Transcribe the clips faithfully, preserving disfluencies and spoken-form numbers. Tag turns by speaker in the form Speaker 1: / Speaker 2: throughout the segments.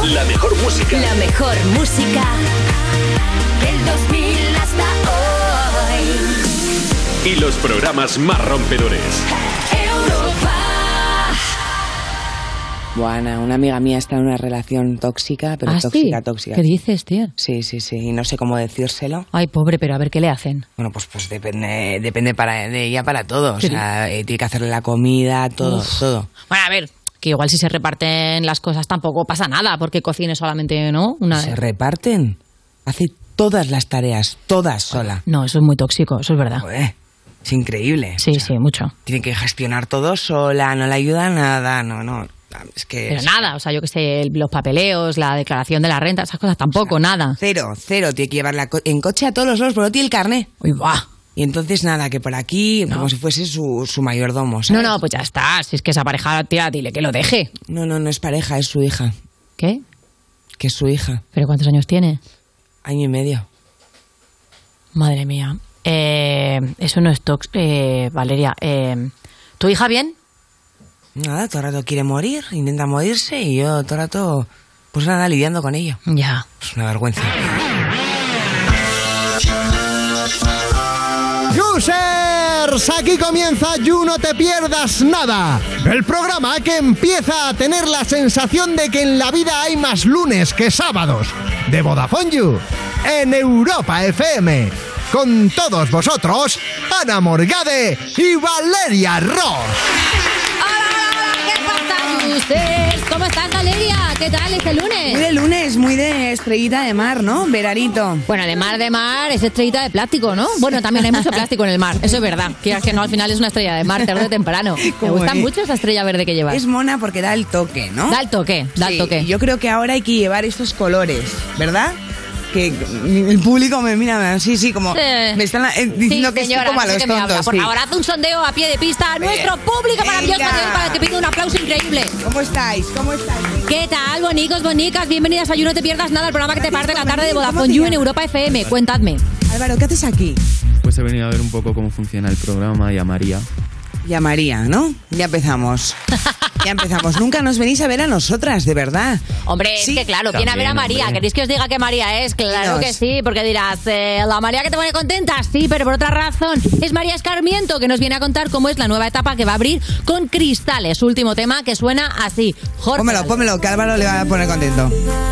Speaker 1: La mejor música.
Speaker 2: La mejor música del dos mil hasta hoy.
Speaker 1: Y los programas más rompedores.
Speaker 3: Bueno, una amiga mía está en una relación tóxica, pero
Speaker 4: ¿Ah,
Speaker 3: tóxica,
Speaker 4: sí?
Speaker 3: tóxica.
Speaker 4: ¿Qué dices, tío?
Speaker 3: Sí, sí, sí, y no sé cómo decírselo.
Speaker 4: Ay, pobre, pero a ver, ¿qué le hacen?
Speaker 3: Bueno, pues pues depende depende para de ella para todo. O sea, eh, tiene que hacerle la comida, todo, Uf. todo.
Speaker 4: Bueno, a ver, que igual si se reparten las cosas tampoco pasa nada, porque cocine solamente, ¿no? Una...
Speaker 3: ¿Se reparten? Hace todas las tareas, todas sola.
Speaker 4: No, eso es muy tóxico, eso es verdad.
Speaker 3: Joder, es increíble.
Speaker 4: Sí, o sea, sí, mucho.
Speaker 3: Tiene que gestionar todo sola, no le ayuda nada, no, no. Es que
Speaker 4: pero
Speaker 3: es...
Speaker 4: nada, o sea, yo que sé, los papeleos, la declaración de la renta, esas cosas tampoco, o sea, nada.
Speaker 3: Cero, cero, tiene que llevarla co- en coche a todos los lados, pero no tiene el carné.
Speaker 4: Uy, va.
Speaker 3: Y entonces nada, que por aquí, no. como si fuese su, su mayordomo, ¿sabes?
Speaker 4: No, no, pues ya está, si es que esa pareja, tía, dile que lo deje.
Speaker 3: No, no, no es pareja, es su hija.
Speaker 4: ¿Qué?
Speaker 3: Que es su hija.
Speaker 4: ¿Pero cuántos años tiene?
Speaker 3: Año y medio.
Speaker 4: Madre mía. Eh, eso no es tox... Eh, Valeria, eh, ¿tu hija bien?
Speaker 3: Nada, todo el rato quiere morir, intenta morirse y yo todo el rato, pues nada, lidiando con ello.
Speaker 4: Ya.
Speaker 3: Es una vergüenza.
Speaker 5: Users, aquí comienza You No Te Pierdas Nada, el programa que empieza a tener la sensación de que en la vida hay más lunes que sábados, de Vodafone You, en Europa F M. Con todos vosotros, Ana Morgade y Valeria Ross.
Speaker 4: ¿Ustedes cómo están, Valeria? ¿Qué tal este lunes?
Speaker 3: Muy de lunes, muy de estrellita de mar, ¿no? Veranito.
Speaker 4: Bueno, de mar de mar es estrellita de plástico, ¿no? Bueno, también hay mucho plástico en el mar, eso es verdad. Quieras que no, al final es una estrella de mar, tarde o temprano. Me gusta mucho esa estrella verde que llevas.
Speaker 3: Es mona porque da el toque, ¿no?
Speaker 4: Da el toque, da
Speaker 3: sí,
Speaker 4: el toque.
Speaker 3: Yo creo que ahora hay que llevar estos colores, ¿verdad? Que el público me mira, sí, sí, como
Speaker 4: eh,
Speaker 3: me están eh, diciendo
Speaker 4: sí,
Speaker 3: que
Speaker 4: señora,
Speaker 3: estoy como a los tontos.
Speaker 4: Por
Speaker 3: sí.
Speaker 4: favor, haz un sondeo a pie de pista a nuestro público maravilloso para que pida un aplauso increíble.
Speaker 3: ¿Cómo estáis? ¿Cómo estáis?
Speaker 4: ¿Qué tal, bonicos, bonicas? Bienvenidas a You No Te Pierdas Nada, el programa que te parte la tarde de Vodafone You en Europa F M. Cuéntadme.
Speaker 3: Álvaro, ¿qué haces aquí?
Speaker 6: Pues he venido a ver un poco cómo funciona el programa y a María.
Speaker 3: Y a María, ¿no? Ya empezamos. Ya empezamos. Nunca nos venís a ver a nosotras, de verdad.
Speaker 4: Hombre,
Speaker 3: sí.
Speaker 4: es que claro, viene a ver a María.
Speaker 6: Hombre.
Speaker 4: ¿Queréis que os diga que María es? Claro
Speaker 3: Dios.
Speaker 4: que sí, porque dirás, eh, la María que te pone contenta, sí, pero por otra razón. Es María Escarmiento, que nos viene a contar cómo es la nueva etapa que va a abrir con Cristales, su último tema que suena así. Jorge.
Speaker 3: Pómelo, pómelo, que Álvaro le va a poner contento.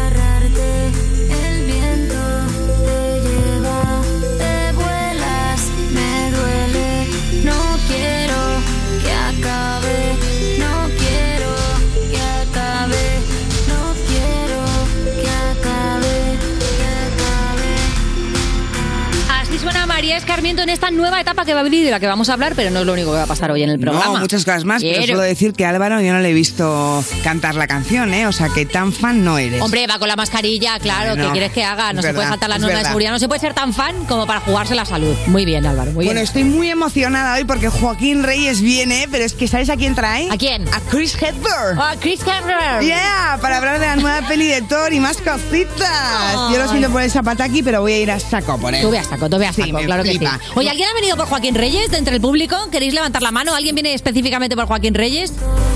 Speaker 4: Suena María Escarmiento en esta nueva etapa que va a abrir y de la que vamos a hablar, pero no es lo único que va a pasar hoy en el programa.
Speaker 3: No, muchas cosas más,
Speaker 4: Quiero.
Speaker 3: pero solo decir que Álvaro yo no le he visto cantar la canción, ¿eh? O sea, que tan fan no eres.
Speaker 4: Hombre, va con la mascarilla, claro,
Speaker 3: Bueno,
Speaker 4: ¿qué quieres que haga? No
Speaker 3: es
Speaker 4: se puede
Speaker 3: verdad,
Speaker 4: saltar las
Speaker 3: es
Speaker 4: normas de
Speaker 3: verdad.
Speaker 4: seguridad, no se puede ser tan fan como para jugarse la salud. Muy bien, Álvaro, muy
Speaker 3: Bueno,
Speaker 4: bien.
Speaker 3: estoy muy emocionada hoy porque Joaquín Reyes viene, pero es que ¿sabes a quién trae?
Speaker 4: ¿A quién?
Speaker 3: A Chris Hemsworth.
Speaker 4: ¡Oh, Chris Hemsworth!
Speaker 3: Yeah, para hablar de la nueva peli de Thor y más cositas.
Speaker 4: Ay.
Speaker 3: Yo lo siento por el zapataki, pero voy a ir a saco por él.
Speaker 4: Tú ve a saco, tú ve a
Speaker 3: Sí,
Speaker 4: saco,
Speaker 3: me
Speaker 4: claro
Speaker 3: flipa.
Speaker 4: que sí. Oye, ¿alguien ha venido por Joaquín Reyes de entre el público? ¿Queréis levantar la mano? ¿Alguien viene específicamente por Joaquín Reyes?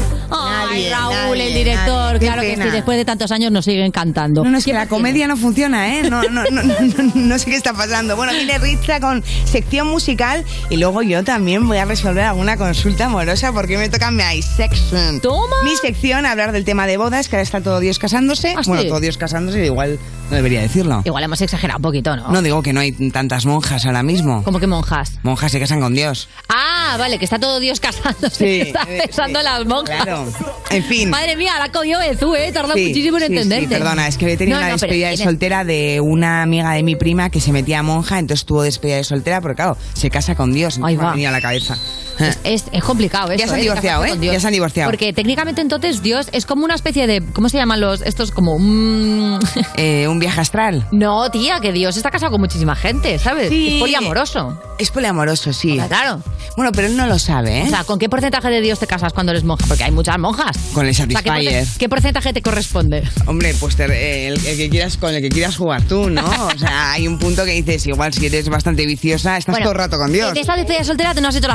Speaker 4: Ay,
Speaker 3: Nadie,
Speaker 4: Raúl,
Speaker 3: nadie,
Speaker 4: el director,
Speaker 3: nadie. Qué
Speaker 4: claro que
Speaker 3: pena.
Speaker 4: sí, después de tantos años nos siguen cantando.
Speaker 3: No, no, es que
Speaker 4: ¿Quién
Speaker 3: la
Speaker 4: más tiene?
Speaker 3: comedia no funciona, ¿eh? No, no, no, no, no, no sé qué está pasando. Bueno, viene Ritza con sección musical y luego yo también voy a resolver alguna consulta amorosa porque me toca mi iSection.
Speaker 4: Toma.
Speaker 3: Mi sección, hablar del tema de bodas, que ahora está todo Dios casándose.
Speaker 4: ¿Ah, sí?
Speaker 3: Bueno, todo Dios casándose, igual no debería decirlo.
Speaker 4: Igual hemos exagerado un poquito, ¿no?
Speaker 3: No digo que no hay tantas monjas ahora mismo.
Speaker 4: ¿Cómo que monjas?
Speaker 3: Monjas se casan con Dios.
Speaker 4: Ah, vale, que está todo Dios casándose.
Speaker 3: Sí,
Speaker 4: está
Speaker 3: eh,
Speaker 4: pensando
Speaker 3: sí,
Speaker 4: en las monjas.
Speaker 3: claro. En fin.
Speaker 4: Madre mía, la cogió Bezú, ¿eh? Tarda
Speaker 3: Sí,
Speaker 4: muchísimo en
Speaker 3: sí,
Speaker 4: entenderte.
Speaker 3: Sí, perdona, es que he tenido
Speaker 4: No,
Speaker 3: una
Speaker 4: no, pero
Speaker 3: despedida de
Speaker 4: tienes-
Speaker 3: soltera de una amiga de mi prima que se metía monja, entonces tuvo despedida de soltera, pero claro, se casa con Dios.
Speaker 4: Ahí
Speaker 3: Entonces me
Speaker 4: va.
Speaker 3: ha venido a la cabeza.
Speaker 4: Es, es, es complicado eso,
Speaker 3: Ya se han
Speaker 4: ¿eh?
Speaker 3: divorciado,
Speaker 4: Casarse
Speaker 3: ¿eh?
Speaker 4: con Dios.
Speaker 3: Ya se han divorciado.
Speaker 4: Porque técnicamente entonces Dios es como una especie de... ¿Cómo se llaman los...? Estos como... mm,
Speaker 3: Eh, un viaje astral.
Speaker 4: No, tía, que Dios está casado con muchísima gente, ¿sabes?
Speaker 3: Sí.
Speaker 4: Es poliamoroso.
Speaker 3: Es poliamoroso, sí.
Speaker 4: Claro.
Speaker 3: Bueno, pero él no lo sabe, ¿eh?
Speaker 4: O sea, ¿con qué porcentaje de Dios te casas cuando eres monja? Porque hay muchas monjas.
Speaker 3: Con el
Speaker 4: O sea, ¿qué,
Speaker 3: Satisfyer.
Speaker 4: porce- ¿qué porcentaje te corresponde?
Speaker 3: Hombre, pues te- eh, el, el que quieras con el que quieras jugar tú, ¿no? O sea, hay un punto que dices, igual si eres bastante viciosa, estás
Speaker 4: Bueno,
Speaker 3: todo el rato con Dios.
Speaker 4: En esta despedida soltera te no has hecho las preguntas adecuadas.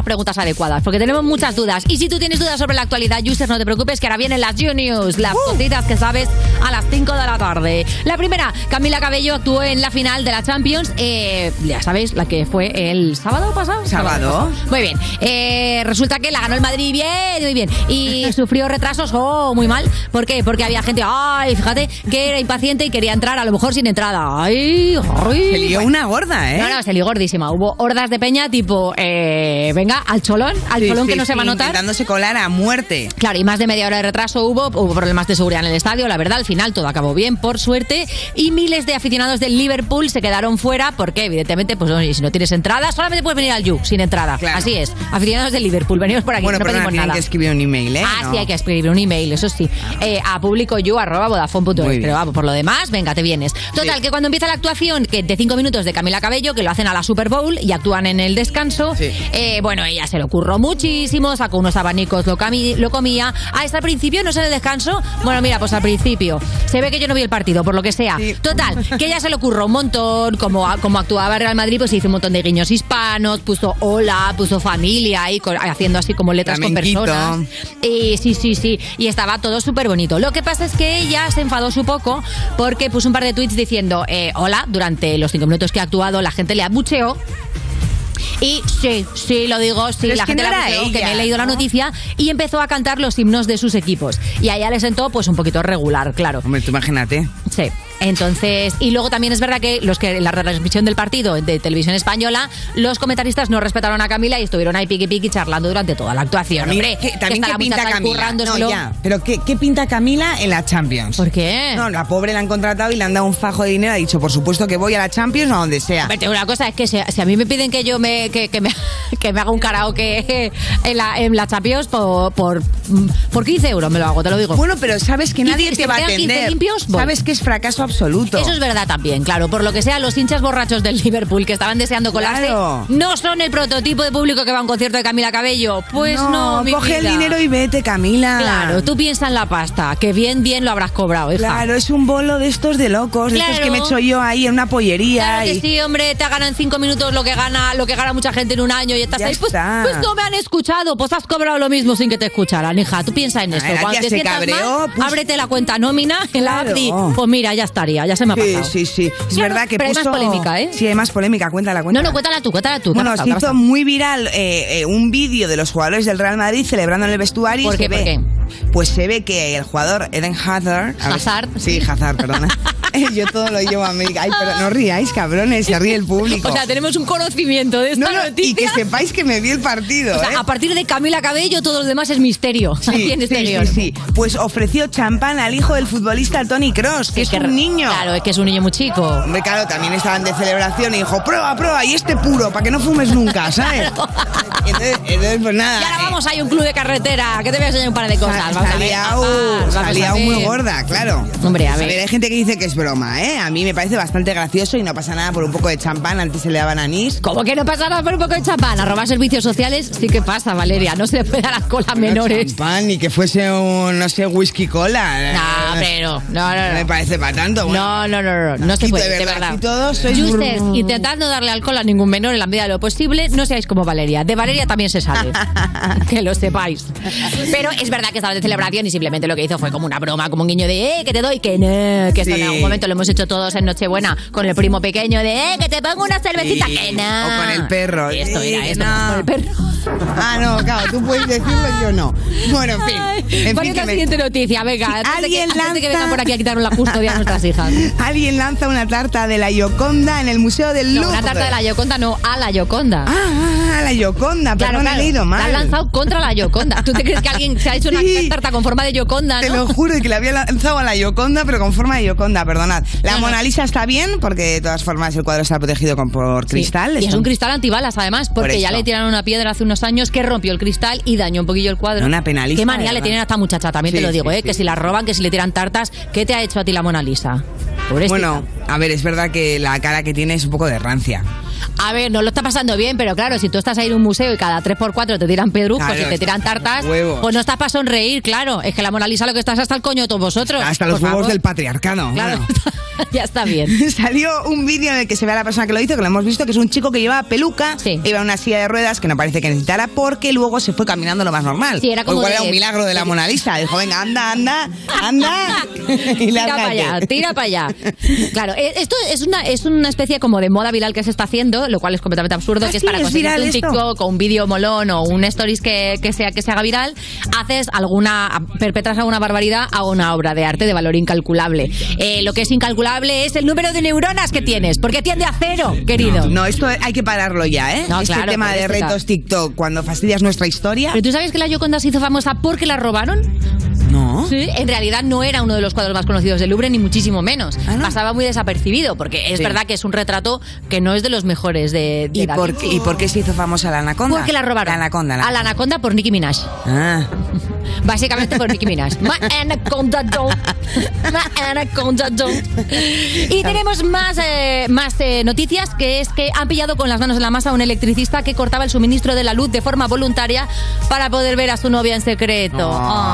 Speaker 4: adecuadas, porque tenemos muchas dudas. Y si tú tienes dudas sobre la actualidad, User, no te preocupes, que ahora vienen las You-News, las uh. cositas que sabes a las cinco de la tarde. La primera, Camila Cabello actuó en la final de la Champions, eh, ya sabéis, la que fue el sábado pasado.
Speaker 3: ¿Sábado?
Speaker 4: Muy bien. Eh, resulta que la ganó el Madrid bien, muy bien. Y sufrió retrasos, oh, muy mal. ¿Por qué? Porque había gente, ay, fíjate, que era impaciente y quería entrar, a lo mejor sin entrada. Ay, ay.
Speaker 3: Se lió una gorda, ¿eh?
Speaker 4: No, no, se lió gordísima. Hubo hordas de peña tipo, eh, venga, al cholón, al
Speaker 3: sí,
Speaker 4: cholón
Speaker 3: sí,
Speaker 4: que no
Speaker 3: sí,
Speaker 4: se va a notar.
Speaker 3: intentándose colar a muerte.
Speaker 4: Claro, y más de media hora de retraso hubo, hubo problemas de seguridad en el estadio, la verdad, al final todo acabó bien, por suerte, y miles de aficionados del Liverpool se quedaron fuera, porque evidentemente, pues no, si no tienes entrada, solamente puedes venir al You, sin entrada. Claro. Así es, aficionados del Liverpool, venimos por aquí,
Speaker 3: bueno,
Speaker 4: no
Speaker 3: pero
Speaker 4: pedimos
Speaker 3: no,
Speaker 4: nada.
Speaker 3: Hay que escribir un email, ¿eh?
Speaker 4: Ah,
Speaker 3: no.
Speaker 4: sí, hay que escribir un email, eso sí, eh, a publicoyu arroba vodafone punto es, pero vamos, por lo demás, venga, te vienes. Total, sí. Que cuando empieza la actuación que de cinco minutos de Camila Cabello, que lo hacen a la Super Bowl y actúan en el descanso, sí. eh, bueno, ella se lo curró muchísimo, sacó unos abanicos, lo, cami- lo comía. Ah, ¿está al principio? ¿No es en el descanso? Bueno, mira, pues al principio. Se ve que yo no vi el partido, por lo que sea. Sí. Total, que ella se lo curró un montón, como, como actuaba Real Madrid, pues hizo un montón de guiños hispanos, puso hola, puso familia ahí, con, haciendo así como letras Flamenquito. Con personas. Y sí, sí, sí, y estaba todo súper bonito. Lo que pasa es que ella se enfadó su poco porque puso un par de tweets diciendo, eh, hola, durante los cinco minutos que ha actuado la gente le abucheó. Y sí, sí, lo digo, sí, la gente no la abucheó, que me he leído ¿no? la noticia, y empezó a cantar los himnos de sus equipos. Y a ella le sentó pues un poquito regular, claro.
Speaker 3: Hombre, tú imagínate.
Speaker 4: Sí. Entonces, y luego también es verdad que los que en la retransmisión del partido de Televisión Española, los comentaristas no respetaron a Camila y estuvieron ahí piqui piqui charlando durante toda la actuación.
Speaker 3: También,
Speaker 4: hombre,
Speaker 3: ¿qué, también
Speaker 4: que
Speaker 3: qué pinta Camila? No, ya, pero ¿qué, ¿qué pinta Camila en la Champions?
Speaker 4: ¿Por qué?
Speaker 3: No, la pobre la han contratado y le han dado un fajo de dinero, ha dicho, por supuesto que voy a la Champions o a donde sea.
Speaker 4: Pero una cosa es que si, si a mí me piden que yo me que, que me que me haga un karaoke en la, en la Champions por, por por quince euros me lo hago, te lo digo.
Speaker 3: Bueno, pero sabes que nadie te va a atender.
Speaker 4: Limpios,
Speaker 3: sabes que es fracaso absoluto.
Speaker 4: Eso es verdad también, claro. Por lo que sea, los hinchas borrachos del Liverpool que estaban deseando colarse, claro. no son el prototipo de público que va a un concierto de Camila Cabello. Pues no,
Speaker 3: no
Speaker 4: mi
Speaker 3: coge
Speaker 4: vida.
Speaker 3: el dinero y vete, Camila.
Speaker 4: Claro, tú piensa en la pasta, que bien, bien lo habrás cobrado, hija.
Speaker 3: Claro, es un bolo de estos de locos,
Speaker 4: claro.
Speaker 3: de estos que me echo yo ahí en una pollería.
Speaker 4: Claro que
Speaker 3: y...
Speaker 4: sí, hombre, te ganan en cinco minutos lo que gana lo que gana mucha gente en un año y estás
Speaker 3: ya
Speaker 4: ahí. Pues,
Speaker 3: está.
Speaker 4: pues no me han escuchado, pues has cobrado lo mismo sin que te escucharan, hija. Tú piensa en esto.
Speaker 3: Ver,
Speaker 4: cuando te
Speaker 3: se
Speaker 4: sientas
Speaker 3: cabreó,
Speaker 4: mal,
Speaker 3: pues...
Speaker 4: ábrete la cuenta nómina en
Speaker 3: claro.
Speaker 4: la app y, pues mira, ya estaría, ya se me ha pasado.
Speaker 3: Sí, sí, sí. Es
Speaker 4: claro,
Speaker 3: verdad que
Speaker 4: pero
Speaker 3: puso...
Speaker 4: hay más polémica, ¿eh?
Speaker 3: Sí, hay más polémica, cuéntala, cuéntala.
Speaker 4: No, no, cuéntala tú, cuéntala tú.
Speaker 3: Bueno, se hizo muy viral eh, eh, un vídeo de los jugadores del Real Madrid celebrando en el vestuario.
Speaker 4: ¿Por
Speaker 3: y
Speaker 4: qué?
Speaker 3: se
Speaker 4: ¿Por
Speaker 3: ve,
Speaker 4: qué?
Speaker 3: Pues se ve que el jugador Eden Hazard...
Speaker 4: Hazard.
Speaker 3: Ver, sí, Hazard, perdona. Yo todo lo llevo a América. Ay, pero no ríais, cabrones, se ríe el público.
Speaker 4: O sea, tenemos un conocimiento de esta
Speaker 3: no, no,
Speaker 4: noticia.
Speaker 3: Y que sepáis que me vi el partido.
Speaker 4: O sea,
Speaker 3: ¿eh?
Speaker 4: a partir de Camila Cabello, todo lo demás es misterio.
Speaker 3: Sí,
Speaker 4: aquí en este
Speaker 3: sí,
Speaker 4: guión.
Speaker 3: sí, sí. Pues ofreció champán al hijo del futbolista Toni Kroos, que
Speaker 4: es
Speaker 3: es
Speaker 4: que,
Speaker 3: un niño.
Speaker 4: Claro, es que es un niño muy chico.
Speaker 3: Hombre, claro, también estaban de celebración y dijo, prueba, prueba, y este puro, para que no fumes nunca, ¿sabes? entonces, entonces, pues nada.
Speaker 4: Y ahora
Speaker 3: eh,
Speaker 4: vamos, hay un club de carretera, que te voy a enseñar un par de cosas.
Speaker 3: Sa- Salía salía muy gorda, claro.
Speaker 4: Hombre, a ver.
Speaker 3: a ver. Hay gente que dice que es broma, ¿eh? A mí me parece bastante gracioso y no pasa nada por un poco de champán, antes se le daban anís.
Speaker 4: ¿Cómo que no pasa nada por un poco de champán? A robar servicios sociales sí que pasa, Valeria. No se le puede dar alcohol a menores.
Speaker 3: Champán, ni que fuese un, no sé, whisky cola.
Speaker 4: No, pero no, no, no.
Speaker 3: No me parece para tanto. Bueno,
Speaker 4: No, no, no, no, no se
Speaker 3: aquí
Speaker 4: puede,
Speaker 3: de
Speaker 4: de
Speaker 3: verdad,
Speaker 4: verdad.
Speaker 3: aquí todos sois
Speaker 4: Ustedes,
Speaker 3: brr.
Speaker 4: intentando darle alcohol a ningún menor en la medida de lo posible, no seáis como Valeria. De Valeria también se sale. Que lo sepáis. Pero es verdad que estaba de celebración y simplemente lo que hizo fue como una broma, como un guiño de, eh, que te doy, que no. Que eso
Speaker 3: Sí.
Speaker 4: en algún momento lo hemos hecho todos en Nochebuena con el primo pequeño de, eh, que te pongo una cervecita,
Speaker 3: Sí.
Speaker 4: que no.
Speaker 3: O con el perro.
Speaker 4: Y esto
Speaker 3: Sí,
Speaker 4: era
Speaker 3: que
Speaker 4: esto,
Speaker 3: no.
Speaker 4: con el perro.
Speaker 3: Ah, no, claro, tú puedes decirlo, yo no. Bueno, en fin. En
Speaker 4: ¿Cuál
Speaker 3: fin
Speaker 4: es la
Speaker 3: que me-
Speaker 4: siguiente noticia? Venga,
Speaker 3: Si
Speaker 4: antes, de que,
Speaker 3: alguien
Speaker 4: antes de que
Speaker 3: lanza-
Speaker 4: vengan por aquí a quitarnos la custodia a nuestras hijas.
Speaker 3: Alguien lanza una tarta de la Gioconda en el Museo del
Speaker 4: No,
Speaker 3: Louvre.
Speaker 4: una tarta de la Gioconda, no, a la Gioconda.
Speaker 3: Ah, ah, la Gioconda,
Speaker 4: Claro,
Speaker 3: perdón,
Speaker 4: claro,
Speaker 3: he leído mal.
Speaker 4: la han lanzado contra la Gioconda. ¿Tú te crees que alguien se ha hecho una
Speaker 3: Sí.
Speaker 4: tarta con forma de Gioconda,
Speaker 3: Te
Speaker 4: no?
Speaker 3: lo juro que le había lanzado a la Gioconda, pero con forma de Gioconda, perdonad. La
Speaker 4: No, no.
Speaker 3: Mona Lisa está bien, porque de todas formas el cuadro está protegido con, por
Speaker 4: Sí.
Speaker 3: cristal.
Speaker 4: Y es
Speaker 3: Está-
Speaker 4: un cristal antibalas, además, porque
Speaker 3: Por
Speaker 4: ya
Speaker 3: eso.
Speaker 4: le tiraron una piedra hace unos años que rompió el cristal y dañó un poquillo el cuadro.
Speaker 3: Una penalista,
Speaker 4: Qué manía
Speaker 3: de
Speaker 4: le
Speaker 3: verdad.
Speaker 4: tienen a esta muchacha, también
Speaker 3: Sí,
Speaker 4: te lo digo,
Speaker 3: sí,
Speaker 4: ¿eh?
Speaker 3: sí.
Speaker 4: Que si la roban, que si le tiran tartas. ¿Qué te ha hecho a ti la Mona Lisa? Pobrecita.
Speaker 3: Bueno, a ver, es verdad que la cara que tiene es un poco de rancia.
Speaker 4: A ver, no lo está pasando bien, pero claro, si tú estás ahí en un museo y cada tres por cuatro te tiran pedruscos
Speaker 3: Claro,
Speaker 4: y te tiran tartas,
Speaker 3: huevos.
Speaker 4: pues no estás para sonreír, claro. Es que la Mona Lisa lo que estás hasta el coño de todos vosotros.
Speaker 3: Hasta los
Speaker 4: Por
Speaker 3: huevos
Speaker 4: favor.
Speaker 3: del patriarcado.
Speaker 4: Claro.
Speaker 3: Bueno.
Speaker 4: Ya está bien.
Speaker 3: Salió un vídeo en el que se ve a la persona que lo hizo, que lo hemos visto, que es un chico que lleva peluca,
Speaker 4: sí.
Speaker 3: Lleva una silla de ruedas que no parece que necesitara, porque luego se fue caminando lo más normal.
Speaker 4: Sí, era como
Speaker 3: o igual
Speaker 4: de...
Speaker 3: era un milagro de la Mona Lisa. Dijo, venga, anda, anda, anda. Y
Speaker 4: tira para allá, tira para allá. Claro, esto es una, es una especie como de moda viral que se está haciendo, lo cual es completamente absurdo,
Speaker 3: ¿Ah,
Speaker 4: que es
Speaker 3: sí?
Speaker 4: para
Speaker 3: ¿Es
Speaker 4: conseguir un
Speaker 3: viral
Speaker 4: TikTok o un vídeo molón o un stories que, que, sea, que se haga viral, haces alguna, perpetras alguna barbaridad a una obra de arte de valor incalculable. Eh, lo que es incalculable es el número de neuronas que tienes, porque tiende a cero, querido.
Speaker 3: No, no, esto hay que pararlo ya, ¿eh?
Speaker 4: No,
Speaker 3: este
Speaker 4: claro,
Speaker 3: tema de retos TikTok, cuando fastidias nuestra historia.
Speaker 4: ¿Pero tú sabes que la Gioconda se hizo famosa porque la robaron?
Speaker 3: No.
Speaker 4: Sí, en realidad no era uno de los cuadros más conocidos del Louvre, ni muchísimo menos.
Speaker 3: ¿Ah, no?
Speaker 4: Pasaba muy desapercibido, porque es
Speaker 3: Sí.
Speaker 4: verdad que es un retrato que no es de los mejores de, de
Speaker 3: ¿Y
Speaker 4: Da
Speaker 3: por,
Speaker 4: Vinci.
Speaker 3: qué, ¿Y por qué se hizo famosa la anaconda?
Speaker 4: Porque la robaron.
Speaker 3: La anaconda. La...
Speaker 4: A la anaconda por Nicki Minaj.
Speaker 3: Ah.
Speaker 4: Básicamente por Nicki Minaj. My anaconda don't. My anaconda don't. Y tenemos más, eh, más eh, noticias, que es que han pillado con las manos en la masa a un electricista que cortaba el suministro de la luz de forma voluntaria para poder ver a su novia en secreto.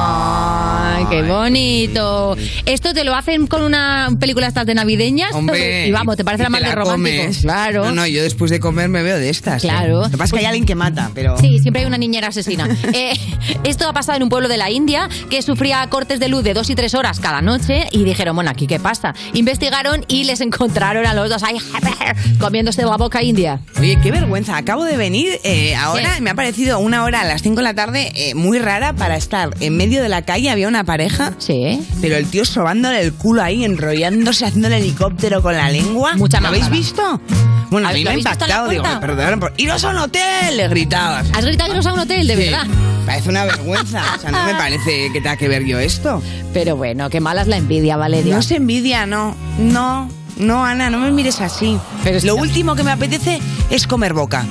Speaker 4: ¡Ay, qué bonito! Esto te lo hacen con una película estas de navideñas.
Speaker 3: Hombre,
Speaker 4: y vamos, te parece la
Speaker 3: y
Speaker 4: más
Speaker 3: te
Speaker 4: de
Speaker 3: la
Speaker 4: romántico.
Speaker 3: comes.
Speaker 4: Claro.
Speaker 3: No, no, yo después de comer me veo de estas.
Speaker 4: Claro.
Speaker 3: ¿eh? Lo que pasa es que hay alguien que mata, pero...
Speaker 4: Sí, siempre hay una niñera asesina. Eh, esto ha pasado en un pueblo de la India que sufría cortes de luz de dos y tres horas cada noche y dijeron, bueno, ¿aquí qué pasa? Investigaron y les encontraron a los dos ahí comiéndose la boca india.
Speaker 3: Oye, qué vergüenza. Acabo de venir eh, ahora,
Speaker 4: Sí.
Speaker 3: me ha parecido una hora a las cinco de la tarde eh, muy rara para estar en medio de la calle. Había una pareja,
Speaker 4: Sí.
Speaker 3: pero el tío sobándole el culo ahí, enrollándose, haciendo el helicóptero con la lengua.
Speaker 4: Mucha
Speaker 3: ¿Lo habéis
Speaker 4: mámbara.
Speaker 3: visto? Bueno, a mí
Speaker 4: ¿Lo
Speaker 3: me ha
Speaker 4: habéis visto en la
Speaker 3: impactado. Digo,
Speaker 4: puerta?
Speaker 3: perdón, por... ¡iros a un hotel! Le gritabas.
Speaker 4: ¿Has gritado iros a un hotel, de
Speaker 3: Sí.
Speaker 4: verdad?
Speaker 3: Parece una vergüenza. O sea, no me parece que tenga que ver yo esto.
Speaker 4: Pero bueno, qué mala es la envidia, Valeria.
Speaker 3: No se envidia, no. No, no, Ana, no me mires así.
Speaker 4: Pero es
Speaker 3: Lo
Speaker 4: que-
Speaker 3: último que me apetece es comer boca.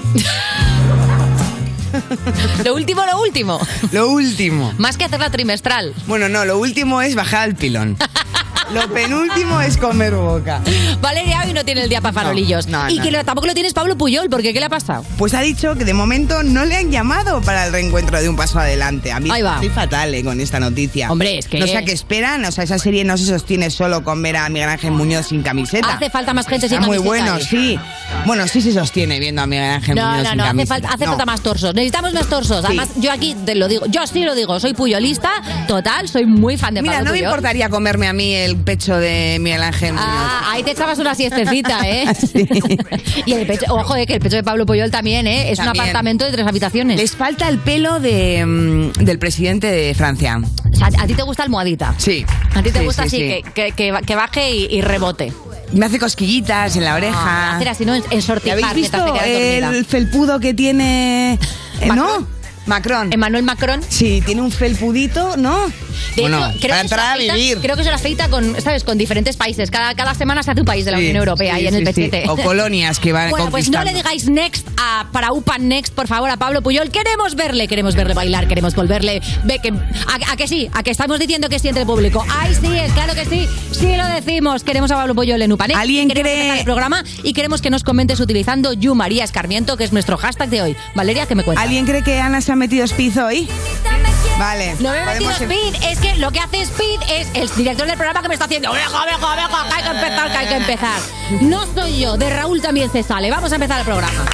Speaker 4: Lo último, lo último.
Speaker 3: Lo último.
Speaker 4: Más que hacer la trimestral.
Speaker 3: Bueno, no, lo último es bajar al pilón. Lo penúltimo es comer boca.
Speaker 4: Valeria hoy no tiene el día para farolillos.
Speaker 3: No, no,
Speaker 4: y
Speaker 3: no.
Speaker 4: que lo- tampoco lo tienes Pablo Puyol, porque ¿qué le ha pasado?
Speaker 3: Pues ha dicho que de momento no le han llamado para el reencuentro de Un Paso Adelante. A mí
Speaker 4: Ahí va.
Speaker 3: estoy fatal eh, con esta noticia.
Speaker 4: Hombre, es que-
Speaker 3: No sé a qué esperan. O sea, esa serie no se sostiene solo con ver a Miguel Ángel Muñoz sin camiseta.
Speaker 4: Hace falta más gente sin
Speaker 3: Está muy
Speaker 4: camiseta
Speaker 3: bueno,
Speaker 4: ahí.
Speaker 3: sí. Bueno, sí se sostiene viendo a Miguel Ángel
Speaker 4: No,
Speaker 3: Muñoz
Speaker 4: no,
Speaker 3: sin
Speaker 4: no, hace,
Speaker 3: camiseta.
Speaker 4: falta, hace
Speaker 3: No.
Speaker 4: falta más torsos. Necesitamos más torsos.
Speaker 3: Sí.
Speaker 4: Además, yo aquí te lo digo, yo sí lo digo, soy puyolista, total, soy muy fan de
Speaker 3: Mira,
Speaker 4: Pablo
Speaker 3: no me
Speaker 4: Puyol.
Speaker 3: importaría comerme a mí el pecho de Miguel Ángel Muñoz.
Speaker 4: Ah, ahí te echabas una siestecita, ¿eh?
Speaker 3: Sí.
Speaker 4: Y el pecho, ojo, eh, que el pecho de Pablo Puyol también, ¿eh? Es un
Speaker 3: También.
Speaker 4: apartamento de tres habitaciones.
Speaker 3: Les falta el pelo de, mm, del presidente de Francia.
Speaker 4: O sea, ¿a ti te gusta almohadita?
Speaker 3: Sí.
Speaker 4: A ti te
Speaker 3: Sí,
Speaker 4: gusta
Speaker 3: sí,
Speaker 4: así,
Speaker 3: sí.
Speaker 4: Que, que, que, que baje y, y rebote.
Speaker 3: Me hace cosquillitas en la oreja.
Speaker 4: Ah, hacer así, ¿no? En, en
Speaker 3: ¿Y
Speaker 4: sortijar,
Speaker 3: habéis
Speaker 4: que te
Speaker 3: visto
Speaker 4: hace quedar dormida.
Speaker 3: el felpudo que tiene... eh,
Speaker 4: Macron.
Speaker 3: ¿No? Macron.
Speaker 4: Emmanuel Macron.
Speaker 3: Sí, tiene un felpudito, ¿no?
Speaker 4: De
Speaker 3: Bueno,
Speaker 4: hecho, creo
Speaker 3: para
Speaker 4: que se lo
Speaker 3: entrar a
Speaker 4: afeita-
Speaker 3: vivir.
Speaker 4: Creo que se lo afeita con, ¿sabes? Con diferentes países. Cada, cada semana se hace un país de la
Speaker 3: Sí,
Speaker 4: Unión Europea
Speaker 3: sí,
Speaker 4: y en
Speaker 3: sí,
Speaker 4: el
Speaker 3: sí.
Speaker 4: pechete.
Speaker 3: O colonias que van
Speaker 4: Bueno, pues no
Speaker 3: conquistando.
Speaker 4: le digáis next a, para UPAN Next, por favor, a Pablo Puyol. Queremos verle, queremos verle bailar, queremos volverle. Ve que, a, a que sí, a que estamos diciendo que sí entre el público. Ay, sí, es claro que sí. Sí lo decimos. Queremos a Pablo Puyol en UPAN Next.
Speaker 3: ¿Alguien
Speaker 4: queremos
Speaker 3: cree-
Speaker 4: empezar el programa y queremos que nos comentes utilizando You María Escarmiento, que es nuestro hashtag de hoy. Valeria, ¿qué me cuentas?
Speaker 3: ¿Alguien cree que Ana se ha metido speed hoy? Vale.
Speaker 4: No me he metido
Speaker 3: podemos em-
Speaker 4: Speed, es que lo que hace Speed es el director del programa que me está haciendo venga, venga, venga, que hay que empezar, que hay que empezar. No soy yo, de Raúl también se sale. Vamos a empezar el programa.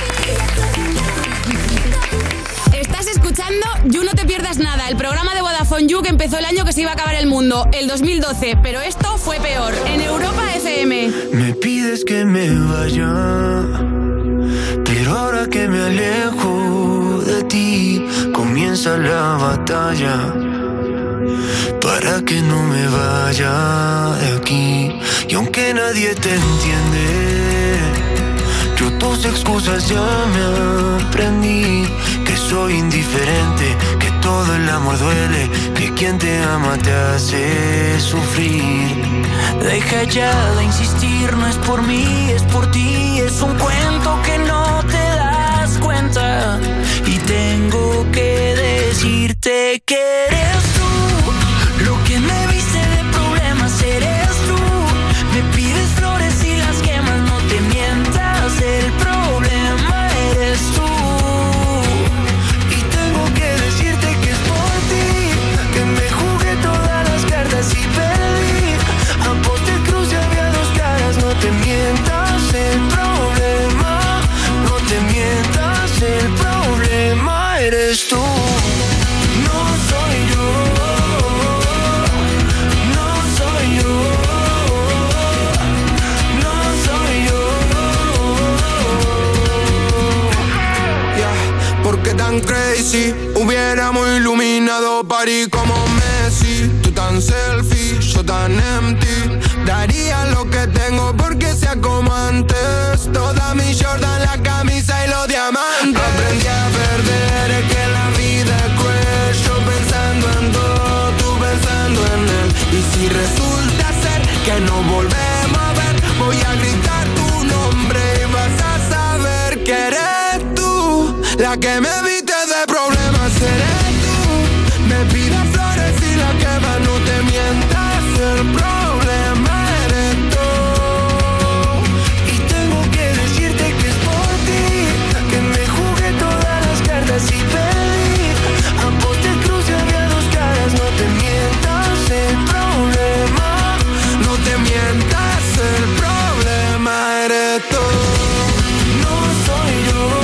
Speaker 7: Estás escuchando You No Te Pierdas Nada, el programa de Vodafone You que empezó el año que se iba a acabar el mundo, el dos mil doce, pero esto fue peor, en Europa F M.
Speaker 8: Me pides que me vaya, pero ahora que me alejo de ti, comienza la batalla para que no me vaya de aquí. Y aunque nadie te entiende, yo tus excusas ya me aprendí. Que soy indiferente, que todo el amor duele, que quien te ama te hace sufrir. Deja ya de insistir, no es por mí, es por ti. Es un cuento que no te das cuenta. Y tengo que decirte que eres tú, lo que me viste de problemas eres tú. Me pides flores y las quemas, no te mientas, el problema eres tú. Y tengo que decirte que es por ti, que me jugué todas las cartas y perdí. Aposté cruz y había dos caras.
Speaker 9: Hago party como Messi, tú tan selfie, yo tan empty. Daría lo que tengo porque sea como antes. Toda mi Jordan, la camisa y los diamantes. Aprendí a perder, es que la vida es cruel. Yo pensando en todo, tú pensando en él. Y si resulta ser que no volvemos a ver, voy a gritar tu nombre y vas a saber que eres tú la que me evite de problemas. Eres tú, me pidas flores y la que va no te mientas. El problema eres tú. Y tengo que decirte que es por ti que me jugué todas las cartas y perdí. Ambos te crucé, había dos caras. No te mientas, el problema. No te mientas, el problema eres tú. No soy yo.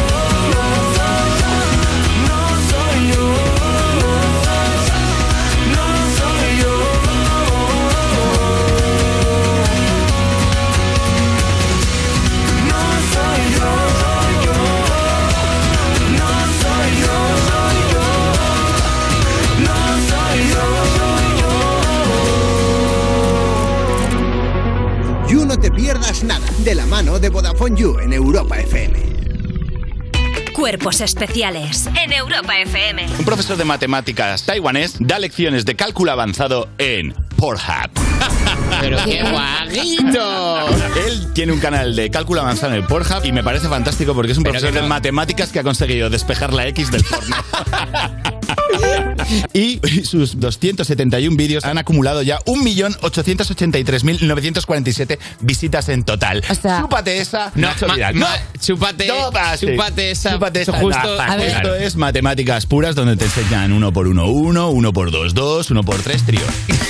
Speaker 5: No te pierdas nada, de la mano de Vodafone You en Europa F M.
Speaker 2: Cuerpos especiales en Europa F M.
Speaker 10: Un profesor de matemáticas taiwanés da lecciones de cálculo avanzado en Pornhub.
Speaker 11: ¡Pero qué guaguito!
Speaker 10: Él tiene un canal de cálculo avanzado en el Pornhub y me parece fantástico porque es un profesor no... de matemáticas que ha conseguido despejar la X del porno. Y sus doscientos setenta y uno vídeos han acumulado ya un millón ochocientos ochenta y tres mil novecientos cuarenta y siete visitas en total. O sea, chúpate esa,
Speaker 11: no,
Speaker 10: Nacho
Speaker 11: ma,
Speaker 10: Vidal.
Speaker 11: Ma,
Speaker 10: no,
Speaker 11: chúpate,
Speaker 10: tópate,
Speaker 11: chúpate esa.
Speaker 10: Chúpate esa.
Speaker 11: Justo,
Speaker 10: no,
Speaker 11: a ver.
Speaker 10: Esto es matemáticas puras donde te enseñan uno por uno, uno, uno por dos, dos, uno por tres, trío.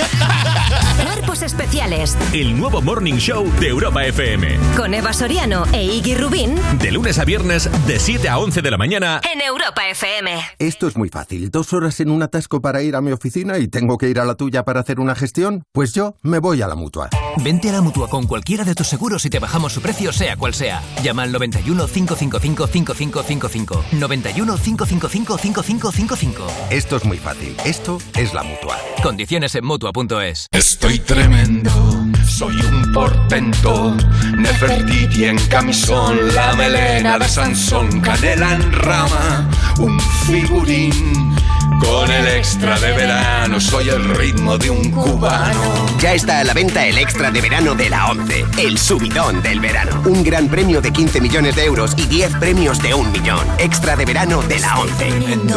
Speaker 2: Cuerpos especiales.
Speaker 1: El nuevo Morning Show de Europa F M.
Speaker 2: Con Eva Soriano e Iggy Rubín.
Speaker 1: De lunes a viernes, de siete a once de la mañana.
Speaker 2: En Europa F M.
Speaker 12: Esto es muy fácil. Dos horas en un atasco para ir a mi oficina y tengo que ir a la tuya para hacer una gestión. Pues yo me voy a la Mutua.
Speaker 13: Vente a la Mutua con cualquiera de tus seguros y te bajamos su precio, sea cual sea. Llama al noventa y uno, cinco cinco cinco, cinco cinco cinco cinco. noventa y uno, cinco cinco cinco, cinco cinco cinco cinco.
Speaker 12: Esto es muy fácil. Esto es la Mutua.
Speaker 13: Condiciones en Mutua punto es.
Speaker 14: Estoy tremendo, soy un portento. Nefertiti en camisón, la melena de Sansón, canela en rama, un figurín. Con el extra de verano, soy el ritmo de un cubano.
Speaker 15: Ya está a la venta el extra de verano de la ONCE, el subidón del verano. Un gran premio de quince millones de euros y diez premios de un millón. Extra de verano de la ONCE.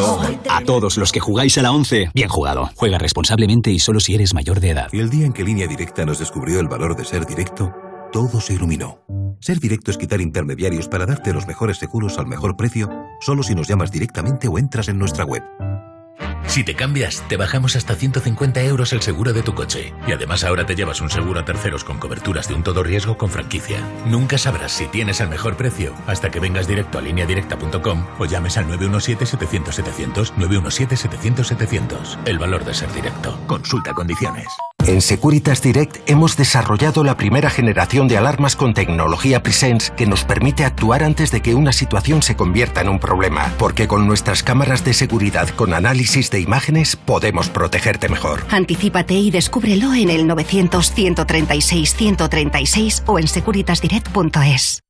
Speaker 16: A todos los que jugáis a la ONCE, bien jugado. Juega responsablemente y solo si eres mayor de edad.
Speaker 17: El día en que Línea Directa nos descubrió el valor de ser directo, todo se iluminó. Ser directo es quitar intermediarios para darte los mejores seguros al mejor precio, solo si nos llamas directamente o entras en nuestra web.
Speaker 18: Si te cambias, te bajamos hasta ciento cincuenta euros el seguro de tu coche. Y además ahora te llevas un seguro a terceros con coberturas de un todo riesgo con franquicia. Nunca sabrás si tienes el mejor precio hasta que vengas directo a línea directa punto com o llames al nueve uno siete, setecientos, setecientos, nueve uno siete, setecientos, setecientos. El valor de ser directo. Consulta condiciones.
Speaker 19: En Securitas Direct hemos desarrollado la primera generación de alarmas con tecnología Presence que nos permite actuar antes de que una situación se convierta en un problema, porque con nuestras cámaras de seguridad con análisis de imágenes podemos protegerte mejor.
Speaker 20: Anticípate y descúbrelo en el novecientos, ciento treinta y seis, ciento treinta y seis o en securitas direct punto es.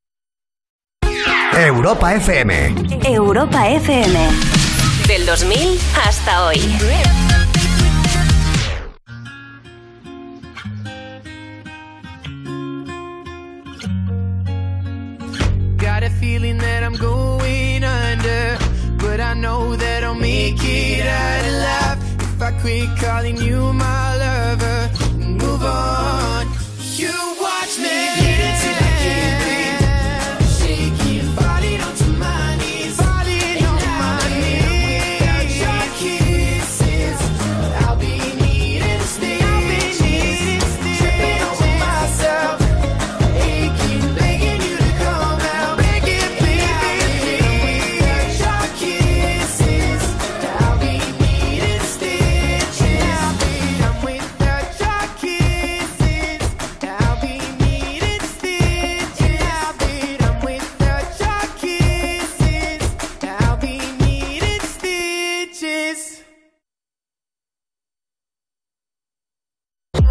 Speaker 15: Europa F M.
Speaker 2: Europa F M. Del dos mil hasta hoy.
Speaker 9: Got a feeling that I'm going under, but I know that I'll make it out alive if I quit calling you my lover and move on. You watch me till I can't breathe, shaking, falling onto my knees, falling on my knees. Without your kisses, I'll be needing stitches, I'll be needing stitches, tripping over myself, aching, begging you to come out, begging, please. Without your kisses, I'll be needing stitches. I'm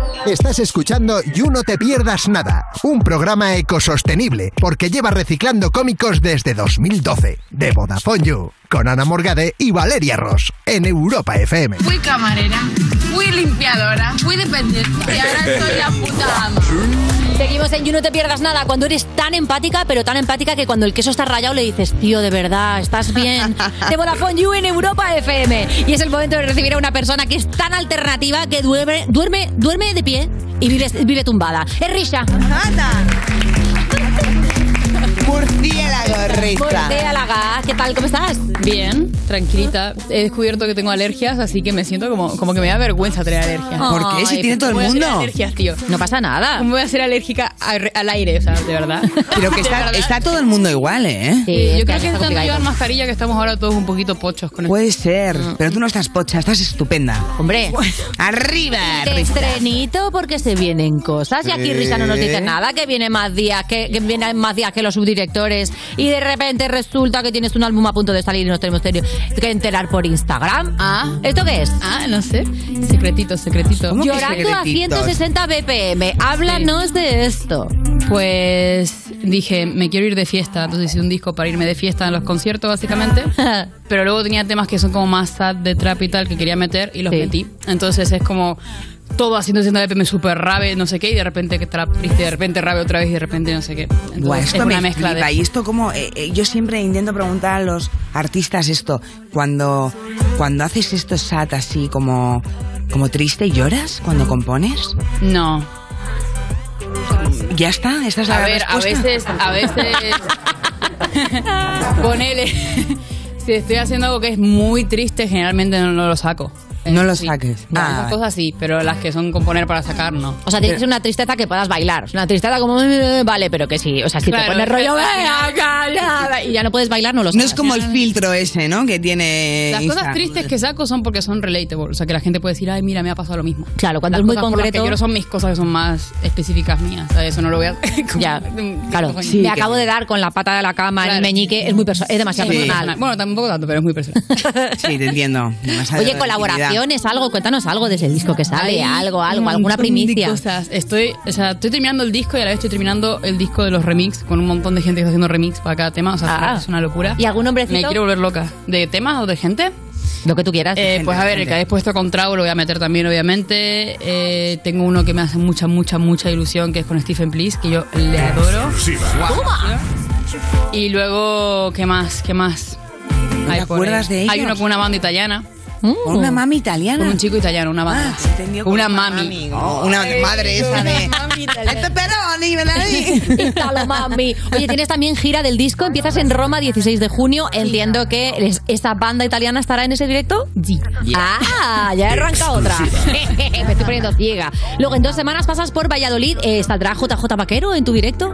Speaker 5: Estás escuchando You No Te Pierdas Nada, un programa ecosostenible porque lleva reciclando cómicos desde dos mil doce. De Vodafone You, con Ana Morgade y Valeria Ross, en Europa F M.
Speaker 7: Fui camarera, fui limpiadora, fui dependiente y ahora soy la puta ama.
Speaker 4: Seguimos en You No Te Pierdas Nada, cuando eres tan empática, pero tan empática que cuando el queso está rayado le dices, tío, de verdad, estás bien. De Vodafone You en Europa F M. Y es el momento de recibir a una persona que es tan alternativa que duerme, duerme, duerme de pie y vive, vive tumbada. Es Risha.
Speaker 3: Murciélago, Risha.
Speaker 4: Murciélaga, ¿qué tal? ¿Cómo estás?
Speaker 21: Bien, tranquilita. He descubierto que tengo alergias, así que me siento como, como que me da vergüenza tener alergias.
Speaker 3: ¿Por qué? Si tiene todo el
Speaker 21: ¿Cómo voy a
Speaker 3: mundo.
Speaker 21: hacer alergias, tío?
Speaker 4: No pasa nada.
Speaker 21: ¿Cómo voy a ser alérgica al, al aire? O sea, de verdad.
Speaker 3: Pero que está, está todo el mundo igual, ¿eh?
Speaker 21: Sí, yo creo que es tanto llevar mascarilla que estamos ahora todos un poquito pochos con esto.
Speaker 3: Puede ser, pero tú no estás pocha, estás estupenda.
Speaker 4: Hombre,
Speaker 3: arriba,
Speaker 4: de
Speaker 3: Risha.
Speaker 4: estrenito porque se vienen cosas y aquí Risha no nos dice
Speaker 3: Eh.
Speaker 4: nada, que viene más días que, que viene más días que los subdirectores y de repente resulta que tienes un álbum a punto de salir y nos tenemos que enterar por Instagram.
Speaker 21: Ah,
Speaker 4: ¿esto qué es?
Speaker 21: Ah, no sé. Secretito, secretito.
Speaker 4: Llorando a ciento sesenta B P M. Háblanos de esto.
Speaker 21: Pues dije, me quiero ir de fiesta, entonces hice un disco para irme de fiesta en los conciertos, básicamente. Pero luego tenía temas que son como más sad, de trap y tal, que quería meter y los
Speaker 4: Sí.
Speaker 21: metí. Entonces es como todo a ciento sesenta B P M súper rave, no sé qué, y de repente que trap triste, de repente rave otra vez y de repente no sé qué. Entonces,
Speaker 3: Buah, esto
Speaker 21: es una
Speaker 3: me
Speaker 21: mezcla
Speaker 3: flipa.
Speaker 21: de...
Speaker 3: Y esto como... eh, eh, yo siempre intento preguntar a los artistas esto. Cuando, cuando haces esto sad así como, como triste, ¿lloras cuando compones?
Speaker 21: No.
Speaker 3: ¿Ya está? ¿Esta es la
Speaker 21: A ver, a
Speaker 3: respuesta?
Speaker 21: veces, a veces... Ponele... Si estoy haciendo algo que es muy triste, generalmente no, no lo saco.
Speaker 3: No lo
Speaker 21: Sí.
Speaker 3: saques.
Speaker 21: Ya,
Speaker 3: Ah.
Speaker 21: esas cosas sí, pero las que son componer para sacar, no.
Speaker 4: O sea, tiene que ser una tristeza que puedas bailar. Una tristeza como... eh, Vale, pero que sí. O sea, si
Speaker 21: Claro,
Speaker 4: te pones rollo...
Speaker 21: al
Speaker 4: "Ven
Speaker 21: final-
Speaker 4: acá, nada", y ya no puedes bailar, no lo
Speaker 3: No
Speaker 4: sacas.
Speaker 3: es como el filtro ese, ¿no? Que tiene...
Speaker 21: Las
Speaker 3: Insta.
Speaker 21: cosas tristes que saco son porque son relatable. O sea, que la gente puede decir, ay, mira, me ha pasado lo mismo.
Speaker 4: Claro, cuando
Speaker 21: Las
Speaker 4: es muy
Speaker 21: cosas por las que
Speaker 4: concreto-
Speaker 21: lloro son mis cosas que son más específicas mías. O sea, eso no lo voy a...
Speaker 4: Ya, claro.
Speaker 21: Sí,
Speaker 4: me
Speaker 21: que-
Speaker 4: acabo de dar con la pata de la cama en el
Speaker 21: Claro.
Speaker 4: meñique. Es muy perso- es demasiado
Speaker 21: Sí.
Speaker 4: personal.
Speaker 21: Bueno, tampoco tanto, pero es muy personal.
Speaker 3: Sí, te entiendo. Demasiada
Speaker 4: Oye,
Speaker 3: intimidad.
Speaker 4: colaboraciones, algo. Cuéntanos algo de ese disco que sale.
Speaker 21: Hay
Speaker 4: Algo,
Speaker 21: un
Speaker 4: algo. Alguna
Speaker 21: montón de
Speaker 4: primicia.
Speaker 21: cosas. Estoy, o sea, estoy terminando el disco y a la vez estoy terminando el disco de los remix con un montón de gente que está haciendo remix para cada tema. O sea,
Speaker 4: Ah.
Speaker 21: es una locura.
Speaker 4: ¿Y algún nombrecito?
Speaker 21: Me quiero volver loca. ¿De temas o de gente?
Speaker 4: Lo que tú quieras.
Speaker 21: Eh,
Speaker 3: gente,
Speaker 21: pues a ver,
Speaker 3: gente.
Speaker 21: el que habéis puesto con Trago lo voy a meter también, obviamente. Eh, tengo uno que me hace mucha, mucha, mucha ilusión, que es con Stephen Please, que yo le adoro.
Speaker 4: ¡Toma!
Speaker 21: Y luego, ¿qué más? ¿Qué más?
Speaker 3: ¿No te
Speaker 21: Hay por
Speaker 3: acuerdas
Speaker 21: ahí.
Speaker 3: de ellos?
Speaker 21: Hay uno con una banda italiana.
Speaker 3: Con una mami italiana.
Speaker 21: Con un chico italiano, una banda.
Speaker 3: Ah, se entendió
Speaker 21: Con
Speaker 3: con
Speaker 21: una
Speaker 3: una
Speaker 21: mami.
Speaker 3: Oh, una madre esa de... Este peroni, ven ahí.
Speaker 4: Ítalo, mami. Oye, tienes también gira del disco. Empiezas en Roma, dieciséis de junio. Entiendo que es- esa banda italiana estará en ese directo.
Speaker 21: Sí.
Speaker 4: Ah, ya arranca otra. Me estoy poniendo ciega. Luego, en dos semanas pasas por Valladolid. Eh, ¿Saldrá J J Vaquero en tu directo?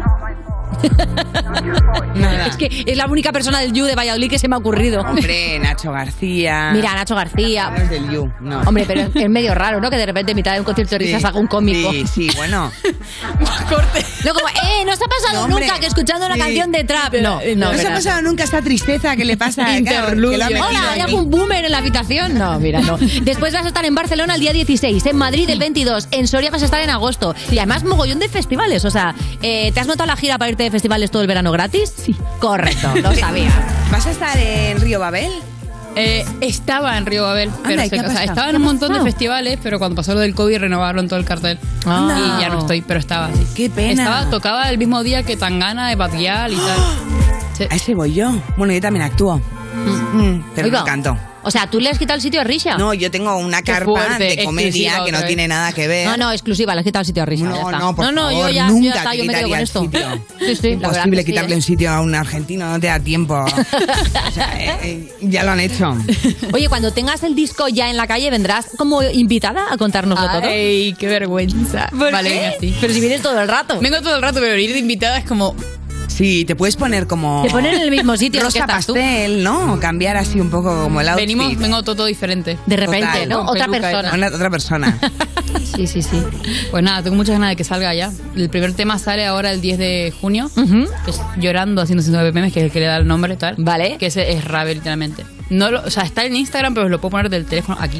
Speaker 3: Nada.
Speaker 4: Es que es la única persona del You de Valladolid que se me ha ocurrido.
Speaker 3: Hombre, Nacho García.
Speaker 4: Mira, Nacho García.
Speaker 3: No es del You, no.
Speaker 4: Hombre, pero es medio raro, ¿no? Que de repente en mitad de un concierto de
Speaker 3: Sí.
Speaker 4: risas haga un cómico.
Speaker 3: Sí, sí, bueno.
Speaker 21: Corte.
Speaker 4: No, como, eh, ¿no os ha pasado
Speaker 3: No, hombre.
Speaker 4: nunca que escuchando una
Speaker 3: Sí.
Speaker 4: canción de trap? No,
Speaker 3: No,
Speaker 4: no.
Speaker 3: se ha
Speaker 4: verás.
Speaker 3: pasado nunca esta tristeza que le pasa a
Speaker 21: Interludio.
Speaker 4: Hola, ¿hay algún boomer en la habitación? No, mira, no. Después vas a estar en Barcelona el día dieciséis, en Madrid el veintidós, en Soria vas a estar en agosto. Y además mogollón de festivales. O sea, eh, ¿te has montado la gira para irte de festivales todo el verano gratis? Sí. Correcto, lo sabía.
Speaker 3: ¿Vas a estar en Río Babel?
Speaker 21: Eh, estaba en Río Babel, pero
Speaker 3: ¿y
Speaker 21: se-
Speaker 3: qué ha
Speaker 21: o sea,
Speaker 3: pasado?
Speaker 21: estaba en
Speaker 3: ¿Qué
Speaker 21: un
Speaker 3: ha
Speaker 21: montón de
Speaker 3: pasado?
Speaker 21: festivales, pero cuando pasó lo del COVID renovaron todo el cartel.
Speaker 4: Ah.
Speaker 21: Y ya no estoy, pero estaba así.
Speaker 3: Qué pena.
Speaker 21: Estaba, tocaba el mismo día que Tangana, de Batial y tal. Sí.
Speaker 3: A ese voy yo. Bueno, yo también actúo. Mm, pero
Speaker 4: Oiga.
Speaker 3: no canto.
Speaker 4: O sea, ¿tú le has quitado el sitio a Risha?
Speaker 3: No, yo tengo una
Speaker 21: Qué
Speaker 3: carpa
Speaker 21: fuerte,
Speaker 3: de comedia
Speaker 21: exclusiva
Speaker 3: que no
Speaker 21: otra vez.
Speaker 3: tiene nada que ver.
Speaker 4: No, no, exclusiva, le has quitado el sitio a Risha.
Speaker 3: No,
Speaker 4: ya está.
Speaker 3: no, por
Speaker 4: no, no,
Speaker 3: favor,
Speaker 4: yo ya,
Speaker 3: nunca
Speaker 4: yo, está,
Speaker 3: te
Speaker 4: yo me quedo
Speaker 3: quitaría
Speaker 4: con
Speaker 3: el
Speaker 4: esto.
Speaker 3: sitio.
Speaker 4: Sí, sí, la verdad
Speaker 3: Imposible
Speaker 4: que sí,
Speaker 3: quitarle
Speaker 4: ¿eh?
Speaker 3: un sitio a un argentino, no te da tiempo. O sea, eh, eh, ya lo han hecho.
Speaker 4: Oye, cuando tengas el disco ya en la calle, ¿vendrás como invitada a contárnoslo todo?
Speaker 21: Ay, qué vergüenza.
Speaker 4: ¿Por
Speaker 21: Vale,
Speaker 4: qué?
Speaker 21: venga, sí.
Speaker 4: Pero si vienes todo el rato.
Speaker 21: Vengo todo el rato, pero venir de invitada es como...
Speaker 3: Sí, te puedes poner como...
Speaker 4: Te ponen en el mismo sitio en el que
Speaker 3: Rosa
Speaker 4: estás tú.
Speaker 3: pastel, ¿no? Cambiar así un poco como el outfit.
Speaker 21: Venimos, vengo todo diferente.
Speaker 4: De repente,
Speaker 3: Total,
Speaker 4: ¿no?
Speaker 21: con
Speaker 4: Otra
Speaker 21: peluca y
Speaker 4: persona.
Speaker 21: tal.
Speaker 3: Una- otra persona.
Speaker 4: Sí, sí, sí.
Speaker 21: Pues nada, tengo muchas ganas de que salga ya. El primer tema sale ahora el diez de junio,
Speaker 4: Ujú.
Speaker 21: que es Llorando a ciento sesenta B P M, que es el que le da el nombre tal.
Speaker 4: Vale.
Speaker 21: Que ese es rave, literalmente. No lo, o sea, está en Instagram, pero os lo puedo poner del teléfono aquí.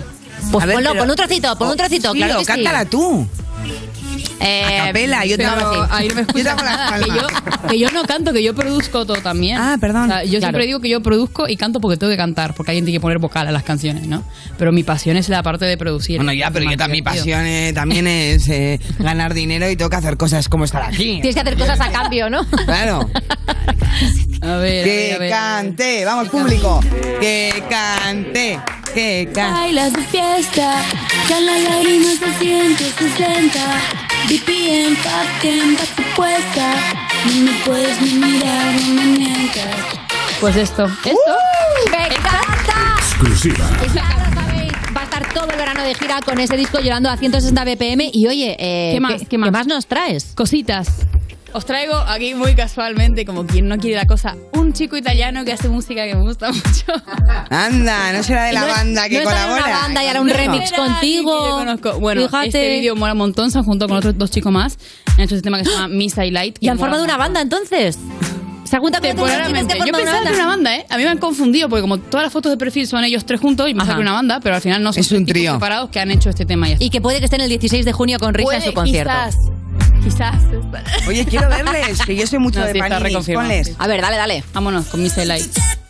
Speaker 4: Pues
Speaker 3: A ver,
Speaker 4: ponlo,
Speaker 3: pero-
Speaker 4: pon un trocito, pon un trocito,
Speaker 3: Sí,
Speaker 4: claro
Speaker 3: o
Speaker 4: que sí.
Speaker 3: cántala tú.
Speaker 4: Eh,
Speaker 3: A capela, yo te
Speaker 4: no,
Speaker 3: hago
Speaker 4: sí.
Speaker 3: así.
Speaker 21: Ahí no me escuchas.
Speaker 3: Yo te hago las palmas.
Speaker 21: que, yo, que yo no canto, que yo produzco todo también.
Speaker 3: Ah, perdón.
Speaker 21: O sea, yo
Speaker 4: Claro.
Speaker 21: siempre digo que yo produzco y canto porque tengo que cantar, porque alguien tiene que poner vocal a las canciones, ¿no? Pero mi pasión es la parte de producir.
Speaker 3: Bueno, ya, pero
Speaker 21: Es
Speaker 3: yo
Speaker 21: más
Speaker 3: también, mi
Speaker 21: divertido.
Speaker 3: pasión eh, también es eh, ganar dinero y tengo que hacer cosas como estar aquí.
Speaker 4: Tienes que hacer cosas a cambio, ¿no?
Speaker 3: Claro.
Speaker 21: A ver, a ver, a
Speaker 3: Que
Speaker 21: ver.
Speaker 3: cante, vamos público. Que cante, que cante.
Speaker 2: Bailas de fiesta, ya las lágrimas se ciento sesenta. B P M, pop ten, pa' tu puesta. No me puedes ni mirar, no me mientas.
Speaker 21: Pues esto. ¿Esto?
Speaker 4: ¡Me encanta!
Speaker 1: Exclusiva.
Speaker 4: Pues ya lo sabéis, va a estar todo el verano de gira con ese disco llorando a ciento sesenta B P M. Y oye, eh,
Speaker 21: ¿Qué más? ¿Qué más?
Speaker 4: nos traes?
Speaker 21: Cositas. Os traigo aquí muy casualmente, como quien no quiere la cosa, un chico italiano que hace música que me gusta mucho.
Speaker 3: Anda, no será de la
Speaker 4: No es-
Speaker 3: banda que
Speaker 4: no está en
Speaker 3: colabora.
Speaker 4: una banda y hará un
Speaker 21: No,
Speaker 4: remix
Speaker 21: no.
Speaker 4: contigo.
Speaker 21: Que yo conozco. Bueno,
Speaker 4: Fíjate.
Speaker 21: este vídeo mola un montón, se han juntado con otros dos chicos más. Han hecho este tema que se llama Misa y Light.
Speaker 4: ¿Y han formado una banda entonces? ¿Se ha juntado con otros chicos
Speaker 21: Temporalmente.
Speaker 4: que
Speaker 21: Yo
Speaker 4: forman
Speaker 21: pensaba
Speaker 4: una
Speaker 21: que era una
Speaker 4: banda?
Speaker 21: banda, ¿eh? A mí me han confundido porque como todas las fotos de perfil son ellos tres juntos y me
Speaker 4: Ajá.
Speaker 21: sale una banda, pero al final no son
Speaker 3: Es un
Speaker 21: tres tipos
Speaker 3: trío.
Speaker 21: separados que han hecho este tema ya.
Speaker 4: Y que puede que estén el dieciséis de junio con Risa en su concierto.
Speaker 21: Quizás. Quizás.
Speaker 3: Oye, quiero verles, que yo sé mucho
Speaker 21: No,
Speaker 3: de
Speaker 21: sí, está
Speaker 3: Panini.
Speaker 21: reconfirmado.
Speaker 3: Ponles.
Speaker 4: A ver, dale, dale.
Speaker 21: Vámonos con Misa y Light.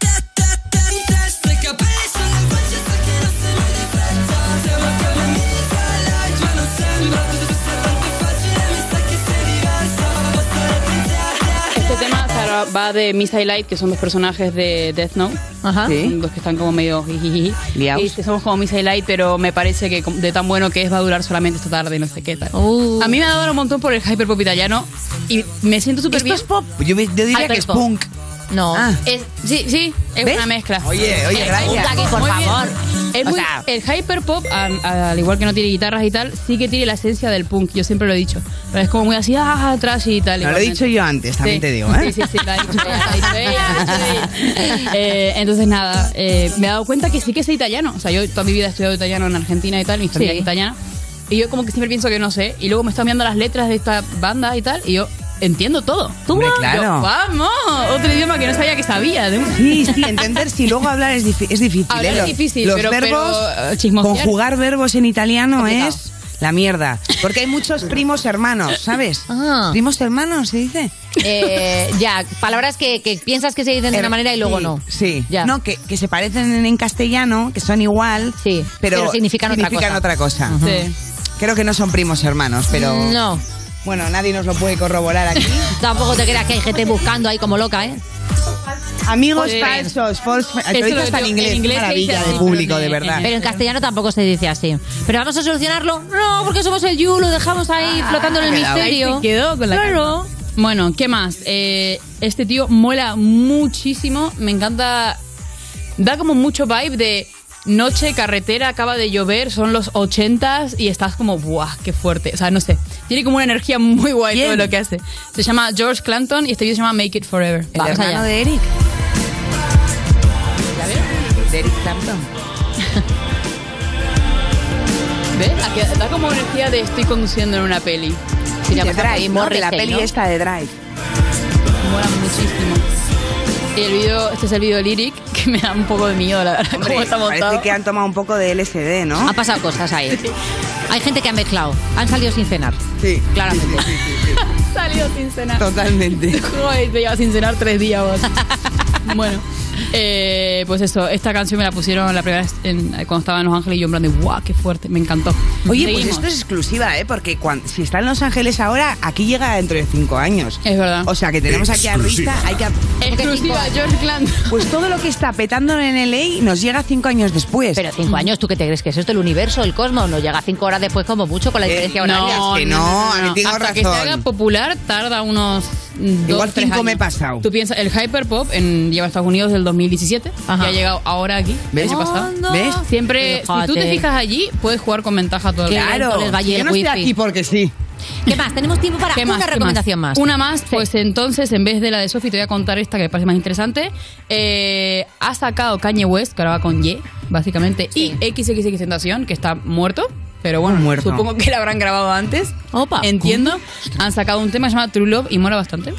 Speaker 21: Este tema o sea, va de Misa y Light, que son dos personajes de Death Note.
Speaker 4: Ajá.
Speaker 3: Sí.
Speaker 21: Son dos que están como medio jijiji.
Speaker 3: Liaos.
Speaker 21: Y que somos como Misa y Light, pero me parece que com- de tan bueno que es va a durar solamente esta tarde, no sé qué tal.
Speaker 4: Uh.
Speaker 21: A mí me ha dado un montón por el hyperpop italiano y me siento súper
Speaker 3: ¿Esto
Speaker 21: bien.
Speaker 3: es pop? Yo, yo diría que es
Speaker 4: Hyperpop.
Speaker 3: punk.
Speaker 4: No.
Speaker 3: Ah.
Speaker 21: Es- sí, sí, es
Speaker 3: ¿Ves?
Speaker 21: una mezcla.
Speaker 3: Oye, oye,
Speaker 21: Es
Speaker 3: gracias.
Speaker 21: muy-
Speaker 4: Aquí, por
Speaker 21: muy bien.
Speaker 4: favor.
Speaker 21: Es
Speaker 4: O
Speaker 21: muy-
Speaker 4: sea-
Speaker 21: el hyperpop, al, al igual que no tiene guitarras y tal, sí que tiene la esencia del punk. Yo siempre lo he dicho. Pero es como muy así, ah, atrás y tal.
Speaker 3: No lo he
Speaker 21: igualmente.
Speaker 3: dicho yo antes, también
Speaker 21: Sí.
Speaker 3: te digo, ¿eh?
Speaker 21: Sí, sí, sí, lo ha dicho ella, lo ha dicho ella, lo ha dicho ella. Eh, entonces, nada, eh, me he dado cuenta que sí que sé italiano. O sea, yo toda mi vida he estudiado italiano en Argentina y tal, mi familia
Speaker 4: Sí.
Speaker 21: es italiana. Y yo como que siempre pienso que no sé. Y luego me están viendo las letras de esta banda y tal, y yo entiendo todo.
Speaker 3: Hombre,
Speaker 21: Yo,
Speaker 3: claro.
Speaker 21: ¡vamos! Otro idioma que no sabía que sabía. De un-
Speaker 3: Sí, sí, entender si luego hablar es, difi- es difícil.
Speaker 21: Hablar
Speaker 3: ¿eh?
Speaker 21: es
Speaker 3: Los-
Speaker 21: difícil,
Speaker 3: los
Speaker 21: pero-
Speaker 3: verbos,
Speaker 21: pero, eh, chismosear.
Speaker 3: conjugar verbos en italiano
Speaker 21: Complicado.
Speaker 3: es la mierda. Porque hay muchos primos hermanos, ¿sabes?
Speaker 4: Ah.
Speaker 3: Primos hermanos, se dice.
Speaker 4: Eh, ya, palabras que, que piensas que se dicen de una manera y luego
Speaker 3: Sí,
Speaker 4: no.
Speaker 3: Sí,
Speaker 4: Ya.
Speaker 3: no, que, que se parecen en, en castellano, que son igual,
Speaker 4: Sí,
Speaker 3: pero,
Speaker 4: pero significan otra cosa.
Speaker 3: otra cosa.
Speaker 21: Sí.
Speaker 3: Creo que no son primos hermanos, pero
Speaker 4: No,
Speaker 3: bueno, nadie nos lo puede corroborar aquí.
Speaker 4: tampoco te creas que hay gente buscando ahí como loca, ¿eh?
Speaker 3: Amigos
Speaker 21: Sí.
Speaker 3: falsos, false friends.
Speaker 21: Eso
Speaker 3: Lo dices
Speaker 21: lo
Speaker 3: hasta en
Speaker 21: digo,
Speaker 3: inglés,
Speaker 21: en
Speaker 3: qué
Speaker 21: inglés se
Speaker 3: maravilla
Speaker 21: dice
Speaker 3: de
Speaker 21: así,
Speaker 3: público,
Speaker 21: pero
Speaker 3: de
Speaker 21: en-
Speaker 3: verdad.
Speaker 4: Pero en castellano tampoco se dice así. ¿Pero vamos a solucionarlo? No, porque somos el You, lo dejamos ahí flotando en el
Speaker 3: quedado.
Speaker 4: misterio.
Speaker 21: Ahí se quedó con la
Speaker 4: Claro.
Speaker 21: Bueno, ¿qué más? Eh, este tío mola muchísimo. Me encanta. Da como mucho vibe de noche, carretera, acaba de llover, son los ochentas y estás como, ¡buah! ¡Qué fuerte! O sea, no sé. Tiene como una energía muy guay
Speaker 3: ¿Quién?
Speaker 21: todo lo que hace. Se llama George Clanton y este vídeo se llama Make It Forever.
Speaker 3: El
Speaker 4: Vamos
Speaker 3: hermano
Speaker 4: allá.
Speaker 3: de Eric. De Eric Clapton.
Speaker 21: ¿Ves? Aquí da como energía de estoy conduciendo en una peli.
Speaker 4: Sí, ya
Speaker 3: de
Speaker 4: pasa
Speaker 3: Drive,
Speaker 4: ahí,
Speaker 3: ¿no? De la
Speaker 4: Morrissey,
Speaker 3: peli
Speaker 4: ¿no?
Speaker 3: esta de Drive.
Speaker 21: Mola muchísimo. Y el vídeo, este es el vídeo lyric, que me da un poco de miedo, la verdad,
Speaker 3: Hombre,
Speaker 21: cómo está montado.
Speaker 3: parece que han tomado un poco de L S D, ¿no?
Speaker 4: Han pasado cosas ahí. Hay gente que ha mezclado. Han salido sin cenar.
Speaker 3: Sí,
Speaker 4: Claramente.
Speaker 3: sí, sí, sí, sí.
Speaker 21: Salió sin cenar.
Speaker 3: Totalmente.
Speaker 21: Joder, te llevas sin cenar tres días vos. Bueno, eh, pues eso, esta canción me la pusieron la primera vez en- cuando estaba en Los Ángeles y yo en plan de ¡guau! ¡Qué fuerte! Me encantó.
Speaker 3: Oye,
Speaker 21: Seguimos.
Speaker 3: pues esto es exclusiva, ¿eh? Porque cuan- si está en Los Ángeles ahora, aquí llega dentro de cinco años.
Speaker 21: Es verdad.
Speaker 3: O sea, que tenemos aquí a
Speaker 1: Exclusiva.
Speaker 3: Rita, hay que...
Speaker 21: Exclusiva, George Clanton.
Speaker 3: Pues todo lo que está petando en L A nos llega cinco años después.
Speaker 4: Pero cinco años, ¿tú qué te crees que es esto? ¿El universo, el cosmos? Nos llega cinco horas después como mucho con la diferencia horaria.
Speaker 3: es que no, a mí tengo
Speaker 21: Hasta que se
Speaker 3: razón.
Speaker 21: haga popular tarda unos mm, dos,
Speaker 3: Igual
Speaker 21: tres
Speaker 3: cinco
Speaker 21: años.
Speaker 3: me he pasado.
Speaker 21: Tú piensas, el hyperpop en, lleva a Estados Unidos del dos mil diecisiete
Speaker 4: Ajá.
Speaker 21: y ha llegado ahora aquí,
Speaker 3: ¿Ves?
Speaker 21: el año pasado.
Speaker 4: Anda.
Speaker 3: ¿Ves?
Speaker 21: Siempre, si tú te
Speaker 4: Fíjate.
Speaker 21: fijas allí, puedes jugar con ventaja todo el
Speaker 4: Qué
Speaker 21: rato.
Speaker 4: lento les va allí
Speaker 3: yo
Speaker 4: el
Speaker 3: no estoy
Speaker 4: wifi.
Speaker 3: aquí porque sí.
Speaker 4: ¿Qué más? Tenemos tiempo para
Speaker 21: ¿Qué
Speaker 4: una
Speaker 21: más? ¿Qué
Speaker 4: recomendación más.
Speaker 21: Una más, pues entonces, en vez de la de Sophie, te voy a contar esta que me parece más interesante. Eh, ha sacado Kanye West, que ahora va con Y, básicamente,
Speaker 4: Sí.
Speaker 21: y X X X Tentación, que está muerto. Pero bueno,
Speaker 3: Muerto.
Speaker 21: supongo que la habrán grabado antes.
Speaker 4: Opa.
Speaker 21: Entiendo. Han sacado un tema que se llama True Love y mola bastante.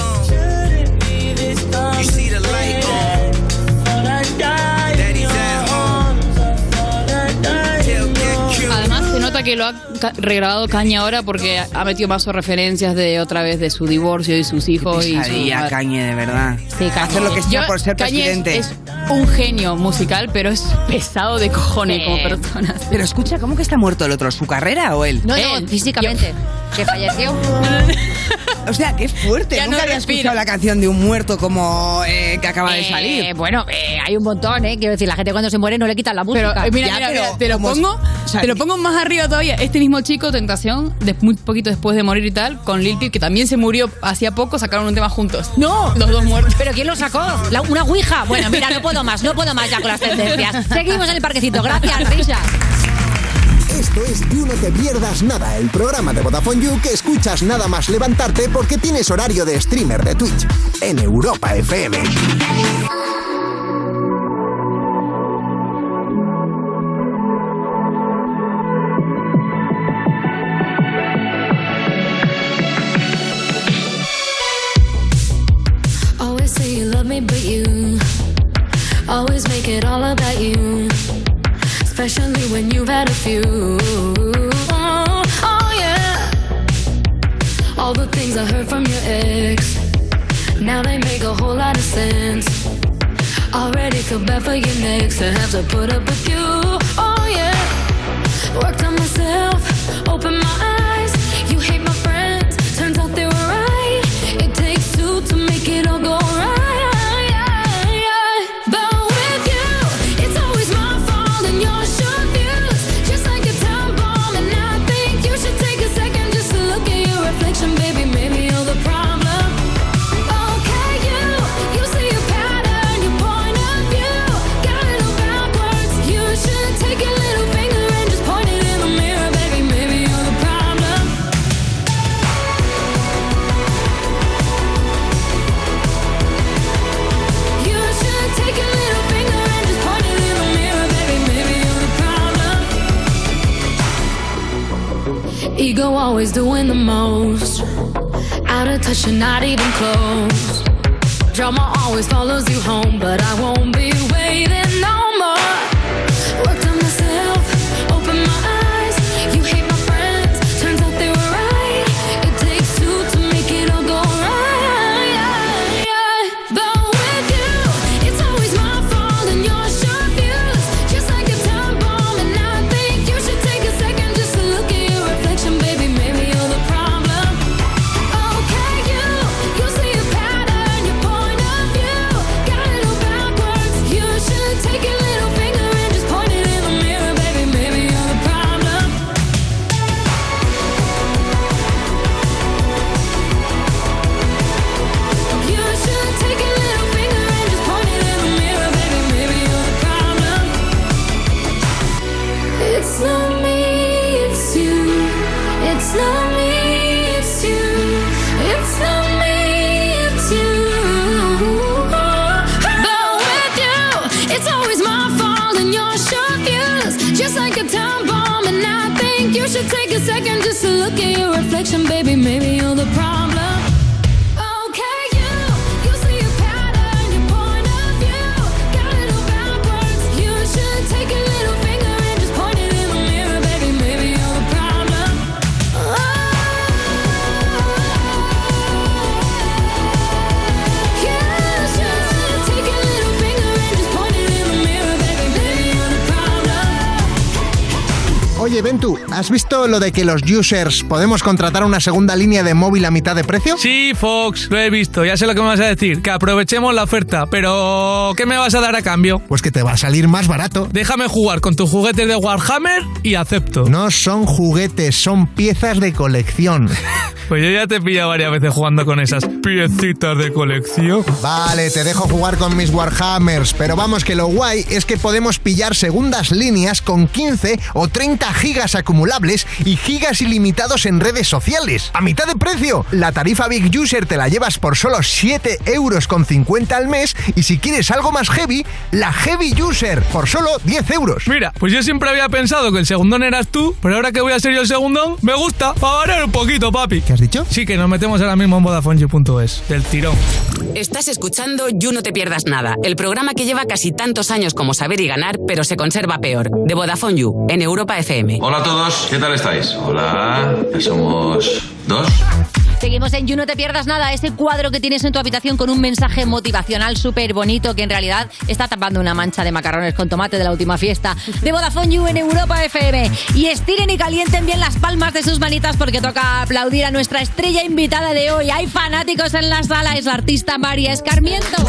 Speaker 8: You see the light on. Daddy's at home.
Speaker 21: nota que lo ha ca- regrabado Kanye ahora porque ha metido más referencias de otra vez de su divorcio y sus hijos.
Speaker 3: Qué
Speaker 21: y su
Speaker 3: pesadilla, Kanye, de verdad.
Speaker 21: Sí, Kanye.
Speaker 3: Hacer lo que sea
Speaker 21: Yo-
Speaker 3: por ser
Speaker 21: Kanye
Speaker 3: presidente.
Speaker 21: Es, es un genio musical, pero es pesado de cojones
Speaker 3: Sí.
Speaker 21: como persona.
Speaker 3: Pero escucha, ¿cómo que está muerto el otro? ¿Su carrera o él?
Speaker 4: No, no, físicamente. Que falleció.
Speaker 3: O sea, qué fuerte.
Speaker 4: Ya
Speaker 3: Nunca
Speaker 4: no
Speaker 3: había
Speaker 4: respira.
Speaker 3: escuchado la canción de un muerto como eh, que acaba de
Speaker 4: Eh,
Speaker 3: salir.
Speaker 4: Bueno, eh, hay un montón, ¿eh? Quiero decir, la gente cuando se muere no le quitan la música.
Speaker 21: Pero eh, mira,
Speaker 3: Ya,
Speaker 21: mira,
Speaker 3: pero
Speaker 21: mira, te lo
Speaker 3: como-
Speaker 21: pongo,
Speaker 3: o sea,
Speaker 21: te lo pongo más arriba todavía. Este mismo chico, Tentación, de, muy poquito después de morir y tal, con Lil Peep, que también se murió hacía poco, sacaron un tema juntos.
Speaker 4: ¡No!
Speaker 21: Los dos muertos.
Speaker 4: ¿Pero quién lo sacó? ¿La- ¿Una ouija? Bueno, mira, no puedo más, no puedo más ya con las tendencias. Seguimos en el parquecito. Gracias, Risa.
Speaker 5: Esto es You No Te Pierdas Nada, el programa de Vodafone You que escuchas nada más levantarte porque tienes horario de streamer de Twitch en Europa F M.
Speaker 2: Always say you love me, but you always make it all about you. Especially when you've had a few. Oh, oh yeah. All the things I heard from your ex, now they make a whole lot of sense. Already feel bad for you next to have to put up with you. Oh yeah. Worked on myself, opened my eyes. You hate my friends, turns out they were right. It takes two to make it all go right. But with you, it's always my fault and your short views. Just like a time bomb, and I think you should take a second just to look at your reflection, baby. Maybe you're the problem. Okay, you, you see a pattern, your point of view. Got it all backwards. You should take your little finger and just point it in the mirror, baby. Maybe you're the problem. You should take your little finger and just point it in the mirror, baby. Maybe you're the problem. Ego always doing the most. Out of touch, you're not even close. Drama always follows you home, but I won't be waiting no more. Worked on myself, opened my eyes. You hate my friends, turns out they were right. It takes two to make it all go right. But with you, it's always my fault and your short views. Just like a time bomb, and I think you should take a second just to look at your reflection, baby. Maybe you're the problem. Okay, you, you see a pattern, your point of view. Got it all backwards. You should take your little finger and just point it in the mirror, baby. Maybe you're the problem. You should take your little finger and just point it in the mirror, baby. Maybe you're the problem. It's not me, it's you. It's not me, it's you. It's not me, it's you. But with you, it's always my fault and your short views. Just like a time bomb, and I think you should take a second just to look at your reflection, baby. Maybe you're the problem. Okay, you, you see a pattern, your point of view. Got it all backwards. You should take a little finger and just point it in the mirror, baby. Maybe you're the problem. You should take a little finger and just point it in the mirror, baby. Maybe you're the problem.
Speaker 5: Oye, Ventu, ¿has visto lo de que los users podemos contratar una segunda línea de móvil a mitad de precio?
Speaker 6: Sí, Fox, lo he visto. Ya sé lo que me vas a decir. Que aprovechemos la oferta. Pero, ¿qué me vas a dar a cambio?
Speaker 5: Pues que te va a salir más barato.
Speaker 6: Déjame jugar con tus juguetes de Warhammer y acepto.
Speaker 5: No son juguetes, son piezas de colección.
Speaker 6: Pues yo ya te he pillado varias veces jugando con esas piecitas de colección.
Speaker 5: Vale, te dejo jugar con mis Warhammers, pero vamos que lo guay es que podemos pillar segundas líneas con quince o treinta gigas acumulables y gigas ilimitados en redes sociales. ¡A mitad de precio! La tarifa Big User te la llevas por solo siete euros con cincuenta al mes y si quieres algo más heavy, la Heavy User por solo diez euros.
Speaker 6: Mira, pues yo siempre había pensado que el segundón eras tú, pero ahora que voy a ser yo el segundón, me gusta, para variar un poquito, papi.
Speaker 5: ¿Qué has dicho?
Speaker 6: Sí, que nos metemos ahora mismo en Vodafone You punto es, del tirón.
Speaker 7: Estás escuchando You No Te Pierdas Nada, el programa que lleva casi tantos años como Saber y Ganar, pero se conserva peor, de Vodafone You, en Europa F M.
Speaker 11: F M.
Speaker 22: Hola a todos, ¿qué tal estáis? Hola, ya somos dos.
Speaker 4: Seguimos en You, no te pierdas nada, ese cuadro que tienes en tu habitación con un mensaje motivacional súper bonito que en realidad está tapando una mancha de macarrones con tomate de la última fiesta de Vodafone You en Europa F M. Y estiren y calienten bien las palmas de sus manitas porque toca aplaudir a nuestra estrella invitada de hoy. Hay fanáticos en la sala, es la artista María Escarmiento.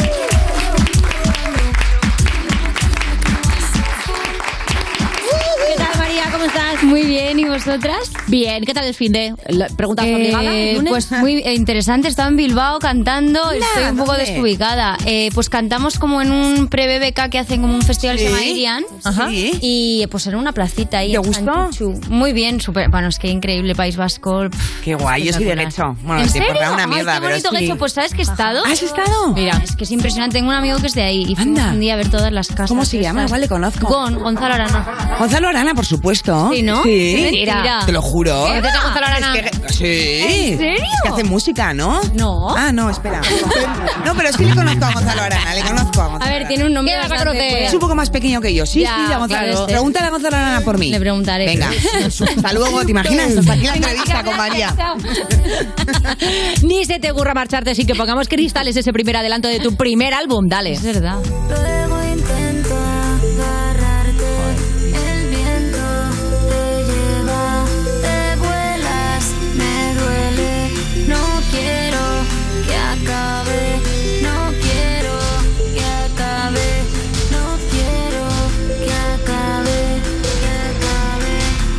Speaker 4: ¿Qué tal, María? ¿Cómo estás?
Speaker 23: Muy bien, ¿y vosotras?
Speaker 4: Bien, ¿qué tal el fin de? ¿Preguntas
Speaker 23: eh,
Speaker 4: obligadas? ¿El lunes?
Speaker 23: Pues muy interesante, estaba en Bilbao cantando,
Speaker 4: Hola,
Speaker 23: estoy un poco
Speaker 4: ¿dónde?
Speaker 23: desubicada. Eh, pues cantamos como en un pre-B B K que hacen como un festival
Speaker 3: ¿Sí?
Speaker 23: que se llama Irian.
Speaker 3: Ajá. ¿Sí?
Speaker 23: Y pues en una placita ahí.
Speaker 3: ¿Te
Speaker 23: en
Speaker 3: gustó?
Speaker 23: Santuchu. Muy bien, súper. Bueno, es que increíble, País Vasco.
Speaker 3: Qué guay, yo soy de Guecho. Bueno,
Speaker 23: ¿En
Speaker 3: te
Speaker 23: serio?
Speaker 3: importa una mierda,
Speaker 23: Ay, qué
Speaker 3: pero
Speaker 23: bonito
Speaker 3: sí.
Speaker 23: Guecho. Pues ¿sabes que he estado?
Speaker 3: ¿Has estado?
Speaker 23: Mira, es que es impresionante. Tengo un amigo que es de ahí y fuimos un día a ver todas las casas.
Speaker 3: ¿Cómo se llama?
Speaker 23: estas.
Speaker 3: Igual le conozco.
Speaker 23: Gon, Gonzalo Arana.
Speaker 3: Gonzalo Arana, por supuesto.
Speaker 23: Sí, ¿no?
Speaker 3: Sí.
Speaker 23: Mentira.
Speaker 3: Te lo juro.
Speaker 23: ¿Conoces a Gonzalo Arana?
Speaker 3: Es que- sí.
Speaker 23: ¿En serio?
Speaker 3: Es que hace música, ¿no?
Speaker 23: No.
Speaker 3: Ah, no, espera. No, pero sí le conozco a Gonzalo Arana, le conozco a Gonzalo
Speaker 23: A ver, tiene un nombre bastante...
Speaker 3: Es un poco más pequeño que yo. Sí,
Speaker 23: Ya,
Speaker 3: sí, a Gonzalo.
Speaker 23: claro.
Speaker 3: Pregúntale a Gonzalo Arana por mí.
Speaker 23: Le preguntaré.
Speaker 3: Venga. Hasta luego, ¿te imaginas? Hasta aquí la entrevista con María.
Speaker 4: Ni se te ocurra marcharte sin que pongamos Cristales, ese primer adelanto de tu primer álbum. Dale.
Speaker 23: Es verdad.
Speaker 2: Luego intento agarrarte, el viento te lleva, te vuelas, me duele, no quiero que acabe, no quiero que acabe, no quiero que acabe, que acabe.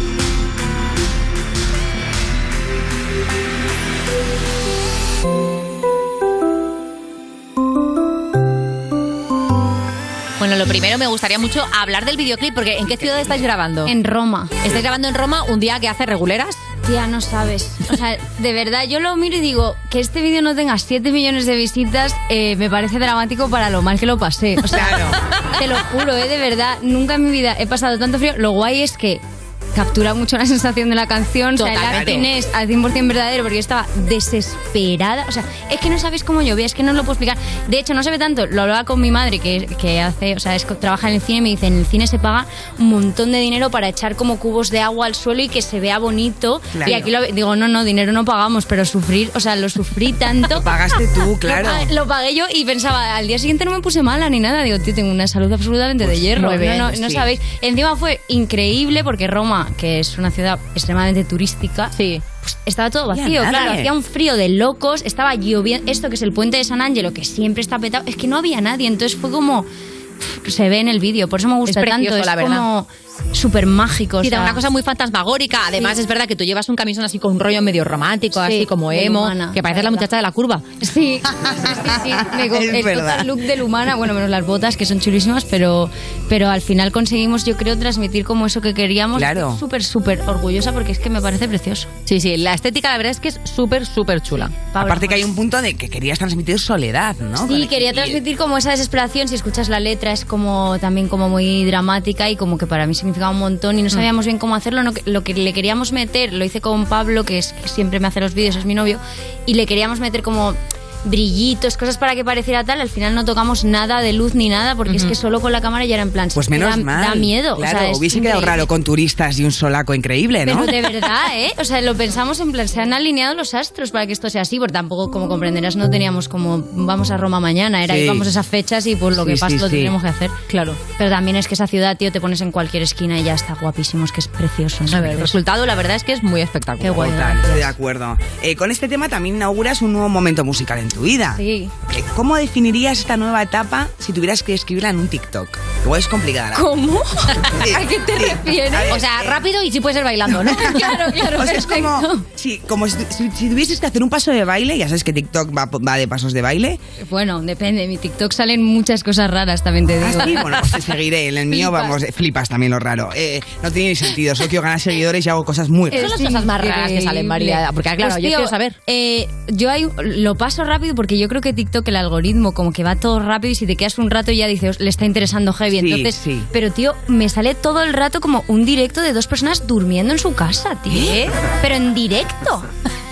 Speaker 4: Bueno, lo primero me gustaría mucho hablar del videoclip, porque ¿en qué ciudad estáis grabando?
Speaker 23: En Roma.
Speaker 4: ¿Estáis grabando en Roma un día que hace reguleras?
Speaker 23: Tía, no sabes. O sea, de verdad, yo lo miro y digo que este vídeo no tenga siete millones de visitas, eh, me parece dramático para lo mal que lo pasé. O sea, te lo juro, eh, de verdad, nunca en mi vida he pasado tanto frío. Lo guay es que captura mucho la sensación de la canción.
Speaker 4: Total,
Speaker 23: o sea, el acting
Speaker 4: claro.
Speaker 23: es al cien por ciento verdadero porque yo estaba desesperada. O sea, es que no sabéis cómo llovía, es que no os lo puedo explicar. De hecho, no se ve tanto. Lo hablaba con mi madre que, que hace, o sea, es, trabaja en el cine y me dice, en el cine se paga un montón de dinero para echar como cubos de agua al suelo y que se vea bonito.
Speaker 3: Claro.
Speaker 23: Y aquí lo, digo, no, no, dinero no pagamos, pero sufrir, o sea, lo sufrí tanto.
Speaker 3: Lo pagaste tú, claro.
Speaker 23: Lo, pagué- lo pagué yo y pensaba, al día siguiente no me puse mala ni nada. Digo, tío, tengo una salud absolutamente de hierro.
Speaker 4: muy bien,
Speaker 23: no, no, no
Speaker 4: sí.
Speaker 23: sabéis. Encima fue increíble porque Roma, que es una ciudad extremadamente turística,
Speaker 4: sí.
Speaker 23: pues estaba todo
Speaker 3: Había
Speaker 23: vacío,
Speaker 3: nadie.
Speaker 23: claro, hacía un frío de locos, estaba lloviendo, esto que es el puente de San Ángelo, que siempre está petado, es que no había nadie, entonces fue como, pff, se ve en el vídeo, por eso me gusta
Speaker 4: Es precioso,
Speaker 23: tanto, es
Speaker 4: la verdad.
Speaker 23: como súper mágico.
Speaker 4: Sí,
Speaker 23: o sea,
Speaker 4: da una cosa muy fantasmagórica. Además,
Speaker 23: Sí.
Speaker 4: es verdad que tú llevas un camisón así con un rollo medio romántico,
Speaker 23: Sí,
Speaker 4: así como
Speaker 23: de
Speaker 4: emo,
Speaker 23: Lumana,
Speaker 4: que pareces la
Speaker 23: verdad.
Speaker 4: muchacha de la curva.
Speaker 23: Sí, sí, sí, sí. Me co-
Speaker 3: Es
Speaker 23: el
Speaker 3: verdad.
Speaker 23: total look de Lumana, bueno, menos las botas que son chulísimas, pero, pero al final conseguimos, yo creo, transmitir como eso que queríamos.
Speaker 3: Claro.
Speaker 23: Estoy súper, súper orgullosa porque es que me parece precioso.
Speaker 4: Sí, sí, la estética la verdad es que es súper, súper chula.
Speaker 3: Aparte que hay un punto de que querías transmitir soledad, ¿no?
Speaker 23: Sí,
Speaker 3: Con-
Speaker 23: quería
Speaker 3: y-
Speaker 23: transmitir como esa desesperación. Si escuchas la letra es como también como muy dramática y como que para mí significaba un montón y no sabíamos bien cómo hacerlo. No, lo que le queríamos meter, lo hice con Pablo, que, es, que siempre me hace los vídeos, es mi novio, y le queríamos meter como brillitos, cosas para que pareciera tal. Al final no tocamos nada de luz ni nada porque es que solo con la cámara ya era en plan.
Speaker 3: Pues
Speaker 23: es que
Speaker 3: menos
Speaker 23: da,
Speaker 3: mal.
Speaker 23: Da miedo.
Speaker 3: Claro,
Speaker 23: o sea, es
Speaker 3: hubiese quedado
Speaker 23: increíble.
Speaker 3: raro con turistas y un solaco increíble, ¿no?
Speaker 23: Pero de verdad, ¿eh? O sea, lo pensamos en plan, se han alineado los astros para que esto sea así, porque tampoco, como comprenderás, no teníamos como vamos a Roma mañana, era
Speaker 3: Sí.
Speaker 23: íbamos a esas fechas y pues lo
Speaker 3: Sí,
Speaker 23: que pasa
Speaker 3: sí,
Speaker 23: lo
Speaker 3: sí.
Speaker 23: tenemos que hacer. Claro. Pero también es que esa ciudad, tío, te pones en cualquier esquina y ya está guapísimo, es que es precioso.
Speaker 4: A ver, el resultado la verdad es que es muy espectacular.
Speaker 23: Qué guay.
Speaker 3: Total, estoy de acuerdo. Eh, con este tema también inauguras un nuevo momento musical en tu vida.
Speaker 23: Sí.
Speaker 3: Eh, ¿Cómo definirías esta nueva etapa si tuvieras que escribirla en un TikTok? Igual es complicada. la-
Speaker 23: ¿Cómo?
Speaker 3: Sí,
Speaker 23: ¿A qué te
Speaker 3: sí.
Speaker 23: refieres?
Speaker 3: A ver,
Speaker 4: O sea,
Speaker 3: eh,
Speaker 4: rápido y si puede ser bailando, ¿no?
Speaker 23: Claro, claro,
Speaker 3: O sea, es como,
Speaker 23: perfecto.
Speaker 3: sí, como si, si- si tuvieses que hacer un paso de baile, ya sabes que TikTok va, va de pasos de baile.
Speaker 23: Bueno, depende, en mi TikTok salen muchas cosas raras, también te digo.
Speaker 3: Ah, sí, bueno, pues te seguiré. En el mío,
Speaker 23: Flipas.
Speaker 3: vamos, flipas también lo raro. Eh, no tiene ni sentido, solo quiero ganar seguidores y hago cosas muy
Speaker 4: Son
Speaker 3: raras.
Speaker 4: las cosas más raras que salen, María. Porque claro,
Speaker 23: Pues,
Speaker 4: yo
Speaker 23: tío,
Speaker 4: quiero saber.
Speaker 23: eh, yo hay, lo paso rápido porque yo creo que TikTok, el algoritmo, como que va todo rápido y si te quedas un rato ya dices, le está interesando heavy.
Speaker 3: Sí,
Speaker 23: Entonces,
Speaker 3: sí.
Speaker 23: pero tío, me sale todo el rato como un directo de dos personas durmiendo en su casa, tío. Pero en directo.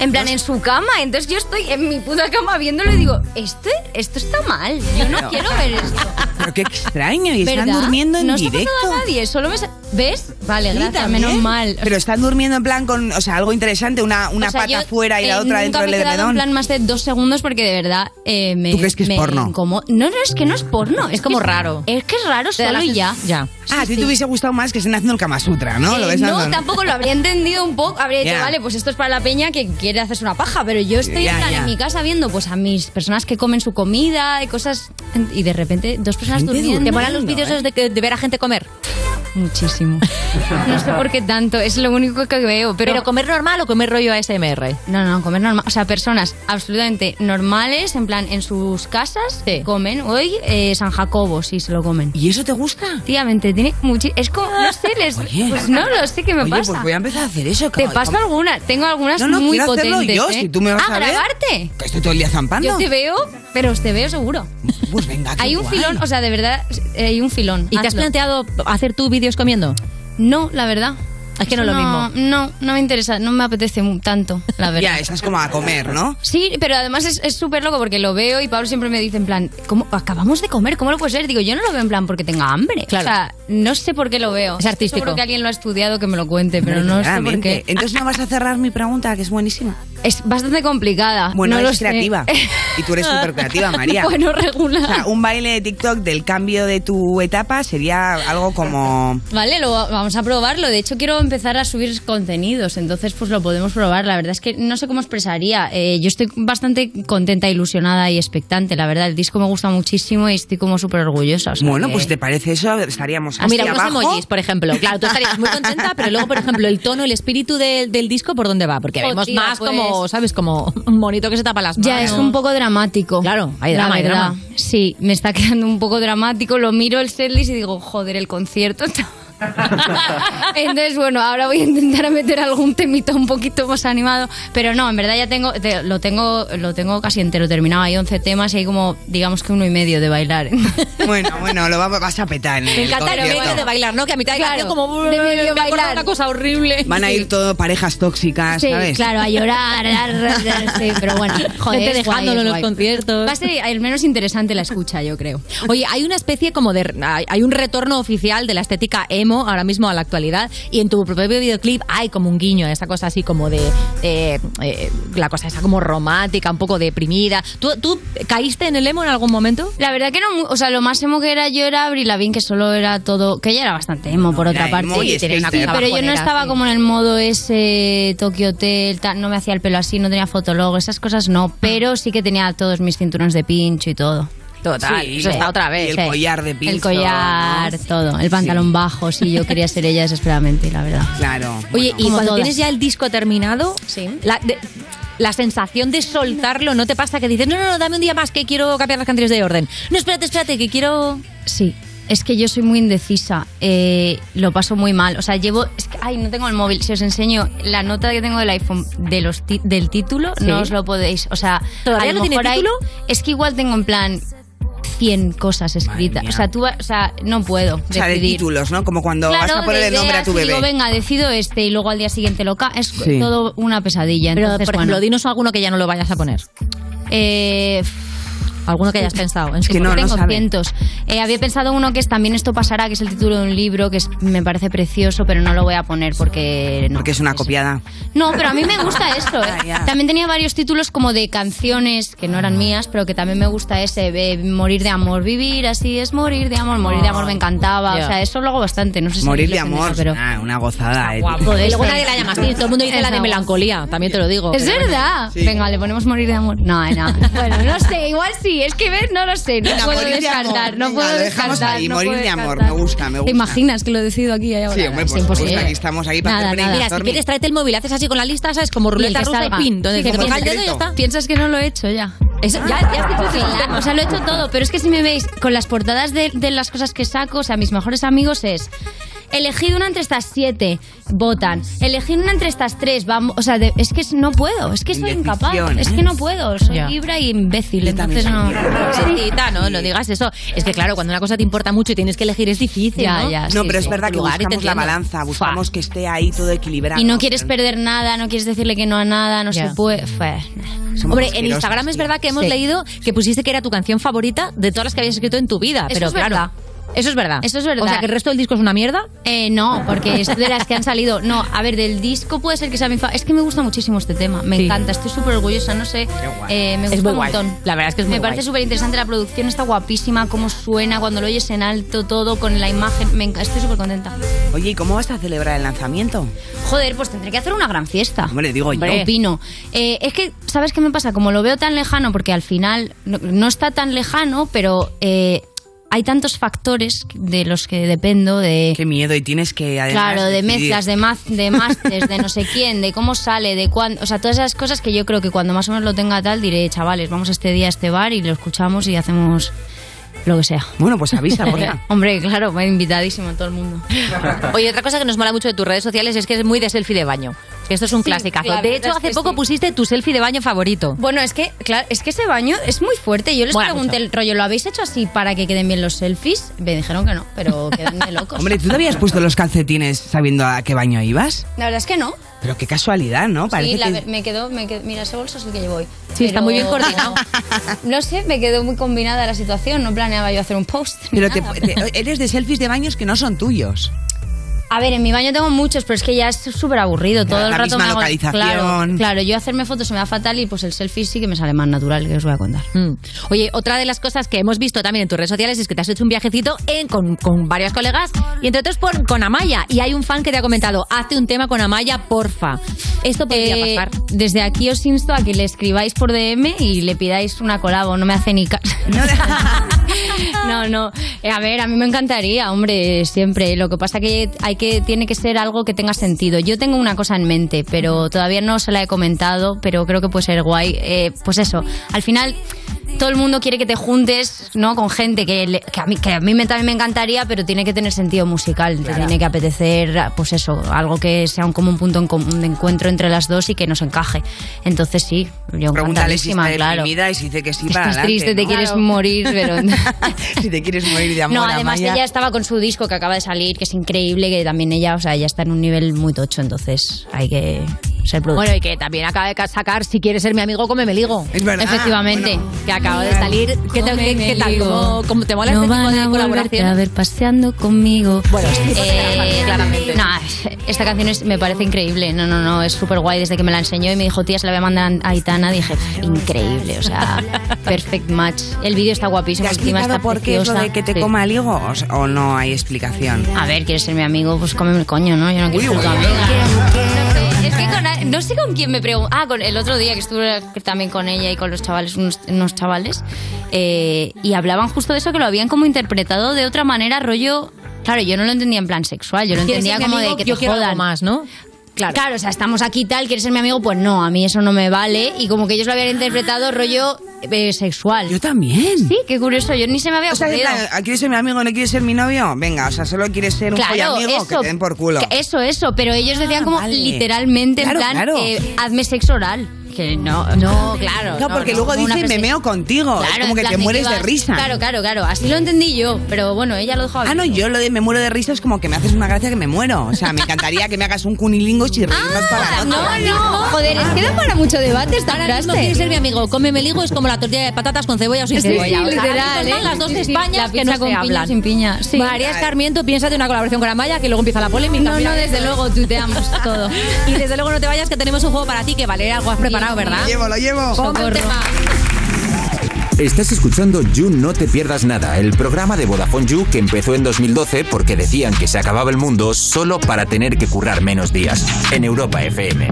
Speaker 23: En plan, en su cama. Entonces yo estoy en mi puta cama viéndolo y digo, esto, esto está mal. Yo no quiero ver esto.
Speaker 3: Pero qué extraño. Y están
Speaker 23: ¿verdad?
Speaker 3: durmiendo en
Speaker 23: no
Speaker 3: directo.
Speaker 23: No está pasando a nadie. Solo me... ¿Ves? Vale,
Speaker 3: Sí,
Speaker 23: gracias.
Speaker 3: también.
Speaker 23: Menos mal.
Speaker 3: Pero están durmiendo en plan con, o sea, algo interesante, una, una
Speaker 23: O sea,
Speaker 3: pata
Speaker 23: yo,
Speaker 3: afuera y la
Speaker 23: eh,
Speaker 3: otra dentro del
Speaker 23: nunca me he quedado
Speaker 3: edredón.
Speaker 23: en plan más de dos segundos porque de verdad eh, me.
Speaker 3: ¿Tú crees que es
Speaker 23: me
Speaker 3: porno?
Speaker 23: incomo- No, no, es que no es porno.
Speaker 4: Es como raro.
Speaker 23: Es que es raro
Speaker 4: Te da
Speaker 23: solo
Speaker 4: la
Speaker 23: y
Speaker 4: sens-
Speaker 23: ya.
Speaker 4: Ya.
Speaker 3: Ah, a ti te hubiese gustado más que estén haciendo el Kama Sutra, ¿no?
Speaker 23: Eh,
Speaker 3: ¿Lo ves
Speaker 23: no,
Speaker 3: dando?
Speaker 23: tampoco lo habría entendido un poco. Habría dicho,
Speaker 3: Ya.
Speaker 23: vale, pues esto es para la peña que quiere hacerse una paja, pero yo estoy
Speaker 3: Ya,
Speaker 23: en, plan,
Speaker 3: ya.
Speaker 23: en mi casa viendo pues a mis personas que comen su comida y cosas y de repente dos personas
Speaker 4: Gente
Speaker 23: durmiendo.
Speaker 4: ¿Te molan los vídeos
Speaker 23: ¿eh?
Speaker 4: esos de, de ver a gente comer?
Speaker 23: Muchísimo. No sé por qué tanto, es lo único que veo. Pero,
Speaker 4: ¿Pero comer normal o comer rollo A S M R?
Speaker 23: No, no, comer normal. O sea, personas absolutamente normales, en plan, en sus casas, comen. Hoy, eh, San Jacobo, sí, se lo comen.
Speaker 3: ¿Y eso te gusta?
Speaker 23: Efectivamente, tiene muchísimo. Es como, no sé, les. Pues no lo sé qué me
Speaker 3: Oye,
Speaker 23: pasa.
Speaker 3: pues voy a empezar a hacer eso.
Speaker 23: Te
Speaker 3: como-
Speaker 23: paso
Speaker 3: como-
Speaker 23: alguna. Tengo algunas
Speaker 3: No, no,
Speaker 23: muy
Speaker 3: quiero hacerlo
Speaker 23: potentes.
Speaker 3: yo,
Speaker 23: ¿eh?
Speaker 3: si tú me vas
Speaker 23: ah,
Speaker 3: a ver.
Speaker 23: grabarte.
Speaker 3: Que estoy todo el día zampando.
Speaker 23: Yo te veo, pero os te veo seguro.
Speaker 3: Pues venga, qué
Speaker 23: Hay un
Speaker 3: guay.
Speaker 23: filón, o sea, de verdad, eh, hay un filón.
Speaker 4: ¿Y te has
Speaker 23: Hazlo.
Speaker 4: planteado hacer tú vídeos comiendo?
Speaker 23: No, la verdad.
Speaker 4: Es que no es lo mismo.
Speaker 23: No, no me interesa, no me apetece mu- tanto, la verdad.
Speaker 3: Ya, estás como a comer, ¿no?
Speaker 23: Sí, pero además es es súper loco porque lo veo y Pablo siempre me dice en plan, ¿cómo acabamos de comer? ¿Cómo lo puede ser? Digo, yo no lo veo en plan porque tenga hambre.
Speaker 4: Claro.
Speaker 23: O sea, no sé por qué lo veo.
Speaker 4: Es artístico.
Speaker 23: Seguro que alguien lo ha estudiado que me lo cuente, pero no sé por
Speaker 3: Verdaderamente.
Speaker 23: qué.
Speaker 3: Entonces no vas a cerrar mi pregunta, que es buenísima.
Speaker 23: Es bastante complicada.
Speaker 3: Bueno,
Speaker 23: no lo
Speaker 3: es
Speaker 23: sé.
Speaker 3: creativa. Y tú eres súper creativa, María.
Speaker 23: Bueno, regular.
Speaker 3: O sea, un baile de TikTok del cambio de tu etapa sería algo como...
Speaker 23: Vale, lo vamos a probarlo. De hecho, quiero empezar a subir contenidos, entonces pues lo podemos probar. La verdad es que no sé cómo expresaría. Eh, yo estoy bastante contenta, ilusionada y expectante. La verdad, el disco me gusta muchísimo y estoy como súper orgullosa. o sea
Speaker 3: Bueno,
Speaker 23: que-
Speaker 3: pues ¿te parece eso? Estaríamos
Speaker 4: Ah, mira,
Speaker 3: aquí
Speaker 4: unos
Speaker 3: abajo.
Speaker 4: emojis, por ejemplo. Claro, tú estarías muy contenta, pero luego, por ejemplo, el tono, el espíritu de- del disco, ¿por dónde va? Porque
Speaker 23: Jo,
Speaker 4: vemos
Speaker 23: tía,
Speaker 4: más
Speaker 23: pues-
Speaker 4: como, ¿sabes? Como un monito que se tapa las manos.
Speaker 23: Ya es un poco dramático.
Speaker 4: Claro, hay
Speaker 23: la
Speaker 4: drama, hay
Speaker 23: verdad.
Speaker 4: drama.
Speaker 23: Sí, me está quedando un poco dramático. Lo miro el setlist y digo, joder, el concierto. Entonces, bueno, ahora voy a intentar meter algún temito un poquito más animado. Pero no, en verdad ya tengo, te- lo tengo, lo tengo casi entero terminado. Hay once temas y hay como, digamos que uno y medio de bailar.
Speaker 3: Bueno, bueno, lo vas, vas a petar en
Speaker 4: Me
Speaker 3: el
Speaker 4: encanta el
Speaker 3: concierto.
Speaker 4: medio de bailar, ¿no? Que a mitad de
Speaker 23: Claro,
Speaker 4: canción como...
Speaker 23: de medio
Speaker 4: me acuerdo de
Speaker 23: bailar.
Speaker 4: una cosa horrible.
Speaker 3: Van a ir todo parejas tóxicas,
Speaker 23: Sí,
Speaker 3: ¿sabes?
Speaker 23: claro, a llorar, a- a- sí, pero bueno, joder,
Speaker 4: Gente
Speaker 23: es guay,
Speaker 4: dejándolo
Speaker 23: es
Speaker 4: en los
Speaker 23: guay.
Speaker 4: conciertos.
Speaker 23: Va a ser al menos interesante la escucha, yo creo.
Speaker 4: Oye, hay una especie como de... Hay hay un retorno oficial de la estética emo ahora mismo a la actualidad y en tu propio videoclip hay como un guiño a esa cosa así como de... eh, eh, la cosa esa como romántica, un poco deprimida. ¿Tú, ¿Tú caíste en el emo en algún momento?
Speaker 23: La verdad que no, mu- o sea, lo más emo que era yo era Avril Lavigne, que solo era todo, que ella era bastante emo por otra
Speaker 3: era
Speaker 23: parte.
Speaker 3: emo y
Speaker 23: Sí,
Speaker 3: tenía una cosa
Speaker 23: pero yo no
Speaker 4: bajonera,
Speaker 23: estaba
Speaker 4: sí.
Speaker 23: como en el modo ese Tokyo Hotel, tal, no me hacía el pelo así, no tenía fotolog, esas cosas no, pero sí que tenía todos mis cinturones de pincho y todo.
Speaker 4: Total,
Speaker 3: Sí,
Speaker 4: eso está otra vez.
Speaker 3: y el
Speaker 23: Sí.
Speaker 3: collar de pincho.
Speaker 23: El collar,
Speaker 3: ¿no?
Speaker 23: todo, el pantalón bajo, sí, yo quería ser ella desesperadamente, la verdad.
Speaker 3: Claro.
Speaker 4: Oye,
Speaker 23: Bueno,
Speaker 4: y
Speaker 23: como
Speaker 4: cuando
Speaker 23: todas.
Speaker 4: tienes ya el disco terminado,
Speaker 23: Sí.
Speaker 4: la, de- la sensación de soltarlo, ¿no te pasa que dices, no, no, no, dame un día más que quiero cambiar las canciones de orden? No, espérate, espérate, que quiero...
Speaker 23: Sí, es que yo soy muy indecisa, eh, lo paso muy mal. O sea, llevo. Es que, ay, no tengo el móvil. Si os enseño la nota que tengo del iPhone de los ti- del título,
Speaker 4: Sí.
Speaker 23: no os lo podéis. O sea,
Speaker 4: ¿Todavía
Speaker 23: a lo
Speaker 4: no tiene
Speaker 23: mejor hay-
Speaker 4: título?
Speaker 23: es que igual tengo en plan cien cosas escritas.
Speaker 3: mía.
Speaker 23: O sea, tú, va- o sea, no puedo.
Speaker 3: O sea, de
Speaker 23: decidir.
Speaker 3: títulos, ¿no? Como cuando vas
Speaker 23: Claro,
Speaker 3: a poner
Speaker 23: de
Speaker 3: el nombre a
Speaker 23: ideas,
Speaker 3: tu
Speaker 23: y
Speaker 3: bebé.
Speaker 23: digo, venga, decido este y luego al día siguiente lo ca es
Speaker 3: Sí.
Speaker 23: todo una pesadilla.
Speaker 4: Pero,
Speaker 23: Entonces,
Speaker 4: por ejemplo,
Speaker 23: bueno,
Speaker 4: dinos alguno que ya no lo vayas a poner.
Speaker 23: eh,
Speaker 4: Alguno que hayas pensado.
Speaker 3: Es que no, no
Speaker 23: tengo
Speaker 3: sabe.
Speaker 23: cientos. Eh, había pensado uno que es También esto pasará, que es el título de un libro que es- me parece precioso, pero no lo voy a poner porque no.
Speaker 3: Porque es una copiada.
Speaker 23: No, pero a mí me gusta eso. ¿eh?
Speaker 3: Ah, ya.
Speaker 23: También tenía varios títulos como de canciones que no eran mías, pero que también me gusta ese, eh, Morir de amor, vivir así es morir de amor, morir de amor me encantaba.
Speaker 4: Ya.
Speaker 23: O sea, eso lo hago bastante. No sé si
Speaker 3: Morir de
Speaker 23: le ofende
Speaker 3: amor.
Speaker 23: eso, pero...
Speaker 3: Ah, una gozada. eh.
Speaker 4: Guapo. Y luego
Speaker 23: Ese.
Speaker 4: nadie la llama así. Todo el mundo dice la de
Speaker 23: Esa.
Speaker 4: melancolía. También te lo digo.
Speaker 23: Es
Speaker 4: pero bueno.
Speaker 23: verdad.
Speaker 3: Sí.
Speaker 23: Venga, le ponemos morir de amor. No, no. Bueno, no sé, igual sí. Es que ves, no lo sé. No
Speaker 3: Venga,
Speaker 23: puedo
Speaker 3: morir de
Speaker 23: descartar.
Speaker 3: amor.
Speaker 23: No
Speaker 3: Venga,
Speaker 23: puedo
Speaker 3: lo dejamos
Speaker 23: descartar.
Speaker 3: ahí,
Speaker 23: no
Speaker 3: morir
Speaker 23: puedo
Speaker 3: de amor.
Speaker 23: descartar.
Speaker 3: Me gusta, me gusta.
Speaker 23: ¿Te imaginas que lo decido aquí y ahora?
Speaker 3: Sí, hombre,
Speaker 23: es
Speaker 3: por
Speaker 23: imposible.
Speaker 3: supuesto, aquí estamos ahí para
Speaker 23: Nada,
Speaker 3: hacer
Speaker 23: nada.
Speaker 4: Mira, si
Speaker 3: brainstorming.
Speaker 4: quieres tráete el móvil, haces así con la lista, ¿sabes? Como
Speaker 23: Y el
Speaker 4: ruleta
Speaker 23: que
Speaker 4: rusa y
Speaker 23: salga.
Speaker 4: pin. Entonces,
Speaker 23: Sí,
Speaker 4: que
Speaker 23: que
Speaker 4: te ponga el
Speaker 23: piensa-
Speaker 4: dedo y ya está.
Speaker 23: Piensas que no lo he hecho ya.
Speaker 4: Eso, ya, ya has dicho tus
Speaker 23: Claro, o sea, lo he hecho todo, pero es que si me veis con las portadas de, de las cosas que saco, o sea, mis mejores amigos es elegid una entre estas siete, votan. Elegid una entre estas tres, vamos. O sea, de, es que no puedo, es que soy incapaz. Es que no puedo, soy
Speaker 4: Ya.
Speaker 23: libra y imbécil, entonces no.
Speaker 4: Pobrecita, no, no digas eso. Es que claro, cuando una cosa te importa mucho y tienes que elegir es difícil,
Speaker 23: Ya,
Speaker 4: ¿no?
Speaker 23: ya,
Speaker 3: No,
Speaker 23: sí,
Speaker 3: pero es
Speaker 23: sí.
Speaker 3: verdad que
Speaker 4: Lugar y te
Speaker 3: buscamos la
Speaker 4: entiendo.
Speaker 3: balanza, buscamos que esté ahí todo equilibrado.
Speaker 23: Y no quieres perder nada, no quieres decirle que no a nada, no
Speaker 4: Ya.
Speaker 23: se puede. Fue.
Speaker 4: Hombre, en Instagram es verdad que hemos
Speaker 23: Sí.
Speaker 4: leído que pusiste que era tu canción favorita de todas las que habías escrito en tu vida.
Speaker 23: Eso
Speaker 4: pero
Speaker 23: es
Speaker 4: claro,
Speaker 23: verdad.
Speaker 4: Eso es verdad.
Speaker 23: Eso es verdad.
Speaker 4: O sea, que el resto del disco es una mierda.
Speaker 23: Eh, no, porque es de las que han salido. No, a ver, del disco puede ser que sea mi fa... Es que me gusta muchísimo este tema. Me
Speaker 4: Sí.
Speaker 23: encanta, estoy súper orgullosa, no sé. Eh, me
Speaker 4: Es
Speaker 23: gusta
Speaker 4: muy
Speaker 23: un
Speaker 4: guay.
Speaker 23: montón.
Speaker 4: La verdad es que es muy
Speaker 23: Me
Speaker 4: guay.
Speaker 23: parece súper interesante la producción, está guapísima, cómo suena, cuando lo oyes en alto, todo, con la imagen. Me enca- estoy súper contenta.
Speaker 3: Oye, ¿y cómo vas a celebrar el lanzamiento?
Speaker 23: Joder, pues tendré que hacer una gran fiesta.
Speaker 3: Hombre, digo yo.
Speaker 23: Opino. Eh, es que, ¿sabes qué me pasa? Como lo veo tan lejano, porque al final no, no está tan lejano, pero eh, hay tantos factores de los que dependo de...
Speaker 3: Qué miedo, y tienes que además
Speaker 23: Claro, de
Speaker 3: decidir.
Speaker 23: mezclas, de, maz, de másters, de no sé quién, de cómo sale, de cuándo... O sea, todas esas cosas que yo creo que cuando más o menos lo tenga tal, diré, chavales, vamos este día a este bar y lo escuchamos y hacemos lo que sea.
Speaker 3: Bueno, pues avisa, porfa.
Speaker 23: Hombre, claro, me ha invitadísimo todo el mundo.
Speaker 4: Oye, otra cosa que nos mola mucho de tus redes sociales es que es muy de selfie de baño. Que esto es un
Speaker 23: Sí,
Speaker 4: clasicazo.
Speaker 23: la
Speaker 4: De
Speaker 23: verdad
Speaker 4: hecho,
Speaker 23: es
Speaker 4: hace
Speaker 23: que
Speaker 4: poco
Speaker 23: sí.
Speaker 4: pusiste tu selfie de baño favorito.
Speaker 23: Bueno, es que, claro, es que ese baño es muy fuerte. Yo les
Speaker 4: Mola
Speaker 23: pregunté
Speaker 4: mucho.
Speaker 23: el rollo, ¿lo habéis hecho así para que queden bien los selfies? Me dijeron que no, pero quedan de locos.
Speaker 3: Hombre, ¿tú te habías puesto los calcetines sabiendo a qué baño ibas?
Speaker 23: La verdad es que no.
Speaker 3: Pero qué casualidad, ¿no? Parece
Speaker 23: Sí, la
Speaker 3: que...
Speaker 23: ver- me quedó, me quedó- mira, ese bolso es el que llevo hoy.
Speaker 4: Sí, está muy bien coordinado.
Speaker 23: No sé, me quedó muy combinada la situación. No planeaba yo hacer un post. ni
Speaker 3: Pero te-
Speaker 23: nada.
Speaker 3: te- eres de selfies de baños que no son tuyos.
Speaker 23: A ver, en mi baño tengo muchos, pero es que ya es súper aburrido. Todo
Speaker 3: La
Speaker 23: el rato
Speaker 3: misma
Speaker 23: me hago...
Speaker 3: localización.
Speaker 23: Claro, claro, yo hacerme fotos se me da fatal y pues el selfie sí que me sale más natural, que os voy a contar.
Speaker 4: Mm. Oye, otra de las cosas que hemos visto también en tus redes sociales es que te has hecho un viajecito en- con, con varios colegas y entre otros por- con Amaya. Y hay un fan que te ha comentado, hazte un tema con Amaya, porfa. Esto podría
Speaker 23: Eh,
Speaker 4: pasar.
Speaker 23: Desde aquí os insto a que le escribáis por D M y le pidáis una colabo. No me hace ni caso. No, no. Eh, A ver, a mí me encantaría, hombre, siempre. Lo que pasa que hay que tiene que ser algo que tenga sentido. Yo tengo una cosa en mente, pero todavía no se la he comentado, pero creo que puede ser guay. Eh, pues eso, al final todo el mundo quiere que te juntes, ¿no? Con gente que, le- que a mí, que a mí me, también me encantaría, pero tiene que tener sentido musical. Te tiene que apetecer, pues eso, algo que sea un, como un punto en común de encuentro entre las dos y que nos encaje. Entonces sí, yo
Speaker 3: Pregúntale si
Speaker 23: encantadísima,
Speaker 3: está
Speaker 23: claro.
Speaker 3: deprimida y si dice que sí para
Speaker 23: Estás
Speaker 3: adelante,
Speaker 23: triste, te
Speaker 3: ¿no?
Speaker 23: quieres
Speaker 3: Claro.
Speaker 23: morir, pero...
Speaker 3: Si te quieres morir de amor,
Speaker 23: No, además
Speaker 3: Amaya.
Speaker 23: ella estaba con su disco que acaba de salir, que es increíble, que también ella, o sea, ella está en un nivel muy tocho, entonces hay que ser prudente.
Speaker 4: Bueno, y que también acaba de sacar Si quieres ser mi amigo, cómeme ligo.
Speaker 3: Es verdad.
Speaker 23: Efectivamente.
Speaker 4: Que acaba de salir. ¿Qué, te, qué, qué tal? ¿Cómo, cómo te mola
Speaker 23: no
Speaker 4: este tipo
Speaker 23: van
Speaker 4: de
Speaker 23: a volverte a
Speaker 4: colaboración?
Speaker 23: ver paseando conmigo.
Speaker 4: Bueno, sí,
Speaker 23: Eh,
Speaker 4: claramente.
Speaker 23: no, esta canción es- me parece increíble. No, no, no, es súper guay. Desde que me la enseñó y me dijo, tía, se la voy a mandar a Aitana, dije, increíble, o sea, perfect match. El vídeo está guapísimo.
Speaker 3: ¿Te has
Speaker 23: encima
Speaker 3: explicado
Speaker 23: está
Speaker 3: por qué es lo
Speaker 23: preciosa.
Speaker 3: de que te
Speaker 23: Sí.
Speaker 3: coma el higo o, s- o no hay explicación?
Speaker 23: A ver, ¿quieres ser mi amigo? Pues cómeme el coño, ¿no? Yo no quiero
Speaker 3: Uy,
Speaker 23: ser tu
Speaker 3: uy,
Speaker 23: amiga. Es que con, no sé con quién me preguntó. Ah, con el otro día que estuve también con ella y con los chavales, unos, unos chavales, eh, y hablaban justo de eso, que lo habían como interpretado de otra manera, rollo. Claro, yo no lo entendía en plan sexual, yo lo
Speaker 4: ¿Quieres
Speaker 23: entendía
Speaker 4: ser mi
Speaker 23: como
Speaker 4: amigo?
Speaker 23: de que
Speaker 4: Yo
Speaker 23: te
Speaker 4: quiero algo
Speaker 23: jodan.
Speaker 4: más, ¿no?
Speaker 23: Claro. claro, o sea, estamos aquí tal, ¿quieres ser mi amigo? Pues no, a mí eso no me vale. Y como que ellos lo habían interpretado rollo eh, sexual.
Speaker 3: Yo también.
Speaker 23: Sí, qué curioso, yo ni se me había
Speaker 3: O sea, en
Speaker 23: ocurrido.
Speaker 3: plan, ¿quieres ser mi amigo o no quieres ser mi novio? Venga, o sea, solo quieres ser un
Speaker 23: Claro,
Speaker 3: amigo
Speaker 23: eso,
Speaker 3: que te den por culo.
Speaker 23: que Eso, eso, pero ellos decían como
Speaker 3: vale.
Speaker 23: literalmente
Speaker 3: Claro,
Speaker 23: en plan,
Speaker 3: claro.
Speaker 23: eh, hazme sexo oral. Que no, no, claro.
Speaker 3: No, porque luego
Speaker 23: como una
Speaker 3: dice
Speaker 23: frase-
Speaker 3: me meo contigo.
Speaker 23: Claro,
Speaker 3: es como
Speaker 23: en
Speaker 3: que
Speaker 23: plan
Speaker 3: te
Speaker 23: de
Speaker 3: mueres
Speaker 23: que
Speaker 3: de
Speaker 23: vas-
Speaker 3: risa.
Speaker 23: Claro, claro, claro. Así lo entendí yo, pero bueno, ella lo dejó
Speaker 3: Ah, no,
Speaker 23: abierto.
Speaker 3: yo lo de me muero de risa es como que me haces una gracia que me muero. O sea, me encantaría que me hagas un cunilingo y reírnos para la
Speaker 23: Ah, no,
Speaker 3: noche.
Speaker 23: no, joder, es que da para mucho debate esta
Speaker 4: Ahora mismo
Speaker 23: frase.
Speaker 4: quieres ser mi amigo, cómeme ligo, es como la tortilla de patatas con cebolla o sin
Speaker 23: Sí,
Speaker 4: cebolla.
Speaker 23: sí,
Speaker 4: O sea,
Speaker 23: literal,
Speaker 4: son
Speaker 23: ¿eh?
Speaker 4: las dos
Speaker 23: Sí, sí,
Speaker 4: Españas
Speaker 23: la
Speaker 4: que
Speaker 23: pizza
Speaker 4: no se
Speaker 23: con piña,
Speaker 4: hablan.
Speaker 23: sin piña, sí.
Speaker 4: María Escarmiento, piénsate una colaboración con Amaya, que luego empieza la polémica.
Speaker 23: No,
Speaker 4: Mira,
Speaker 23: no, desde luego, tuiteamos todo.
Speaker 4: Y desde luego no te vayas, que tenemos un juego para ti, que Valeria algo has preparado, ¿verdad?
Speaker 3: Lo llevo, lo llevo.
Speaker 4: Ponme el tema.
Speaker 10: Estás escuchando You No Te Pierdas Nada, el programa de Vodafone You que empezó en dos mil doce porque decían que se acababa el mundo solo para tener que currar menos días. En Europa F M.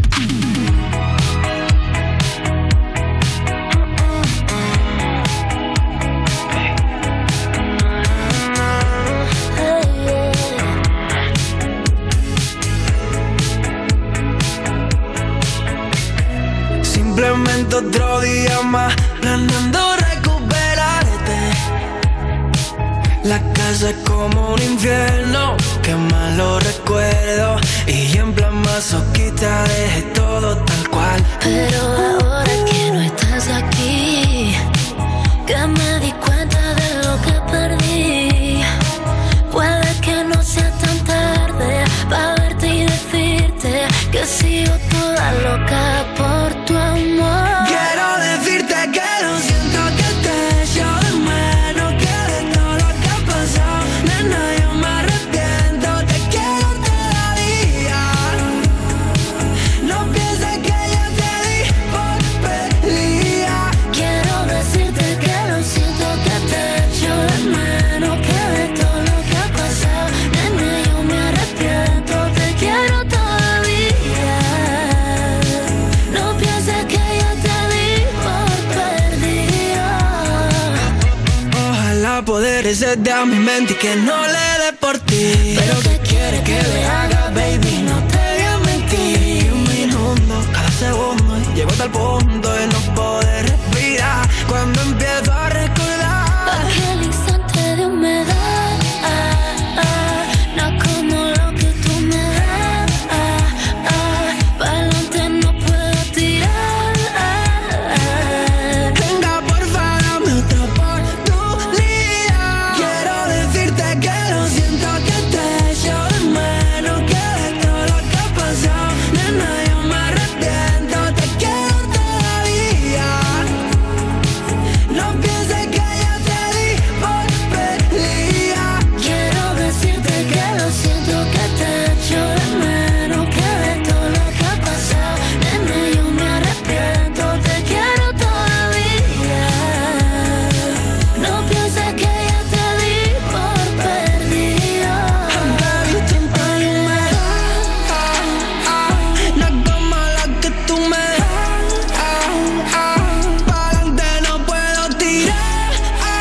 Speaker 9: Simplemente otro día más, planeando recuperarte. La casa es como un infierno,
Speaker 8: qué malo recuerdo. Y en plan masoquista dejé todo tal cual.
Speaker 2: Pero ahora que no estás aquí, que me di cuenta de lo que perdí. Puede que no sea tan tarde para verte y decirte que sigo toda loca por tu amor.
Speaker 8: Quiero decirte que lo siento, que te echo de menos, que de todo lo que ha pasado, nena, yo me arrepiento. Te quiero todavía. No pienses que ya te di por perdida.
Speaker 2: Quiero decirte que lo siento, que te echo de menos, que de todo lo que ha pasado, nena, yo me arrepiento. Te quiero todavía. No pienses que ya te di por perdida.
Speaker 8: Ojalá poder hacerte a mi mente y que no le dé por ti. Pero ¿qué quieres que le haga, baby? No te voy a mentir. Un minuto, cada segundo, y llego hasta el punto de no poder respirar. Cuando empiezo a recordar
Speaker 2: aquel instante de humedad, ah, ah, no como lo que tú me das, ah, ah, pa'lante no puedo tirar, ah, ah.
Speaker 8: Venga, porfa, dame otra oportunidad. Quiero decirte que lo siento, que te echo de menos, que de todo lo que ha pasado, nena, yo me arrepiento. Te quiero todavía. No pienses que ya te di por perdida.
Speaker 2: Quiero decirte que lo siento, que te echo de menos, que de todo lo que ha pasado, nena, yo me arrepiento. Te quiero todavía. No pienses que ya te di por perdida.
Speaker 8: No es como la que tú me das. Pa'lante no puedo tirar.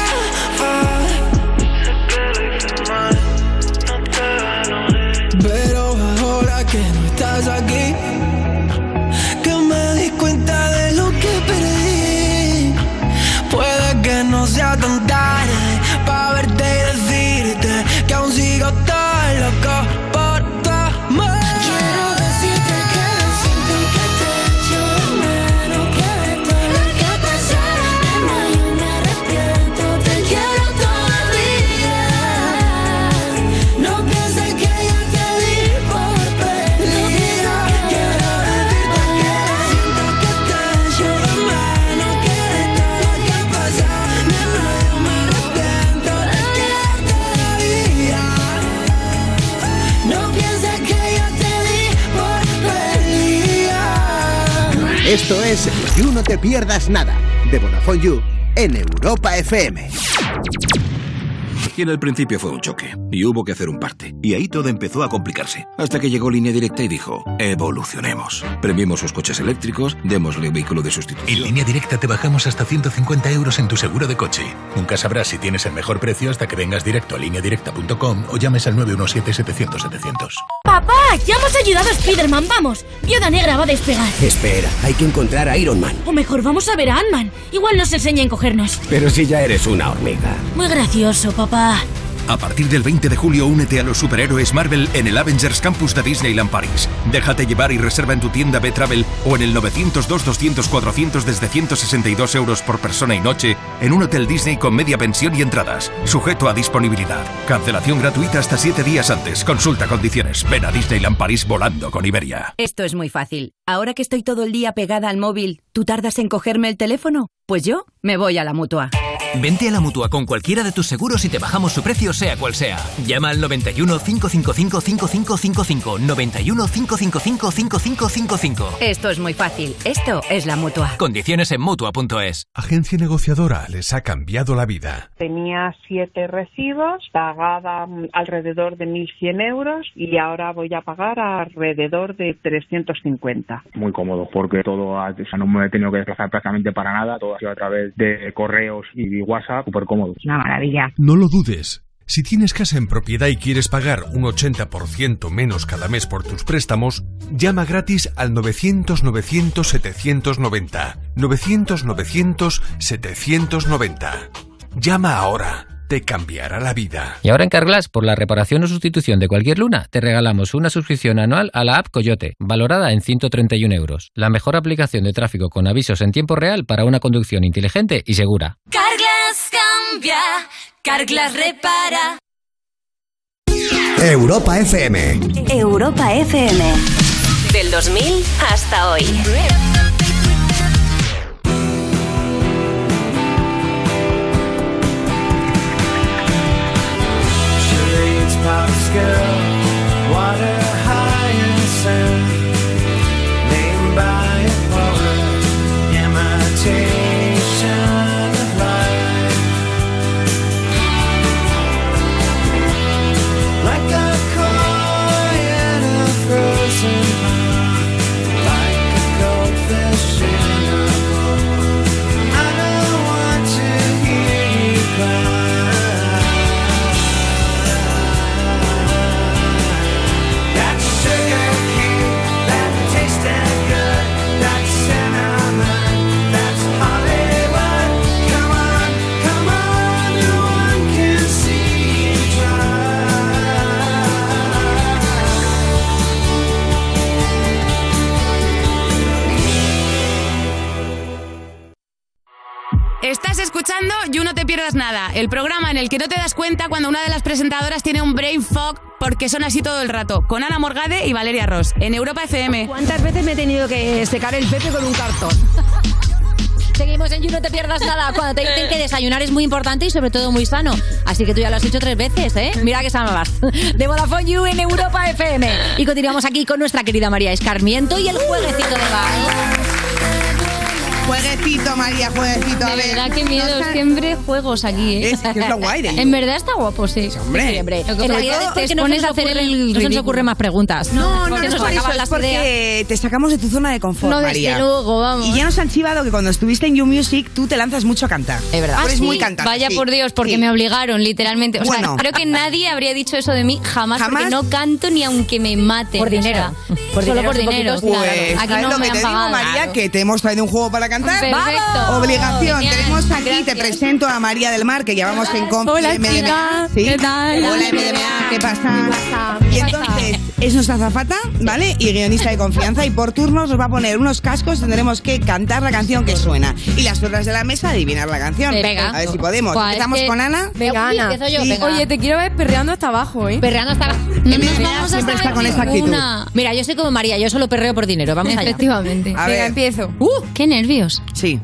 Speaker 8: Pero ahora que no estás aquí, que me di cuenta de lo que perdí. Puede que no sea tan tarde para verte y decirte que aún sigo tan loco por tu amor.
Speaker 2: Quiero decirte que lo siento, que te echo de menos, que de todo lo que ha pasado, nena, yo me arrepiento. Te quiero todavía. No pienses que ya te di por perdida.
Speaker 8: Quiero decirte que lo siento, que te echo de menos, que de todo lo que ha pasado, nena, yo me arrepiento. Te quiero todavía. No pienses que ya te di por perdida.
Speaker 11: Esto es You No Te Pierdas Nada, de Vodafone You, en Europa F M.
Speaker 17: Y en el principio fue un choque, y hubo que hacer un parte. Y ahí todo empezó a complicarse. Hasta que llegó Línea Directa y dijo, evolucionemos. Premiemos sus coches eléctricos, démosle un vehículo de sustitución.
Speaker 18: En Línea Directa te bajamos hasta ciento cincuenta euros en tu seguro de coche. Nunca sabrás si tienes el mejor precio hasta que vengas directo a línea directa punto com o llames al nueve uno siete, setecientos, setecientos.
Speaker 12: ¡Papá! ¡Ya hemos ayudado a Spiderman! ¡Vamos! Viuda Negra va a despegar.
Speaker 15: Espera, hay que encontrar a Iron Man.
Speaker 12: O mejor, vamos a ver a Ant-Man. Igual nos enseña a encogernos.
Speaker 15: Pero si ya eres una hormiga.
Speaker 12: Muy gracioso, papá.
Speaker 1: A partir del veinte de julio, únete a los superhéroes Marvel en el Avengers Campus de Disneyland París. Déjate llevar y reserva en tu tienda B-Travel o en el novecientos dos, doscientos, cuatrocientos desde ciento sesenta y dos euros por persona y noche en un hotel Disney con media pensión y entradas. Sujeto a disponibilidad. Cancelación gratuita hasta siete días antes. Consulta condiciones. Ven a Disneyland París volando con Iberia.
Speaker 13: Esto es muy fácil. Ahora que estoy todo el día pegada al móvil, ¿tú tardas en cogerme el teléfono? Pues yo me voy a la Mutua.
Speaker 24: Vente a la Mutua con cualquiera de tus seguros y te bajamos su precio sea cual sea. Llama al noventa y uno, cinco cinco cinco, cinco cinco cinco cinco, noventa y uno, cinco cinco cinco, cinco cinco cinco cinco.
Speaker 13: Esto es muy fácil. Esto es la Mutua.
Speaker 24: Condiciones en Mutua punto es.
Speaker 25: Agencia negociadora les ha cambiado la vida.
Speaker 26: Tenía siete recibos, pagaba alrededor de mil cien euros y ahora voy a pagar alrededor de trescientos cincuenta.
Speaker 27: Muy cómodo porque todo, o sea, no me he tenido que desplazar prácticamente para nada, todo ha sido a través de correos y WhatsApp, súper cómodo.
Speaker 26: Una maravilla.
Speaker 25: No lo dudes. Si tienes casa en propiedad y quieres pagar un ochenta por ciento menos cada mes por tus préstamos, llama gratis al novecientos, novecientos, setecientos noventa. novecientos, novecientos, setecientos noventa. Llama ahora. te cambiará la vida.
Speaker 5: Y ahora en Carglass, por la reparación o sustitución de cualquier luna, te regalamos una suscripción anual a la app Coyote, valorada en ciento treinta y un euros. La mejor aplicación de tráfico con avisos en tiempo real para una conducción inteligente y segura.
Speaker 2: Carglass cambia, Carglass repara.
Speaker 11: Europa F M.
Speaker 6: Europa F M. Del dos mil hasta hoy.
Speaker 8: Pascal, water hyacinth, named by a poet, imitation of life. Like a koi in a frozen pond, like a goldfish in a bowl. I don't want to hear you cry.
Speaker 7: Estás escuchando You No Te Pierdas Nada, el programa en el que no te das cuenta cuando una de las presentadoras tiene un brain fog porque son así todo el rato, con Ana Morgade y Valeria Ross, en Europa F M.
Speaker 4: ¿Cuántas veces me he tenido que secar el pepe con un cartón? Seguimos en You No Te Pierdas Nada, cuando te dicen que desayunar es muy importante y sobre todo muy sano. Así que tú ya lo has hecho tres veces, ¿eh? Mira que sano vas. De Vodafone You en Europa F M. Y continuamos aquí con nuestra querida María Escarmiento y el jueguecito de bar.
Speaker 3: Jueguecito, María, jueguecito. A
Speaker 23: de
Speaker 3: ver,
Speaker 23: verdad, qué miedo.
Speaker 3: no,
Speaker 23: Siempre juegos aquí, ¿eh?
Speaker 3: Es, es lo guay de
Speaker 23: En verdad está guapo, sí.
Speaker 3: Hombre.
Speaker 4: Sí, hombre.
Speaker 23: Lo que
Speaker 4: En
Speaker 23: pasa
Speaker 4: realidad
Speaker 23: es que
Speaker 4: es que
Speaker 23: te
Speaker 4: no se
Speaker 23: pones
Speaker 4: nos
Speaker 23: a hacer
Speaker 4: ocurre-
Speaker 23: el
Speaker 4: no se nos
Speaker 23: ridículo.
Speaker 4: ocurren más preguntas.
Speaker 3: No, no,
Speaker 4: Porque
Speaker 3: no,
Speaker 4: nos
Speaker 3: por eso,
Speaker 4: acaban
Speaker 3: es
Speaker 4: las
Speaker 3: porque
Speaker 4: ideas.
Speaker 3: te sacamos de tu zona de confort,
Speaker 23: No, desde
Speaker 3: María.
Speaker 23: luego, vamos.
Speaker 3: Y ya nos han chivado que cuando estuviste en You Music tú te lanzas mucho a cantar.
Speaker 4: Es verdad.
Speaker 23: Ah,
Speaker 3: Tú eres
Speaker 23: sí,
Speaker 3: muy cantante.
Speaker 23: vaya
Speaker 3: sí.
Speaker 23: por Dios, porque
Speaker 3: Sí.
Speaker 23: me obligaron, literalmente. O
Speaker 3: Bueno.
Speaker 23: sea, creo que nadie habría dicho eso de mí jamás,
Speaker 3: ¿Jamás?
Speaker 23: porque no canto ni aunque me maten.
Speaker 4: Por
Speaker 23: o sea,
Speaker 4: dinero. Por
Speaker 23: solo
Speaker 4: dinero,
Speaker 23: por
Speaker 4: un
Speaker 23: dinero.
Speaker 4: poquito,
Speaker 23: claro.
Speaker 3: Pues,
Speaker 23: Aquí
Speaker 3: ¿sabes
Speaker 23: no
Speaker 3: lo
Speaker 23: me
Speaker 3: que
Speaker 23: han
Speaker 3: te
Speaker 23: pagado.
Speaker 3: digo, María?
Speaker 23: Claro.
Speaker 3: Que te hemos traído un juego para cantar.
Speaker 23: Perfecto.
Speaker 3: Obligación.
Speaker 23: Genial.
Speaker 3: Tenemos aquí, te
Speaker 23: Gracias.
Speaker 3: presento a María del Mar, que llevamos en Confi
Speaker 23: Hola,
Speaker 3: M D M A.
Speaker 23: chicas. ¿Qué tal?
Speaker 3: Hola, M D M A, ¿qué pasa?
Speaker 23: pasa?
Speaker 3: Y entonces, es nuestra azafata, ¿vale? Y guionista de confianza. Y por turnos nos va a poner unos cascos, tendremos que cantar la canción que suena. Y las otras de la mesa adivinar la canción.
Speaker 23: Venga.
Speaker 3: A ver si podemos.
Speaker 23: Pues
Speaker 3: Empezamos
Speaker 23: es que-
Speaker 3: con Ana.
Speaker 4: Venga,
Speaker 23: Uy,
Speaker 4: Ana.
Speaker 23: empiezo yo,
Speaker 3: Sí.
Speaker 23: venga.
Speaker 14: Oye, te quiero ver perreando hasta abajo, ¿eh?
Speaker 4: Perreando hasta la...
Speaker 23: No nos
Speaker 3: M D M A
Speaker 23: vamos a
Speaker 3: siempre está
Speaker 23: saber
Speaker 3: con esa actitud.
Speaker 23: ninguna.
Speaker 4: Mira, yo soy como María, yo solo perreo por dinero. Vamos allá.
Speaker 23: Efectivamente.
Speaker 3: A
Speaker 14: Venga,
Speaker 3: ver.
Speaker 14: empiezo.
Speaker 23: Uh, qué nervios.
Speaker 3: Sí.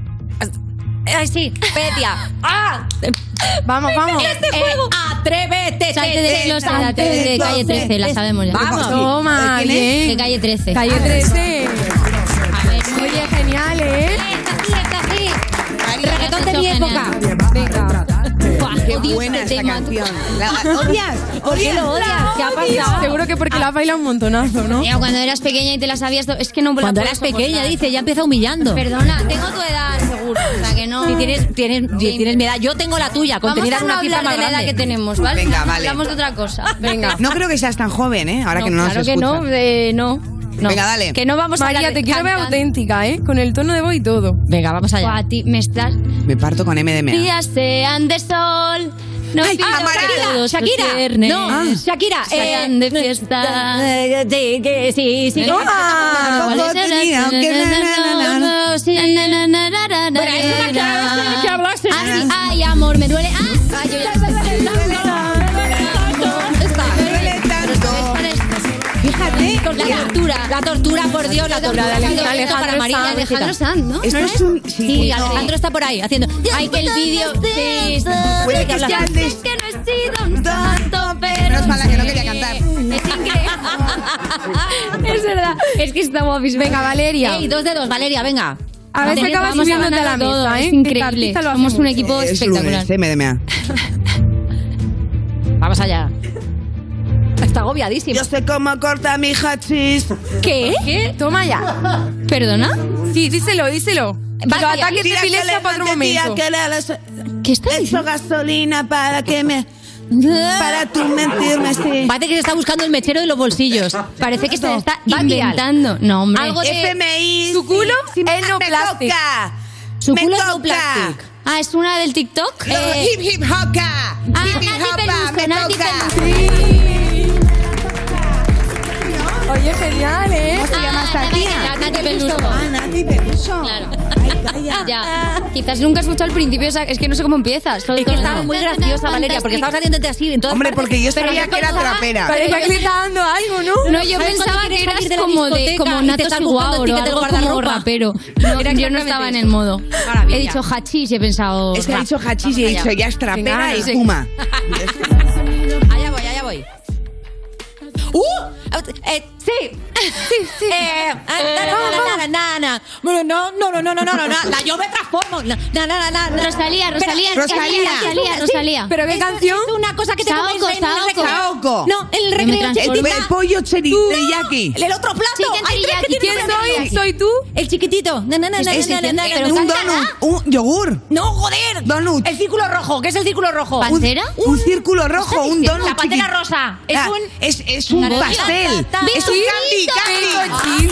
Speaker 4: Ay, sí, Petia. ¡Ah!
Speaker 14: Vamos, vamos.
Speaker 4: Este juego. Atrévete.
Speaker 23: Salte de los salte de calle trece, la sabemos ya.
Speaker 4: Vamos.
Speaker 14: Toma,
Speaker 3: ¿Quién es?
Speaker 23: De
Speaker 14: bien.
Speaker 23: calle trece.
Speaker 14: Calle trece.
Speaker 23: A ver, muy
Speaker 14: Oye, genial, ¿eh?
Speaker 4: Así, así. Reggaetón de mi
Speaker 23: Genial.
Speaker 4: época.
Speaker 14: Venga.
Speaker 23: Buah,
Speaker 3: Qué
Speaker 23: odio
Speaker 3: buena
Speaker 23: este
Speaker 3: esta
Speaker 23: tema.
Speaker 3: canción. La, ¿Odias?
Speaker 4: ¿Por qué lo odias? ¿Qué ha pasado?
Speaker 14: Seguro que porque la has bailado un montonazo, ¿no?
Speaker 23: Mira, cuando eras pequeña y te la sabías, es que no la
Speaker 4: Cuando
Speaker 23: puedo
Speaker 4: eras pequeña,
Speaker 23: soportar.
Speaker 4: dice, ya empieza humillando.
Speaker 23: Perdona, tengo tu edad, seguro. O sea, que no...
Speaker 4: Si tienes, tienes, si tienes mi edad, yo tengo la tuya,
Speaker 23: Vamos
Speaker 4: contenida
Speaker 23: a
Speaker 4: en
Speaker 23: no
Speaker 4: una cifra
Speaker 23: hablar
Speaker 4: más
Speaker 23: de la edad
Speaker 4: grande.
Speaker 23: que tenemos, ¿vale?
Speaker 3: Venga,
Speaker 23: No,
Speaker 3: vale.
Speaker 23: Hablamos de otra cosa. Venga.
Speaker 3: No creo que seas tan joven, ¿eh? Ahora que no nos
Speaker 23: claro que
Speaker 3: escuchas.
Speaker 23: no, eh, no. No.
Speaker 3: Venga, dale.
Speaker 23: Que no vamos a
Speaker 14: María,
Speaker 23: hablar de
Speaker 14: te quiero ver
Speaker 23: cantante.
Speaker 14: auténtica, ¿eh? Con el tono de voz y todo.
Speaker 4: Venga, vamos allá.
Speaker 23: Buah, a ti me estás...
Speaker 3: Me parto con M D M A.
Speaker 23: Días sean de sol. No
Speaker 3: Ay,
Speaker 23: pido
Speaker 3: ah,
Speaker 23: que
Speaker 3: Shakira,
Speaker 23: todos los
Speaker 4: Shakira,
Speaker 23: viernes
Speaker 4: no,
Speaker 3: Ah.
Speaker 4: Shakira,
Speaker 23: sean de fiesta.
Speaker 4: eh, sí, que sí, sí.
Speaker 23: No.
Speaker 3: Ah,
Speaker 23: ¿Cuál es
Speaker 3: poco
Speaker 23: el-
Speaker 3: tenía que na, na, na, na.
Speaker 23: Sí.
Speaker 4: Bueno, es una que hablaste, que hablaste.
Speaker 23: Ah, sí. Ay, amor, me duele. Ah, ay, yo ya
Speaker 3: Duele tanto. Fíjate.
Speaker 23: La tortura.
Speaker 4: La tortura, por Dios, la tortura.
Speaker 14: de
Speaker 4: Esto
Speaker 14: Alejandro
Speaker 4: para María,
Speaker 14: Sanz.
Speaker 23: Alejandro Sanz, ¿no?
Speaker 3: Esto
Speaker 23: ¿No
Speaker 3: es un... Sí,
Speaker 4: Sí,
Speaker 3: pues,
Speaker 4: Alejandro está por ahí haciendo.
Speaker 23: Ay, que el vídeo. Sí,
Speaker 3: Puede que sea el de...
Speaker 23: es que no he sido un tanto, pero.
Speaker 3: Menos mal la que no quería cantar.
Speaker 23: Es increíble. Es verdad. Es que está guapísimo.
Speaker 14: Venga, Valeria.
Speaker 4: Ey, dos dedos, Valeria, venga.
Speaker 14: A ver si
Speaker 23: Vamos
Speaker 14: acabas
Speaker 23: a
Speaker 14: subiéndote a la
Speaker 23: ganar todo,
Speaker 14: mesa, ¿eh?
Speaker 23: Es
Speaker 14: Que
Speaker 23: increíble.
Speaker 14: artista lo
Speaker 23: Somos
Speaker 14: hace
Speaker 23: un
Speaker 14: mucho.
Speaker 23: equipo
Speaker 3: Es
Speaker 23: espectacular.
Speaker 3: lunes, M D M A.
Speaker 4: Vamos allá. Está agobiadísima.
Speaker 3: Yo sé cómo corta mi hachís.
Speaker 23: ¿Qué? ¿Qué?
Speaker 14: Toma ya.
Speaker 23: ¿Perdona?
Speaker 14: Sí, díselo, díselo. Pero ataques de epilepsia para otro momento.
Speaker 23: ¿Qué está
Speaker 3: Echo gasolina para que me... Para tú mentirme, sí.
Speaker 4: Parece que se está buscando el mechero de los bolsillos.
Speaker 23: Parece que se lo está
Speaker 4: Batial.
Speaker 23: inventando. No, hombre.
Speaker 4: Algo de...
Speaker 3: F M I.
Speaker 14: Su culo
Speaker 3: sí,
Speaker 14: es no
Speaker 3: me
Speaker 14: plástico.
Speaker 3: toca.
Speaker 4: Su
Speaker 3: Me
Speaker 4: culo es no
Speaker 3: toca.
Speaker 4: plastic.
Speaker 23: Ah, ¿es una del TikTok?
Speaker 3: Eh, hip hip hoca.
Speaker 23: Ah,
Speaker 3: hip hip
Speaker 23: Nati
Speaker 3: hoca,
Speaker 23: Peluso,
Speaker 3: me
Speaker 23: Nati
Speaker 3: toca.
Speaker 14: Oye, genial, ¿eh?
Speaker 3: ¿Cómo se llama esta tía?
Speaker 23: Nati Peluso.
Speaker 3: Ah, Nati Peluso.
Speaker 23: Claro. Ya. Quizás nunca has escuchado el principio, es que no sé cómo empiezas.
Speaker 4: Es que estaba muy graciosa, Valeria, porque estaba saliendo así en todas
Speaker 3: Hombre,
Speaker 4: partes.
Speaker 3: porque yo
Speaker 4: Pero
Speaker 3: sabía que era
Speaker 4: pensaba-
Speaker 3: trapera.
Speaker 14: Parece que le está dando algo, ¿no?
Speaker 23: No, yo
Speaker 4: ¿Sabes
Speaker 23: pensaba
Speaker 4: cuando
Speaker 23: que
Speaker 4: quieres
Speaker 23: eras
Speaker 4: salir de la
Speaker 23: como de
Speaker 4: discoteca
Speaker 23: como
Speaker 4: y te
Speaker 23: Natos
Speaker 4: estás
Speaker 23: y
Speaker 4: buscando
Speaker 23: Guau,
Speaker 4: el ticket del
Speaker 23: algo como
Speaker 4: guardarropa?
Speaker 23: rapero.
Speaker 4: Era
Speaker 23: No, yo no
Speaker 4: exactamente
Speaker 23: estaba en
Speaker 4: eso.
Speaker 23: el modo.
Speaker 4: Maravilla.
Speaker 23: He dicho hachís y he pensado.
Speaker 3: Es que ha
Speaker 23: rap.
Speaker 3: dicho hachís y he
Speaker 23: Vamos
Speaker 3: dicho
Speaker 23: allá.
Speaker 3: ya es trapera
Speaker 23: Venga,
Speaker 3: y
Speaker 23: sí.
Speaker 3: fuma.
Speaker 4: Allá voy, allá voy. ¡Uh! Eh, sí, sí, sí. Eh, ah, na, na, na, na, na. Bueno, no, no, no, no, no, no, no, no. La yo me transformo. Na, na, na, na, na.
Speaker 23: Rosalía, Rosalía,
Speaker 4: Pero-
Speaker 23: Rosalía, Rosalía,
Speaker 4: Sí,
Speaker 23: Rosalía.
Speaker 14: ¿Pero qué
Speaker 4: es-
Speaker 14: canción?
Speaker 4: Es una cosa que te
Speaker 23: Saoko,
Speaker 4: comes en el
Speaker 23: Saoko.
Speaker 4: recreo.
Speaker 3: Saoko.
Speaker 4: No, en el
Speaker 23: Yo me
Speaker 4: recreo.
Speaker 23: transformo.
Speaker 3: El, el pollo cheri- teriyaki.
Speaker 4: El otro plato.
Speaker 23: Chicken
Speaker 4: Hay tres que
Speaker 23: teriyaki.
Speaker 4: tienen
Speaker 14: ¿Quién
Speaker 4: nombre
Speaker 14: soy?
Speaker 4: teriyaki.
Speaker 14: ¿Soy tú?
Speaker 4: El chiquitito. Na, na, na, na,
Speaker 3: Es
Speaker 4: na, na, na,
Speaker 23: pero
Speaker 4: na,
Speaker 3: un
Speaker 4: na,
Speaker 3: donut,
Speaker 4: na.
Speaker 3: un yogur.
Speaker 4: No, joder.
Speaker 3: Donut.
Speaker 4: El círculo rojo. ¿Qué es el círculo rojo?
Speaker 3: Un,
Speaker 23: ¿Pantera?
Speaker 3: un círculo rojo, un donut.
Speaker 4: La pantera
Speaker 3: chiquit-
Speaker 4: rosa. Es
Speaker 3: Ah,
Speaker 4: un...
Speaker 3: es, es un
Speaker 23: Una
Speaker 3: pastel.
Speaker 4: ta, ta,
Speaker 3: Es un candy, candy.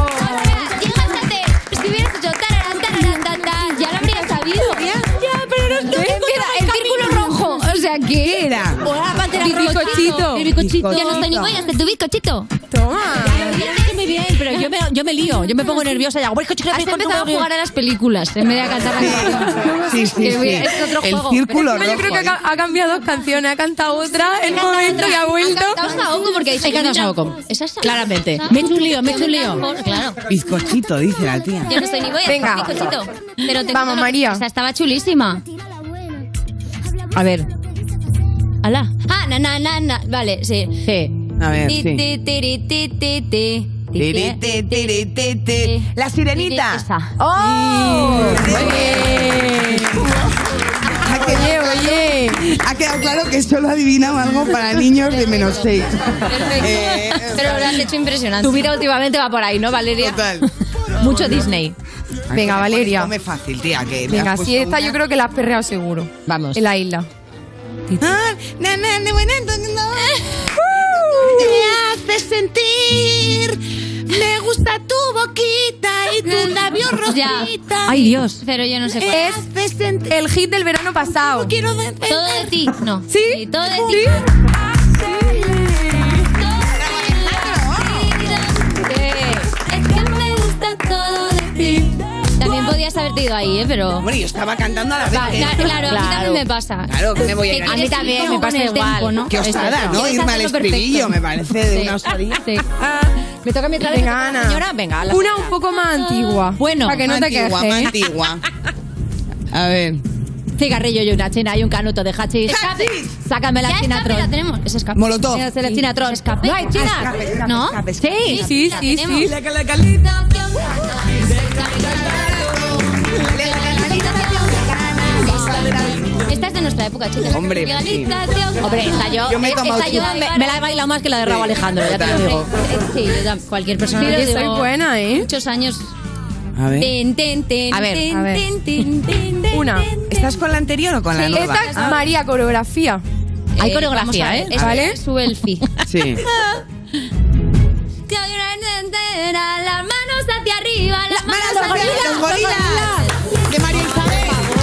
Speaker 23: Fíjate, si hubieras hecho tararán, tararán, ta, ta, ya lo habría sabido.
Speaker 4: Ya, pero no es lo mismo.
Speaker 23: Empieza el círculo rojo. O sea, ¿qué?
Speaker 3: ¿Qué era?
Speaker 4: O la pantera
Speaker 14: Mi
Speaker 4: rosa.
Speaker 14: bizcochito.
Speaker 23: El bizcochito.
Speaker 3: Bizcochito.
Speaker 23: Ya no estoy ni voy a hacer tu bizcochito.
Speaker 14: Toma.
Speaker 4: Muy bien, pero yo me, yo me lío, yo me pongo nerviosa y hago...
Speaker 23: Has empezado a jugar a las películas en vez de a cantar la canción.
Speaker 3: Sí, sí,
Speaker 23: Que
Speaker 3: sí.
Speaker 23: es otro
Speaker 3: El
Speaker 23: juego.
Speaker 3: círculo
Speaker 14: Pero yo creo
Speaker 3: rojo.
Speaker 14: que ha, ha cambiado dos canciones. Ha cantado otra en un momento y ha vuelto.
Speaker 23: Ha cantado Saoko porque
Speaker 4: He cantado Saoko.
Speaker 23: Esa es Saoko.
Speaker 4: Claramente.
Speaker 23: Saoko.
Speaker 4: Me he hecho un lío, me he hecho un lío.
Speaker 23: Claro.
Speaker 3: Bizcochito, dice la tía.
Speaker 23: Yo no estoy ni voy a
Speaker 14: Venga.
Speaker 23: hacer bizcochito. Pero te
Speaker 14: Vamos,
Speaker 23: digo,
Speaker 14: María.
Speaker 23: O sea, estaba chulísima.
Speaker 4: A ver.
Speaker 23: Ala. Ah, na, na, na, na. Vale, sí.
Speaker 4: Sí.
Speaker 3: A ver,
Speaker 23: Ti,
Speaker 3: sí.
Speaker 23: ti, tiri, ti, ti, ti.
Speaker 3: Tiri, ti, tiri, ti, ti. La sirenita.
Speaker 23: Esa.
Speaker 4: ¡Oh!
Speaker 3: Muy bien. Ha quedado,
Speaker 14: Oye, oye.
Speaker 3: ha quedado claro que solo adivinaba algo para niños de menos seis.
Speaker 23: Perfecto.
Speaker 3: Eh,
Speaker 23: Pero lo has hecho impresionante.
Speaker 4: Tu vida últimamente va por ahí, ¿no, Valeria?
Speaker 3: Total.
Speaker 4: Mucho Disney.
Speaker 14: Venga, Valeria.
Speaker 3: Come fácil, tía. Que me
Speaker 14: Venga,
Speaker 3: has
Speaker 14: si
Speaker 3: puesto
Speaker 14: esta
Speaker 3: una-
Speaker 14: yo creo que la has perreado seguro.
Speaker 4: Vamos.
Speaker 14: En la isla.
Speaker 3: Ah, na, na, na, na, na, na. Te hace sentir. Me gusta tu boquita y tu labio
Speaker 23: Ya.
Speaker 3: rosita.
Speaker 4: Ay, Dios.
Speaker 23: Pero yo no sé cuál.
Speaker 14: Es
Speaker 3: Hace sentir.
Speaker 14: el hit del verano pasado.
Speaker 3: Quiero de-
Speaker 23: Todo de ti. No.
Speaker 14: ¿Sí?
Speaker 23: Todo de ti.
Speaker 14: ¿Sí?
Speaker 23: Es que me gusta todo de ti. También podías haberte ido ahí, ¿eh? Pero...
Speaker 3: Hombre, yo estaba cantando a la vez.
Speaker 23: Va,
Speaker 3: ¿eh?
Speaker 23: claro, claro, a mí
Speaker 4: Claro.
Speaker 23: también me pasa.
Speaker 3: Claro, que me voy a ir
Speaker 23: Que
Speaker 3: a-
Speaker 4: A mí
Speaker 23: quieres
Speaker 4: también,
Speaker 23: ir
Speaker 4: me
Speaker 23: con
Speaker 4: pasa
Speaker 23: el
Speaker 4: igual.
Speaker 23: tempo, ¿no?
Speaker 3: Qué
Speaker 23: Es
Speaker 3: osada,
Speaker 23: eso.
Speaker 3: ¿no?
Speaker 23: Quieres
Speaker 3: Irme al
Speaker 23: hacerlo perfecto.
Speaker 3: estribillo, me parece de
Speaker 23: Sí.
Speaker 3: una osadía.
Speaker 23: Sí.
Speaker 4: ¿Me toca a mí otra vez?
Speaker 14: Venga,
Speaker 4: ¿Me toca a la
Speaker 14: Ana.
Speaker 4: señora? Venga, la
Speaker 14: Una
Speaker 4: señora.
Speaker 14: un poco más antigua.
Speaker 4: Bueno,
Speaker 14: Para que no te
Speaker 3: Antigua,
Speaker 14: quejes.
Speaker 3: más
Speaker 14: ¿eh?
Speaker 3: antigua. A ver.
Speaker 4: Cigarrillo y una china y un canuto de hachís.
Speaker 3: ¡Hachís!
Speaker 4: Sácame la
Speaker 23: Ya
Speaker 4: china
Speaker 23: escape, la
Speaker 4: tron.
Speaker 23: tenemos. Es escape.
Speaker 3: Molotov.
Speaker 4: Mira, se la china tron.
Speaker 23: Escape.
Speaker 4: No hay china.
Speaker 3: Escape, escape,
Speaker 23: ¿No?
Speaker 3: escape, escape.
Speaker 4: Sí.
Speaker 14: Sí,
Speaker 23: la
Speaker 14: sí,
Speaker 23: tenemos.
Speaker 14: sí.
Speaker 23: Esta es de nuestra época, chicas.
Speaker 3: Hombre,
Speaker 23: Legalización.
Speaker 4: Hombre, esta yo,
Speaker 3: Yo me he
Speaker 4: esta
Speaker 3: tomado
Speaker 4: yo
Speaker 3: su-
Speaker 4: me, me la he bailado más que la de Raúl Alejandro, ya te lo digo.
Speaker 23: Sí, yo tam- cualquier persona.
Speaker 14: Oye,
Speaker 23: lo
Speaker 14: soy
Speaker 23: digo,
Speaker 14: buena, ¿eh?
Speaker 23: Muchos años.
Speaker 3: A ver.
Speaker 23: Ten, ten, ten,
Speaker 4: A ver,
Speaker 23: ten,
Speaker 14: a ver.
Speaker 23: ten, ten, ten, ten,
Speaker 14: Una.
Speaker 23: ten, ten.
Speaker 3: ¿Estás con la anterior o con la
Speaker 23: Sí,
Speaker 3: nueva?
Speaker 14: Esta es
Speaker 3: Ah,
Speaker 14: María, coreografía.
Speaker 4: Hay
Speaker 23: Eh,
Speaker 4: coreografía,
Speaker 23: vamos a
Speaker 4: ¿eh?
Speaker 23: ver, es-
Speaker 14: ¿Vale?
Speaker 23: Sube el fi.
Speaker 3: sí.
Speaker 23: Que hay una entera, las manos hacia arriba, las manos
Speaker 3: ¡Manos
Speaker 23: hacia
Speaker 3: arriba,
Speaker 23: arriba.
Speaker 3: los gorilas! De María Isabel.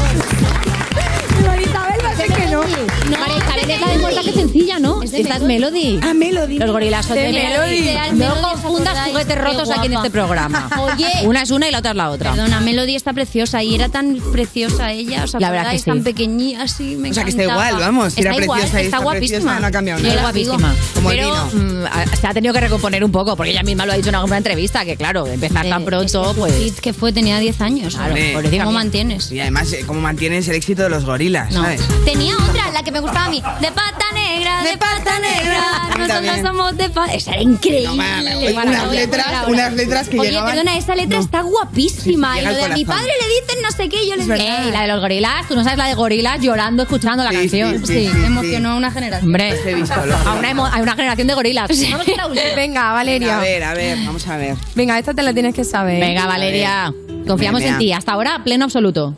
Speaker 14: Isabel va a ser que no.
Speaker 23: No,
Speaker 4: María Isabel es la de Muerta que sencilla, ¿no?
Speaker 23: Es de
Speaker 4: Esta es Melody.
Speaker 3: Ah, Melody.
Speaker 4: Los gorilas son
Speaker 14: De
Speaker 4: de
Speaker 14: Melody.
Speaker 23: Real
Speaker 4: No
Speaker 23: Melody, ¿os
Speaker 4: confundas
Speaker 23: acordáis?
Speaker 4: juguetes
Speaker 23: Qué
Speaker 4: rotos aquí en
Speaker 23: guapa.
Speaker 4: este programa.
Speaker 23: Oye.
Speaker 4: Una es una y la otra es la otra.
Speaker 23: Perdona, Melody está preciosa y era tan preciosa ella, o sea,
Speaker 4: La verdad que sí.
Speaker 23: tan pequeña, así me
Speaker 3: O sea, que está
Speaker 23: encantaba.
Speaker 3: igual, vamos, si era
Speaker 23: Está igual,
Speaker 3: preciosa y
Speaker 23: está
Speaker 3: está
Speaker 23: guapísima.
Speaker 3: preciosa, no ha cambiado
Speaker 23: Yo
Speaker 3: nada.
Speaker 23: la
Speaker 4: Guapísima.
Speaker 23: digo.
Speaker 3: Como el
Speaker 4: Pero
Speaker 3: vino.
Speaker 4: mm, a- se ha tenido que recomponer un poco, porque ella misma lo ha dicho en alguna entrevista, que claro, empezar tan
Speaker 23: Eh,
Speaker 4: pronto,
Speaker 23: es que su
Speaker 4: pues...
Speaker 23: hit que fue, tenía diez años.
Speaker 4: Claro,
Speaker 3: Hombre,
Speaker 4: pobrecita
Speaker 23: ¿Cómo
Speaker 4: mía.
Speaker 23: mantienes?
Speaker 3: Y además, eh, cómo mantienes el éxito de los gorilas,
Speaker 23: No.
Speaker 3: ¿sabes?
Speaker 23: Tenía otra, la que me gustaba a mí. De pata negra, de,
Speaker 3: De
Speaker 23: pata
Speaker 3: pata
Speaker 23: negra.
Speaker 3: negra.
Speaker 23: Nosotros
Speaker 3: También.
Speaker 23: somos de pata. Esa era increíble.
Speaker 3: No, mames,
Speaker 23: Bueno,
Speaker 3: unas
Speaker 23: la voy a poner
Speaker 3: letras-
Speaker 23: ahora.
Speaker 3: unas letras que
Speaker 23: Oye,
Speaker 3: llegaban-
Speaker 23: perdona, esa letra
Speaker 3: No.
Speaker 23: está guapísima.
Speaker 3: Sí, sí,
Speaker 23: y lo
Speaker 3: llega
Speaker 23: de
Speaker 3: al
Speaker 23: a mi
Speaker 3: corazón.
Speaker 23: padre le dicen no sé qué, yo le
Speaker 3: Es
Speaker 23: digo.
Speaker 3: verdad.
Speaker 4: Eh, y la de los gorilas, tú no sabes la de gorilas llorando escuchando la
Speaker 3: Sí,
Speaker 4: canción.
Speaker 3: sí, sí, sí,
Speaker 23: emocionó a una generación.
Speaker 4: Hombre,
Speaker 3: Los he visto, los he
Speaker 4: a una, emo- a una generación de gorilas. Vamos con la última.
Speaker 14: Venga, Valeria.
Speaker 3: A ver, a ver, vamos a ver.
Speaker 14: Venga, esta te la tienes que saber.
Speaker 4: Venga, Valeria, confiamos
Speaker 3: Venga.
Speaker 4: en ti. Hasta ahora, pleno absoluto.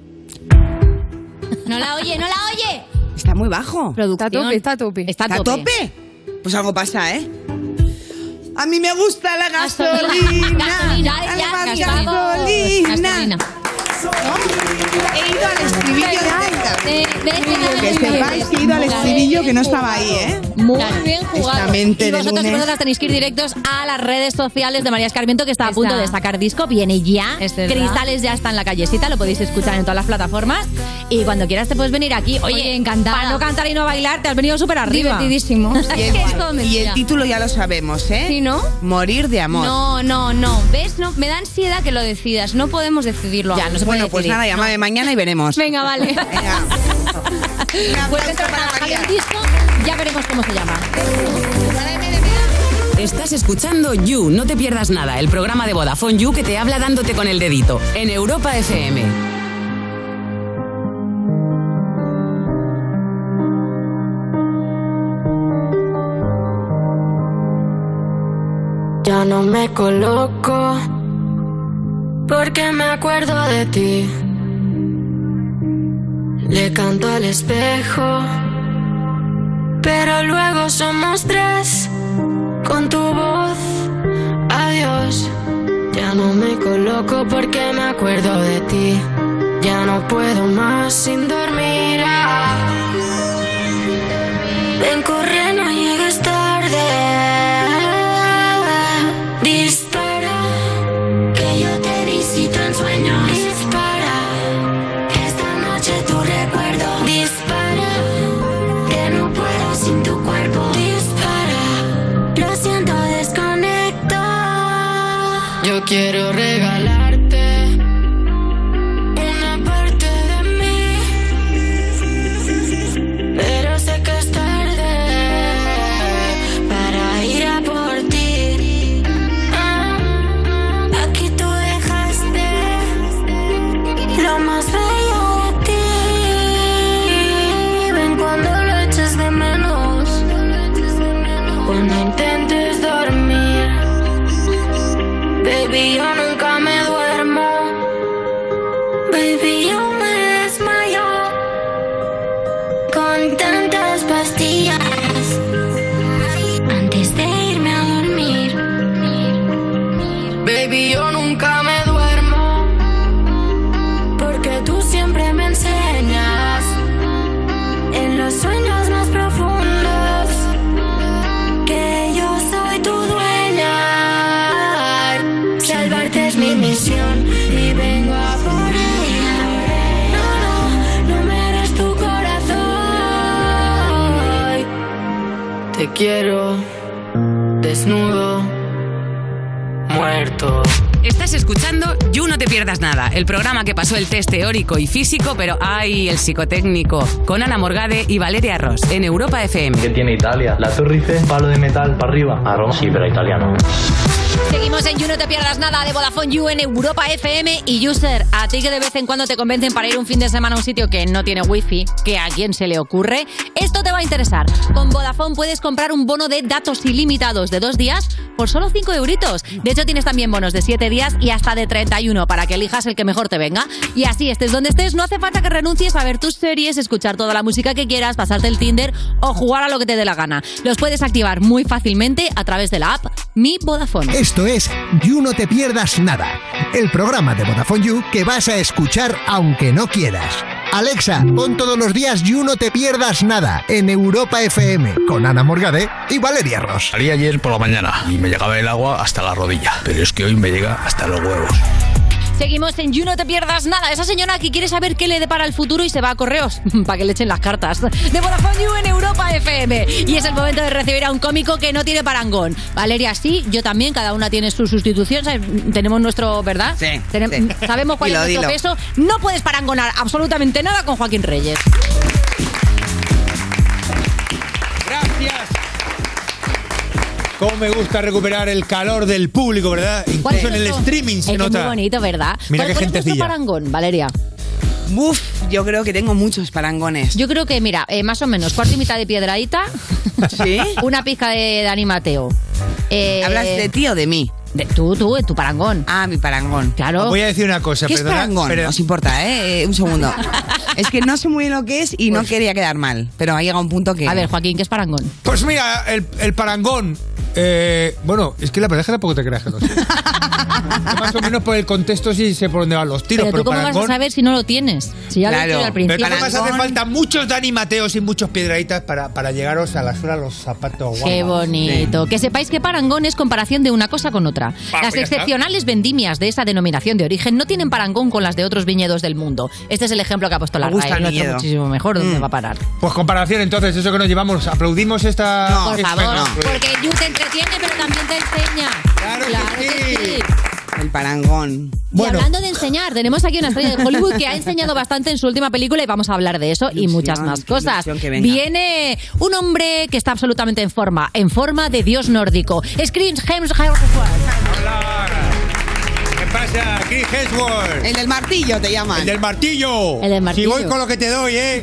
Speaker 23: No la oye, no la oye.
Speaker 3: Está muy bajo.
Speaker 14: Está a tope, está a tope.
Speaker 4: Está a
Speaker 3: ¿Está a
Speaker 4: tope.
Speaker 3: tope? Pues algo pasa, ¿eh? A mí me gusta la
Speaker 23: Gasolina.
Speaker 3: gasolina.
Speaker 23: Gasolina,
Speaker 3: Dale
Speaker 23: ya,
Speaker 3: más
Speaker 23: gasolina.
Speaker 3: gasolina.
Speaker 23: Gasolina.
Speaker 3: He ido al estribillo directamente. Que sepáis que he ido al estribillo que no estaba ahí, ¿eh?
Speaker 4: Muy bien jugado.
Speaker 3: Esta mente
Speaker 4: Y
Speaker 3: de
Speaker 4: vosotros,
Speaker 3: lunes.
Speaker 4: vosotras tenéis que ir directos a las redes sociales de María Escarmiento, que está a
Speaker 23: Está.
Speaker 4: punto de sacar disco. Viene ya.
Speaker 23: Es verdad.
Speaker 4: Cristales ya está en la callecita, lo podéis escuchar en todas las plataformas. Y cuando quieras te puedes venir aquí. Oye,
Speaker 23: Oye, encantada.
Speaker 4: para no cantar y no bailar, te has venido súper arriba.
Speaker 23: Divertidísimo.
Speaker 3: Y el,
Speaker 23: Es que es todo
Speaker 3: y el
Speaker 23: mentira.
Speaker 3: título ya lo sabemos, ¿eh?
Speaker 23: ¿Sí, no?
Speaker 3: Morir de amor.
Speaker 23: No, no, no. ¿Ves? No, me da ansiedad que lo decidas. No podemos decidirlo.
Speaker 4: Ya,
Speaker 23: aún.
Speaker 4: no se puede
Speaker 3: Bueno, pues
Speaker 4: decidir.
Speaker 3: nada, llámame mañana y veremos.
Speaker 23: Venga, vale.
Speaker 3: Venga. Un
Speaker 4: Pues
Speaker 3: aplauso
Speaker 4: dentro
Speaker 3: para
Speaker 4: para
Speaker 3: María.
Speaker 4: el disco, ya veremos cómo se llama.
Speaker 7: Estás escuchando You, no te pierdas nada, el programa de Vodafone You que te habla dándote con el dedito, en Europa F M.
Speaker 2: Ya no me coloco porque me acuerdo de ti. Le canto al espejo, pero luego somos tres con tu voz. Adiós. Ya no me coloco porque me acuerdo de ti. Ya no puedo más sin dormir. Ah. Ven, corre, no llegues tarde. Dispara, que yo te visito en sueños. Dispara, esta noche tu recuerdo. Dispara, que no puedo sin tu cuerpo. Dispara, lo siento, desconecto. Yo quiero regalarte una parte de mí, pero sé que es tarde para ir a por ti. Ah, aquí tú dejaste lo más bello de ti. Ven cuando lo eches de menos, cuando intentes dormir. Baby, yo nunca me duermo. Baby, yo me desmayo con tantas pastillas antes de irme a dormir. Baby, yo nunca me duermo porque tú siempre me enseñas en los sueños más profundos que yo soy tu dueña. Salvarte es mi misión y vengo a por ella. No, no, no me des tu corazón. Te quiero desnudo, muerto.
Speaker 7: Estás escuchando You, no te pierdas nada, el programa que pasó el test teórico y físico, pero ¡ay! El psicotécnico, con Ana Morgade y Valeria Ross, en Europa F M.
Speaker 9: ¿Qué tiene Italia? La Torre Eiffel, palo de metal para arriba. A Roma. Sí, pero italiano.
Speaker 4: Seguimos en You, no te pierdas nada de Vodafone You en Europa F M. Y User, a ti que de vez en cuando te convencen para ir un fin de semana a un sitio que no tiene wifi, que a quién se le ocurre, esto te va a interesar. Con Vodafone puedes comprar un bono de datos ilimitados de dos días por solo cinco euritos. De hecho, tienes también bonos de siete días y hasta de treinta y uno para que elijas el que mejor te venga. Y así estés donde estés, no hace falta que renuncies a ver tus series, escuchar toda la música que quieras, pasarte el Tinder o jugar a lo que te dé la gana. Los puedes activar muy fácilmente a través de la app Mi Vodafone.
Speaker 11: Esto es You, no te pierdas nada, el programa de Vodafone You que vas a escuchar aunque no quieras. Alexa, pon todos los días You, no te pierdas nada en Europa F M con Ana Morgade y Valeria Ross.
Speaker 10: Salí ayer por la mañana y me llegaba el agua hasta la rodilla, pero es que hoy me llega hasta los huevos.
Speaker 4: Seguimos en You, no te pierdas nada. Esa señora que quiere saber qué le depara el futuro y se va a correos para que le echen las cartas. De Vodafone You en Europa F M. Y es el momento de recibir a un cómico que no tiene parangón. Valeria sí, yo también, cada una tiene su sustitución. ¿Sabes? Tenemos nuestro, ¿verdad?
Speaker 3: Sí,
Speaker 4: Tenem-
Speaker 3: sí.
Speaker 4: Sabemos cuál
Speaker 3: Dilo,
Speaker 4: es nuestro
Speaker 3: dilo.
Speaker 4: peso. No puedes parangonar absolutamente nada con Joaquín Reyes.
Speaker 16: Gracias. Cómo me gusta recuperar el calor del público, ¿verdad?
Speaker 4: ¿Cuál es
Speaker 16: Incluso en el
Speaker 4: nuestro-
Speaker 16: streaming se
Speaker 4: es que es
Speaker 16: nota.
Speaker 4: muy bonito, ¿verdad?
Speaker 16: Mira
Speaker 4: ¿Cuál-
Speaker 16: qué
Speaker 4: cuál es nuestro
Speaker 16: gentecilla.
Speaker 4: parangón, Valeria?
Speaker 3: Uf, yo creo que tengo muchos parangones.
Speaker 4: Yo creo que, mira, eh, más o menos, cuarto y mitad de Piedradita.
Speaker 3: ¿Sí?
Speaker 4: Una pizca de Dani Mateo. Eh,
Speaker 3: ¿Hablas de ti o de mí?
Speaker 4: De, tú, tú, tu parangón.
Speaker 3: Ah, mi parangón.
Speaker 4: Claro.
Speaker 16: Voy a decir una cosa,
Speaker 3: ¿Qué es
Speaker 16: perdona,
Speaker 3: parangón?
Speaker 16: pero-
Speaker 3: Os importa, ¿eh? Eh, Un segundo. Es que no sé muy bien lo que es y no quería quedar mal, pero ha llegado un punto que...
Speaker 4: A ver, Joaquín, ¿qué es parangón?
Speaker 16: Pues mira, el, el parangón Eh, bueno, es que la verdad es que tampoco te creas que lo sé. Más o menos por el contexto sí sé por dónde van los tiros.
Speaker 4: Pero,
Speaker 16: Pero
Speaker 4: tú cómo
Speaker 16: parangón,
Speaker 4: vas a saber si no lo tienes. Si ya
Speaker 3: Claro.
Speaker 4: lo he dicho al principio.
Speaker 16: pero además hace falta muchos Dani Mateos y muchos Piedraítas para, para llegaros a la suela los zapatos guapos.
Speaker 4: Qué bonito. Que sepáis que parangón es comparación de una cosa con otra.
Speaker 16: Ah,
Speaker 4: Las
Speaker 16: pues ya está.
Speaker 4: excepcionales vendimias de esa denominación de origen no tienen parangón con las de otros viñedos del mundo. Este es el ejemplo que ha puesto la
Speaker 3: Me gusta
Speaker 4: R A E.
Speaker 3: el
Speaker 4: Lo ha hecho
Speaker 3: viñedo.
Speaker 4: muchísimo mejor. ¿Dónde
Speaker 3: Mm.
Speaker 4: va a parar?
Speaker 16: Pues comparación, entonces, eso que nos llevamos. ¿Aplaudimos esta...?
Speaker 3: No,
Speaker 4: Por
Speaker 16: esta-
Speaker 4: favor.
Speaker 16: no.
Speaker 4: Porque You te entretiene, pero también te enseña.
Speaker 16: Claro que sí.
Speaker 3: El parangón.
Speaker 4: Y hablando de enseñar, tenemos aquí una estrella de Hollywood que ha enseñado bastante en su última película y vamos a hablar de eso y
Speaker 3: Ilusión,
Speaker 4: muchas más
Speaker 3: qué
Speaker 4: cosas.
Speaker 3: ilusión que venga.
Speaker 4: Viene un hombre que está absolutamente en forma, en forma de dios nórdico. Es Chris Hemsworth.
Speaker 16: Hola. ¿Qué pasa, Chris Hemsworth?
Speaker 3: El del martillo te llaman.
Speaker 16: El del martillo.
Speaker 4: El del martillo.
Speaker 16: Si voy con lo que te doy, ¿eh?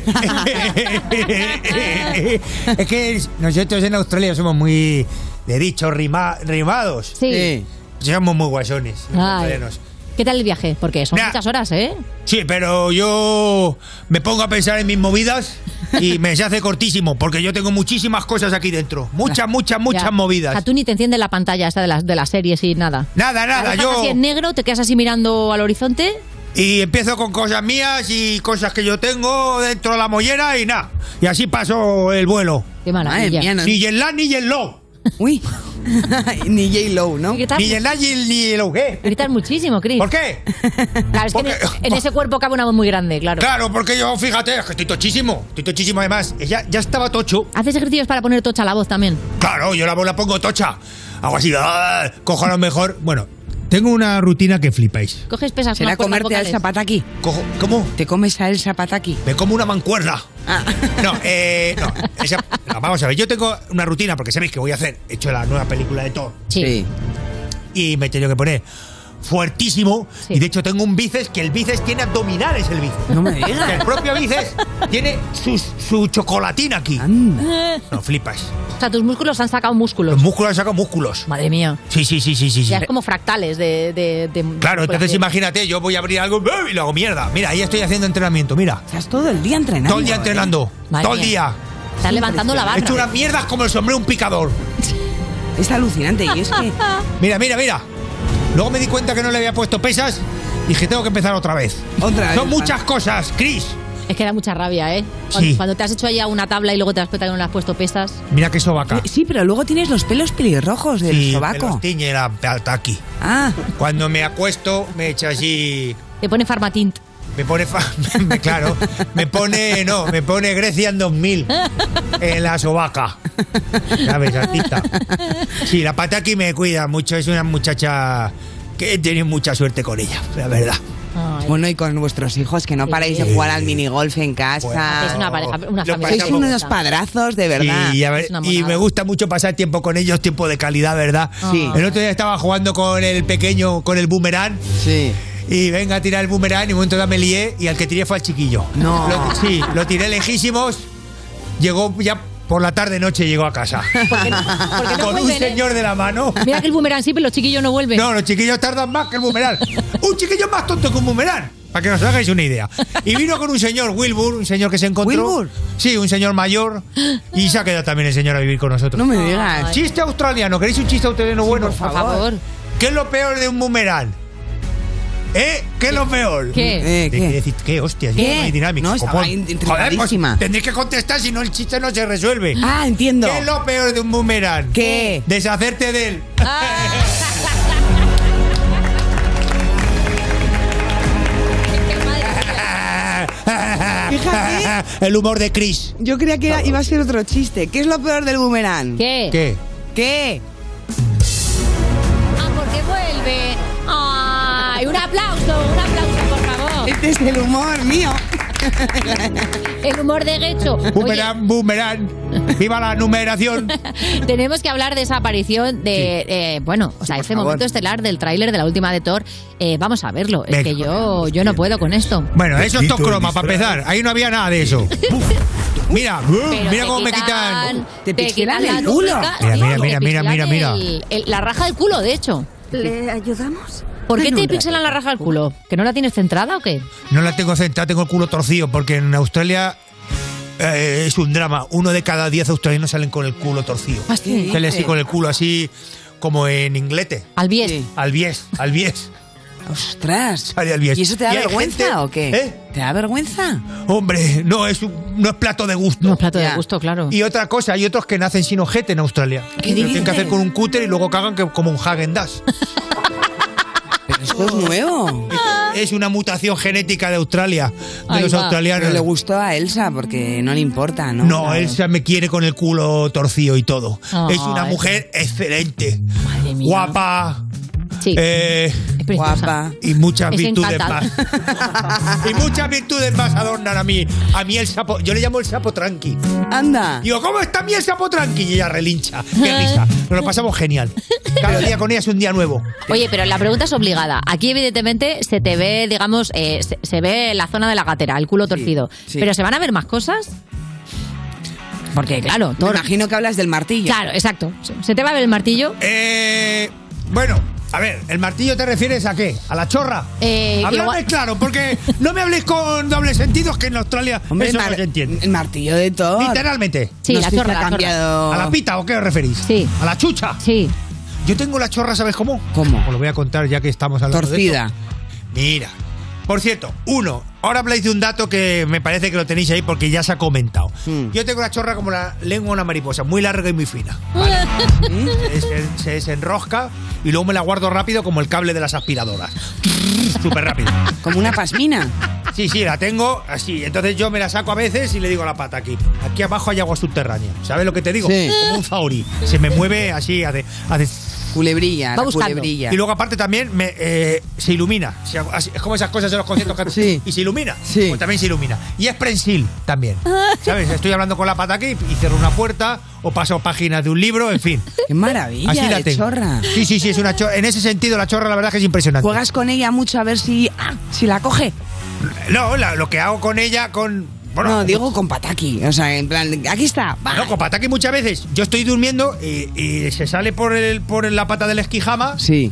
Speaker 16: Es que nosotros en Australia somos muy de dichos rima- rimados.
Speaker 4: Sí.
Speaker 16: Somos muy guasones. los
Speaker 4: Ay.
Speaker 16: australianos.
Speaker 4: ¿Qué tal el viaje? Porque son
Speaker 16: Nah.
Speaker 4: muchas horas, ¿eh?
Speaker 16: Sí, pero yo me pongo a pensar en mis movidas y me se hace cortísimo, porque yo tengo muchísimas cosas aquí dentro. Muchas, muchas, muchas
Speaker 4: Ya.
Speaker 16: movidas.
Speaker 4: A tú ni te enciende la pantalla esta de las, de las series y nada.
Speaker 16: Nada,
Speaker 4: La
Speaker 16: nada,
Speaker 4: dejas
Speaker 16: yo...
Speaker 4: así en negro, te quedas así mirando al horizonte.
Speaker 16: Y empiezo con cosas mías y cosas que yo tengo dentro de la mollera y nada. Y así paso el vuelo.
Speaker 4: Qué maravilla.
Speaker 3: Madre mía, no-
Speaker 16: Ni en la ni en lo.
Speaker 3: Uy. Ni J-Lo, ¿no?
Speaker 4: Gritas,
Speaker 16: Ni en la ni en- ni en lo qué.
Speaker 4: gritas muchísimo, Chris.
Speaker 16: ¿Por qué?
Speaker 4: Claro, es que en,
Speaker 16: Porque-
Speaker 4: en ese cuerpo cabe una voz muy grande, claro.
Speaker 16: Claro, porque yo, fíjate, es que estoy tochísimo. Estoy tochísimo además. Ya, ya estaba tocho.
Speaker 4: ¿Haces ejercicios para poner tocha la voz también?
Speaker 16: Claro, yo la, la pongo tocha. Hago así, ah, cojo a lo mejor. Bueno, tengo una rutina que flipáis.
Speaker 4: Coges pesas
Speaker 3: ¿Será
Speaker 4: unas cuerdas
Speaker 3: comerte a
Speaker 4: vocales.
Speaker 3: Elsa Pataki?
Speaker 16: Cojo, ¿Cómo?
Speaker 3: ¿Te comes a Elsa Pataki?
Speaker 16: Me como una mancuerna.
Speaker 3: Ah.
Speaker 16: No, eh, no, esa- no, vamos a ver, yo tengo una rutina porque sabéis que voy a hacer, he hecho la nueva película de Thor
Speaker 4: Sí.
Speaker 16: y me he tenido que poner fuertísimo
Speaker 4: Sí.
Speaker 16: y de hecho tengo un bíceps que el bíceps tiene abdominales el bíceps.
Speaker 3: No me
Speaker 16: Que
Speaker 3: digas.
Speaker 16: el propio bíceps tiene su, su chocolatina aquí.
Speaker 3: Anda.
Speaker 16: No, flipas.
Speaker 4: O sea, tus músculos han sacado músculos.
Speaker 16: Los músculos han sacado músculos.
Speaker 4: Madre mía.
Speaker 16: Sí, sí, sí, sí, sí. sí.
Speaker 4: Ya es como fractales de... de, de
Speaker 16: Claro, entonces
Speaker 4: musculación.
Speaker 16: imagínate, yo voy a abrir algo y lo hago mierda. Mira, ahí estoy haciendo entrenamiento, mira.
Speaker 3: Estás todo el día entrenando.
Speaker 16: Todo el día
Speaker 3: ¿eh?
Speaker 16: entrenando.
Speaker 4: Madre
Speaker 16: todo el
Speaker 4: mía.
Speaker 16: día.
Speaker 4: Estás levantando la
Speaker 16: He
Speaker 4: barra.
Speaker 16: hecho unas mierdas como el sombrero de un picador.
Speaker 3: Es alucinante. Y es que...
Speaker 16: Mira, mira, mira. Luego me di cuenta que no le había puesto pesas y dije, tengo que empezar otra vez.
Speaker 3: Otra vez.
Speaker 16: Son muchas cosas, Chris.
Speaker 4: Es que da mucha rabia, ¿eh? Cuando,
Speaker 16: Sí.
Speaker 4: cuando te has hecho ya una tabla y luego te das cuenta que no le has puesto pesas.
Speaker 16: Mira qué sobaca.
Speaker 3: Sí, pero luego tienes los pelos pelirrojos del
Speaker 16: Sí, me
Speaker 3: sobaco.
Speaker 16: los tiñe la aquí.
Speaker 3: Ah,
Speaker 16: Cuando me acuesto, me echa así...
Speaker 4: Te pone Farmatint.
Speaker 16: Me pone... fa- claro, me pone... No, me pone Grecia en dos mil en la sobaca. ¿Sabes, artista? Sí, la Pataki me cuida mucho. Es una muchacha que he tenido mucha suerte con ella, la verdad.
Speaker 4: Ay.
Speaker 3: bueno, y con vuestros hijos, que no
Speaker 4: Sí.
Speaker 3: paréis de jugar al minigolf en casa.
Speaker 16: Bueno.
Speaker 4: Es una pareja, una
Speaker 16: Lo
Speaker 4: familia.
Speaker 3: Sois
Speaker 16: pasamos-
Speaker 3: unos padrazos, de verdad.
Speaker 16: Sí, y, a ver,
Speaker 4: Es una
Speaker 16: y
Speaker 4: monada.
Speaker 16: me gusta mucho pasar tiempo con ellos, tiempo de calidad, ¿verdad?
Speaker 3: Sí.
Speaker 16: El otro día estaba jugando con el pequeño, con el boomerang.
Speaker 3: Sí.
Speaker 16: Y venga a tirar el boomerang y un momento dado me lié y al que tiré fue al chiquillo.
Speaker 3: No.
Speaker 16: Lo- sí, lo tiré lejísimos. Llegó ya por la tarde noche llegó a casa.
Speaker 4: Porque no
Speaker 16: con un
Speaker 4: vuelven, ¿eh?
Speaker 16: señor de la mano.
Speaker 4: Mira que el boomerang sí, pero los chiquillos no vuelven.
Speaker 16: No, los chiquillos tardan más que el boomerang. Un chiquillo más tonto que un boomerang. Para que os hagáis una idea. Y vino con un señor, Wilbur, un señor que se encontró.
Speaker 3: ¿Wilbur?
Speaker 16: Sí, un señor mayor. Y se ha quedado también el señor a vivir con nosotros.
Speaker 3: No me digas.
Speaker 16: Chiste australiano. ¿Queréis un chiste australiano bueno?
Speaker 3: por
Speaker 4: Por favor.
Speaker 16: ¿Qué es lo peor de un boomerang? ¿Eh? ¿Qué es lo peor?
Speaker 4: ¿Qué?
Speaker 3: Eh,
Speaker 16: ¿Qué?
Speaker 3: ¿qué?
Speaker 16: decir, ¿qué? Hostia, es
Speaker 3: ¿Qué?
Speaker 16: muy dinámico.
Speaker 3: No, estaba
Speaker 16: Copón.
Speaker 3: in-
Speaker 16: Joder, pues
Speaker 3: intrigadísima.
Speaker 16: tendréis que contestar, si no el chiste no se resuelve.
Speaker 3: Ah, entiendo.
Speaker 16: ¿Qué es lo peor de un boomerang?
Speaker 3: ¿Qué?
Speaker 16: Deshacerte de él.
Speaker 3: Fíjate.
Speaker 16: El humor de Chris.
Speaker 3: Yo creía que era- iba a ser otro chiste. ¿Qué es lo peor del boomerang?
Speaker 4: ¿Qué?
Speaker 16: ¿Qué?
Speaker 3: ¿Qué?
Speaker 4: Ah, porque vuelve. Ay, un aplauso, un aplauso, por favor.
Speaker 3: Este es el humor mío.
Speaker 4: El humor de Guecho. Oye,
Speaker 16: Boomerang, boomerang. Viva la numeración.
Speaker 4: tenemos que hablar de esa aparición de, eh, bueno, o sea,
Speaker 3: por
Speaker 4: este
Speaker 3: favor.
Speaker 4: momento estelar del tráiler de la última de Thor. Eh, vamos a verlo. Es
Speaker 16: Venga.
Speaker 4: que yo, yo no puedo con esto.
Speaker 16: Bueno, eso es
Speaker 25: Bendito
Speaker 16: top croma
Speaker 25: el
Speaker 16: para
Speaker 25: disfraz.
Speaker 16: empezar. Ahí no había nada de eso. Mira,
Speaker 4: Pero
Speaker 16: mira
Speaker 4: te
Speaker 16: cómo me
Speaker 4: quitan-
Speaker 16: quitan.
Speaker 3: Te
Speaker 4: te
Speaker 3: pixelan
Speaker 4: quitan
Speaker 3: el
Speaker 4: la
Speaker 3: culo.
Speaker 4: túnica,
Speaker 16: Mira,
Speaker 4: sí,
Speaker 16: mira,
Speaker 4: te
Speaker 16: mira, mira,
Speaker 4: pixelan
Speaker 16: mira,
Speaker 4: el- el- la raja del culo, de hecho.
Speaker 6: ¿Le ayudamos?
Speaker 4: ¿Por qué
Speaker 3: En
Speaker 4: te
Speaker 3: un
Speaker 4: pixelan la raja del culo? ¿Que no la tienes centrada o qué?
Speaker 16: No la tengo centrada, tengo el culo torcido, porque en Australia eh, es un drama. Uno de cada diez australianos salen con el culo torcido.
Speaker 4: ¿Ah, sí?
Speaker 16: Sale así con el culo así como en inglete.
Speaker 4: Al bies.
Speaker 3: Sí.
Speaker 16: Al bies, al bies.
Speaker 3: ¡Ostras!
Speaker 16: Sale al bies.
Speaker 3: ¿Y eso te da
Speaker 16: Y hay
Speaker 3: vergüenza
Speaker 16: gente-
Speaker 3: o qué?
Speaker 16: ¿Eh?
Speaker 3: ¿Te da vergüenza?
Speaker 16: Hombre, no es, un- no es plato de gusto.
Speaker 4: No es plato
Speaker 3: Ya.
Speaker 4: de gusto, claro.
Speaker 16: Y otra cosa, hay otros que nacen sin ojete en Australia.
Speaker 3: ¿Qué
Speaker 16: Lo tienen
Speaker 3: dices?
Speaker 16: que hacer con un cúter y luego cagan que, como un Häagen-Dazs.
Speaker 3: Pero esto es nuevo.
Speaker 16: Es una mutación genética de Australia, de
Speaker 4: Ahí
Speaker 16: los
Speaker 4: va.
Speaker 16: australianos.
Speaker 3: Pero le gustó a Elsa porque no le importa, ¿no?
Speaker 16: No,
Speaker 3: Claro.
Speaker 16: Elsa me quiere con el culo torcido y todo.
Speaker 4: Ay.
Speaker 16: Es una mujer excelente.
Speaker 4: Madre mía.
Speaker 16: Guapa.
Speaker 4: Sí.
Speaker 16: eh,
Speaker 4: Es preciosa.
Speaker 3: Guapa.
Speaker 16: y muchas
Speaker 4: Es
Speaker 16: virtudes
Speaker 4: encantada.
Speaker 16: más. Y muchas virtudes más adornan a mí. A mí el sapo. Yo le llamo el sapo tranqui.
Speaker 3: Anda.
Speaker 16: Digo, ¿cómo está mi el sapo tranqui? Y ella relincha. Qué risa. Nos lo pasamos genial. Cada día con ella es un día nuevo.
Speaker 4: Oye, pero la pregunta es obligada. Aquí, evidentemente, se te ve, digamos, eh, se, se ve la zona de la gatera, el culo torcido.
Speaker 3: sí.
Speaker 4: Pero ¿se van a ver más cosas? Porque, claro,
Speaker 3: Me
Speaker 4: todo...
Speaker 3: imagino que hablas del martillo.
Speaker 4: Claro, exacto. ¿Se te va a ver el martillo?
Speaker 16: Eh, bueno, a ver, ¿el martillo te refieres a qué? ¿A la chorra?
Speaker 4: Eh,
Speaker 16: Habladme
Speaker 4: igual-
Speaker 16: claro, porque no me habléis con dobles sentidos, que en Australia
Speaker 3: Hombre,
Speaker 16: eso
Speaker 3: el,
Speaker 16: no
Speaker 3: mar-
Speaker 16: se entiende.
Speaker 3: el martillo de todo.
Speaker 16: Literalmente.
Speaker 4: Sí,
Speaker 3: No
Speaker 4: la
Speaker 3: sé si
Speaker 4: chorra,
Speaker 3: ha
Speaker 4: la chorra.
Speaker 3: cambiado.
Speaker 16: ¿A la pita o qué os referís?
Speaker 4: Sí.
Speaker 16: ¿A la chucha?
Speaker 4: Sí.
Speaker 16: Yo tengo la chorra, ¿sabes cómo?
Speaker 3: ¿Cómo?
Speaker 16: Os lo voy a contar ya que estamos hablando
Speaker 3: Torcida.
Speaker 16: de esto. Mira. Por cierto, uno, ahora habláis de un dato que me parece que lo tenéis ahí porque ya se ha comentado.
Speaker 3: Hmm.
Speaker 16: Yo tengo la chorra como la lengua de una mariposa, muy larga y muy fina. ¿vale? se, se- se desenrosca y luego me la guardo rápido como el cable de las aspiradoras. Súper rápido.
Speaker 3: Como una pasmina.
Speaker 16: Sí, sí, la tengo así. Entonces yo me la saco a veces y le digo a la pata aquí. Aquí abajo hay agua subterránea. ¿Sabes lo que te digo?
Speaker 3: Sí.
Speaker 16: Como un zauri. Se me mueve así, hace... hace
Speaker 3: Culebrilla.
Speaker 4: Va
Speaker 3: la
Speaker 4: buscando.
Speaker 3: culebrilla.
Speaker 16: y luego aparte también me, eh, se ilumina. Se- así- Es como esas cosas de los conciertos que
Speaker 3: Sí.
Speaker 16: y se ilumina.
Speaker 3: Sí.
Speaker 16: Pues también se ilumina. Y es prensil también. ¿Sabes? Estoy hablando con la pata aquí y cierro una puerta o paso páginas de un libro, en fin.
Speaker 3: Qué maravilla,
Speaker 16: Así la
Speaker 3: de
Speaker 16: tengo.
Speaker 3: chorra.
Speaker 16: Sí, sí, sí, es una chorra. En ese sentido la chorra la verdad es que es impresionante.
Speaker 3: Juegas con ella mucho a ver si, ah, si la coge.
Speaker 16: No, la- lo que hago con ella con bueno,
Speaker 3: no, digo con pataki. O sea, en plan, aquí está. va.
Speaker 16: No, con pataki muchas veces. Yo estoy durmiendo y, y se sale por el por la pata del esquijama
Speaker 3: Sí.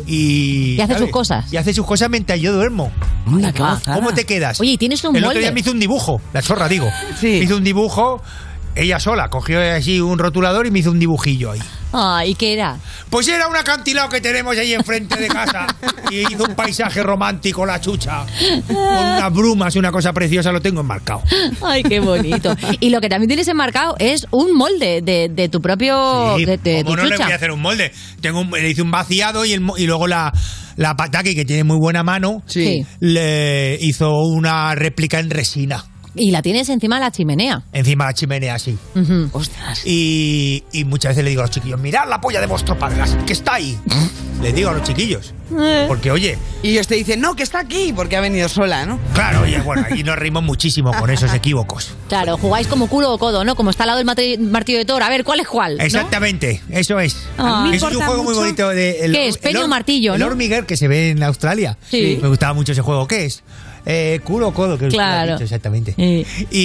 Speaker 16: y...
Speaker 4: Y hace
Speaker 16: ¿sabes?
Speaker 4: sus cosas.
Speaker 16: Y hace sus cosas mientras yo duermo.
Speaker 3: Anda, qué
Speaker 4: va.
Speaker 3: gozada.
Speaker 16: ¿Cómo te quedas?
Speaker 4: Oye, ¿y tienes un
Speaker 16: El otro
Speaker 4: molde?
Speaker 16: día me hizo un dibujo, la chorra, digo.
Speaker 3: Sí.
Speaker 16: Me hizo un dibujo, ella sola, cogió así un rotulador y me hizo un dibujillo ahí.
Speaker 4: Ay, ¿qué era?
Speaker 16: Pues era un acantilado que tenemos ahí enfrente de casa y hizo un paisaje romántico, la chucha, con unas brumas y una cosa preciosa, lo tengo enmarcado.
Speaker 4: Ay, qué bonito. Y lo que también tienes enmarcado es un molde de, de tu propio...
Speaker 16: Sí,
Speaker 4: de, de
Speaker 16: ¿cómo
Speaker 4: tu
Speaker 16: no le
Speaker 4: chucha.
Speaker 16: voy a hacer un molde? Tengo un- le hice un vaciado y, el mo- y luego la, la pataki, que tiene muy buena mano,
Speaker 3: Sí.
Speaker 16: le hizo una réplica en resina.
Speaker 4: Y la tienes encima de la chimenea.
Speaker 16: Encima de la chimenea, así.
Speaker 4: Ujú.
Speaker 3: Ostras.
Speaker 16: Y, y muchas veces le digo a los chiquillos, mirad la polla de vuestro padre, que está ahí. Le digo a los chiquillos. Porque, oye,
Speaker 3: Y ellos te dicen, no, que está aquí, porque ha venido sola, ¿no?
Speaker 16: claro, oye, bueno, y nos reímos muchísimo con esos equívocos.
Speaker 4: Claro, jugáis como culo o codo, ¿no? Como está al lado del mati- martillo de Thor. A ver, ¿cuál es cuál? ¿no?
Speaker 16: Exactamente, eso es.
Speaker 4: A mí me
Speaker 16: Eso es un
Speaker 3: importa
Speaker 16: juego muy
Speaker 3: mucho-
Speaker 16: bonito. De, el,
Speaker 4: ¿Qué es? Peña o
Speaker 16: or-
Speaker 4: martillo,
Speaker 16: El
Speaker 4: ¿no?
Speaker 16: Hormiguer que se ve en Australia.
Speaker 4: Sí.
Speaker 16: Me gustaba mucho ese juego. ¿Qué es? Eh, culo o codo, que es lo que has
Speaker 4: Claro.
Speaker 16: dicho exactamente.
Speaker 4: Sí.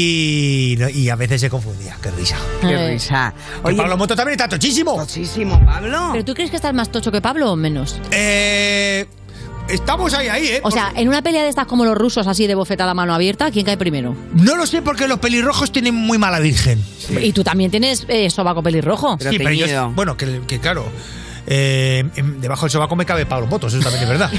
Speaker 16: Y, no- y a veces se confundía. Qué risa.
Speaker 3: Qué
Speaker 4: Eh.
Speaker 3: risa.
Speaker 16: Que Pablo Moto también está tochísimo.
Speaker 3: Muchísimo, Pablo.
Speaker 4: ¿Pero tú crees que estás más tocho que Pablo o menos?
Speaker 16: Eh, estamos ahí, ahí, ¿eh?
Speaker 4: O sea, en una pelea de estas como los rusos, así de bofetada a mano abierta, ¿quién cae primero?
Speaker 16: No lo sé porque los pelirrojos tienen muy mala virgen.
Speaker 4: Y tú también tienes eh, sobaco pelirrojo.
Speaker 3: Pero
Speaker 16: sí, pero yo,
Speaker 3: teñido.
Speaker 16: bueno, que, que claro, eh, en- debajo del sobaco me cabe Pablo Motos, eso también es verdad.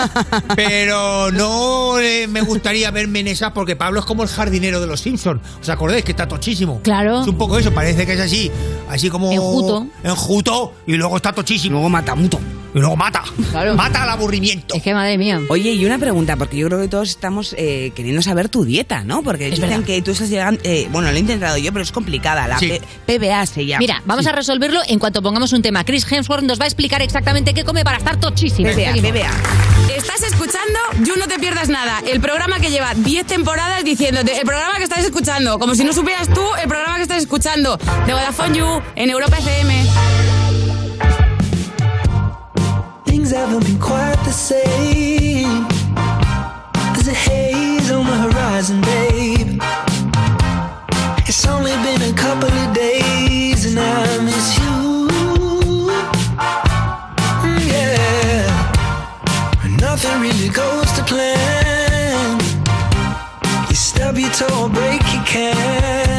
Speaker 16: Pero no eh, me gustaría verme en esas porque Pablo es como el jardinero de los Simpsons. ¿Os acordáis que está tochísimo?
Speaker 4: Claro.
Speaker 16: Es un poco eso, parece que es así, así como...
Speaker 4: Enjuto.
Speaker 16: Enjuto, y luego está tochísimo.
Speaker 3: Luego mata mucho.
Speaker 16: Y luego mata.
Speaker 4: Claro.
Speaker 16: Mata al aburrimiento.
Speaker 4: Es que madre mía.
Speaker 3: Oye, y una pregunta, porque yo creo que todos estamos eh, queriendo saber tu dieta, ¿no? Porque dicen
Speaker 4: verdad.
Speaker 3: que tú estás llegando... eh, bueno, lo he intentado yo, pero es complicada. La
Speaker 16: Sí.
Speaker 3: P- PBA se llama.
Speaker 4: Mira, vamos
Speaker 3: Sí.
Speaker 4: a resolverlo en cuanto pongamos un tema. Chris Hemsworth nos va a explicar exactamente qué come para estar tochísimo.
Speaker 3: P B A,
Speaker 4: Seguimos.
Speaker 3: P B A.
Speaker 7: Estás escuchando You No Te Pierdas Nada, el programa que lleva diez temporadas diciéndote, el programa que estás escuchando, como si no supieras tú el programa que estás escuchando, de Vodafone You, en Europa F M.
Speaker 8: Things haven't been quite the same. There's a haze on the horizon, babe. It's only been a couple of days and I miss you. Mm, yeah. Nothing really goes to plan. You stub your toe or break your can.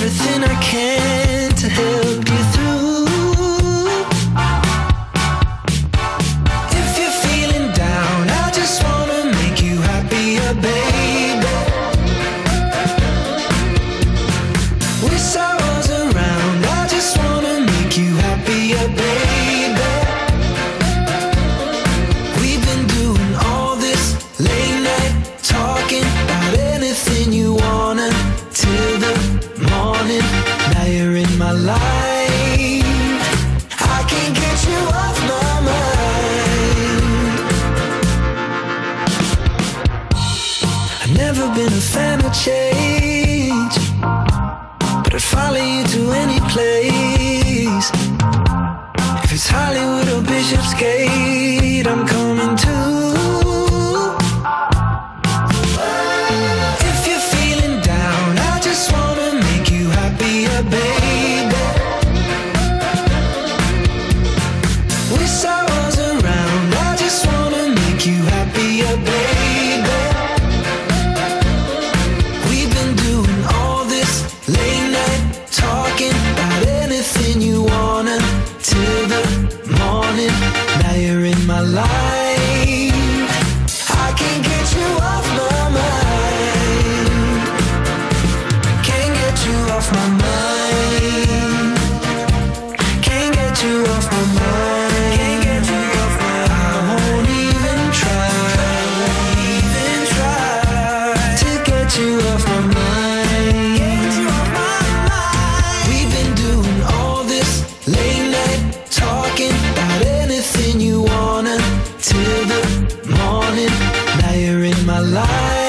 Speaker 8: everything I can to help you through. If you're feeling down, I just wanna make you happier, baby. Wish I was around, I just wanna make you happier, baby. We've been doing all this late night talking about anything you wanna till the morning. Now you're in my life. I can't get you off my mind. I've never been a fan of change, but I'd follow you to any place. If it's Hollywood or Bishopsgate, I'm coming too. If you're feeling down, I just wanna make you happier, baby. Wish I was around, I just wanna make you happier, baby. We've been doing all this late night talking about anything you wanna till the morning. Now you're in my life. I can't get you off my mind. Can't get you off my mind. Can't get you off my mind. Can't get you off my mind. I won't even try. Even try to get you off my mind. Get you off my mind. We've been doing all this late night talking about anything you wanna till the morning. Now you're in my life.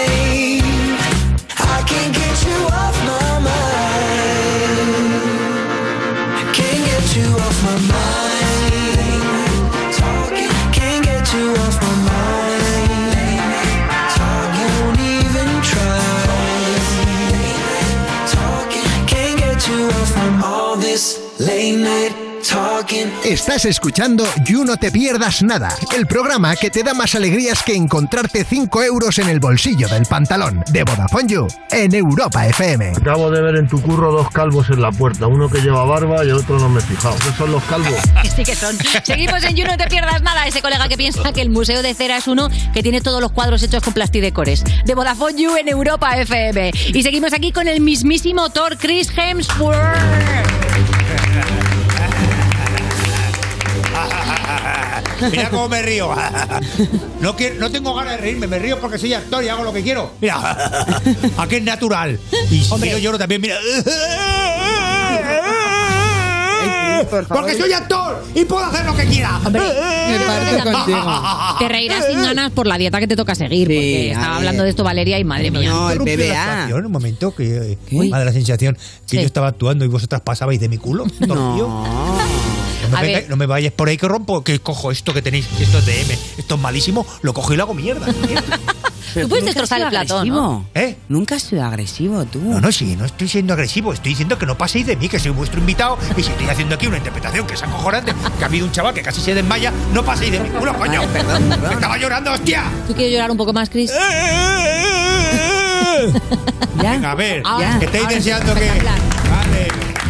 Speaker 8: I can't get you off my mind. Can't get you off my mind. Talking, can't get you off my mind. Talking, won't even try. Talking, can't get you off my mind. All this late night talking.
Speaker 11: Estás escuchando You No Te Pierdas Nada, el programa que te da más alegrías que encontrarte cinco euros en el bolsillo del pantalón, de Vodafone You en Europa F M.
Speaker 15: Acabo de ver en tu curro dos calvos en la puerta, uno que lleva barba y el otro no me he fijado. ¿Qué son los calvos?
Speaker 4: Sí que son. Seguimos en You No Te Pierdas Nada, ese colega que piensa que el Museo de Cera es uno que tiene todos los cuadros hechos con plastidecores, de Vodafone You en Europa F M. Y seguimos aquí con el mismísimo Thor, Chris Hemsworth.
Speaker 16: Mira cómo me río. No, quiero, no tengo ganas de reírme, me río porque soy actor y hago lo que quiero. Mira, aquí es natural. Y si quiero lloro también, mira. Porque soy actor y puedo hacer lo que quiera.
Speaker 4: Hombre, te reirás sin ganas por la dieta que te toca seguir. Sí, porque estaba hablando de esto Valeria y madre mía.
Speaker 3: No, el B B A.
Speaker 16: Un momento que me da la sensación que sí. Yo estaba actuando y vosotras pasabais de mi culo. No. No me, venga, no me vayas por ahí que rompo, que cojo esto que tenéis, esto es de M, esto es malísimo, lo cojo y lo hago mierda.
Speaker 4: Tú puedes destrozar el platón, ¿no?
Speaker 3: ¿Eh? Nunca has sido agresivo, tú.
Speaker 16: No, no, sí, no estoy siendo agresivo. Estoy diciendo que no paséis de mí, que soy vuestro invitado. Y si estoy haciendo aquí una interpretación que es acojonante, que ha habido un chaval que casi se desmaya, no paséis de mi culo, coño. Ay, perdón, perdón. Que estaba llorando, hostia.
Speaker 4: ¿Tú quieres llorar un poco más, Chris?
Speaker 16: ¿Ya? Venga, a ver, ahora, que estáis deseando que... Vale.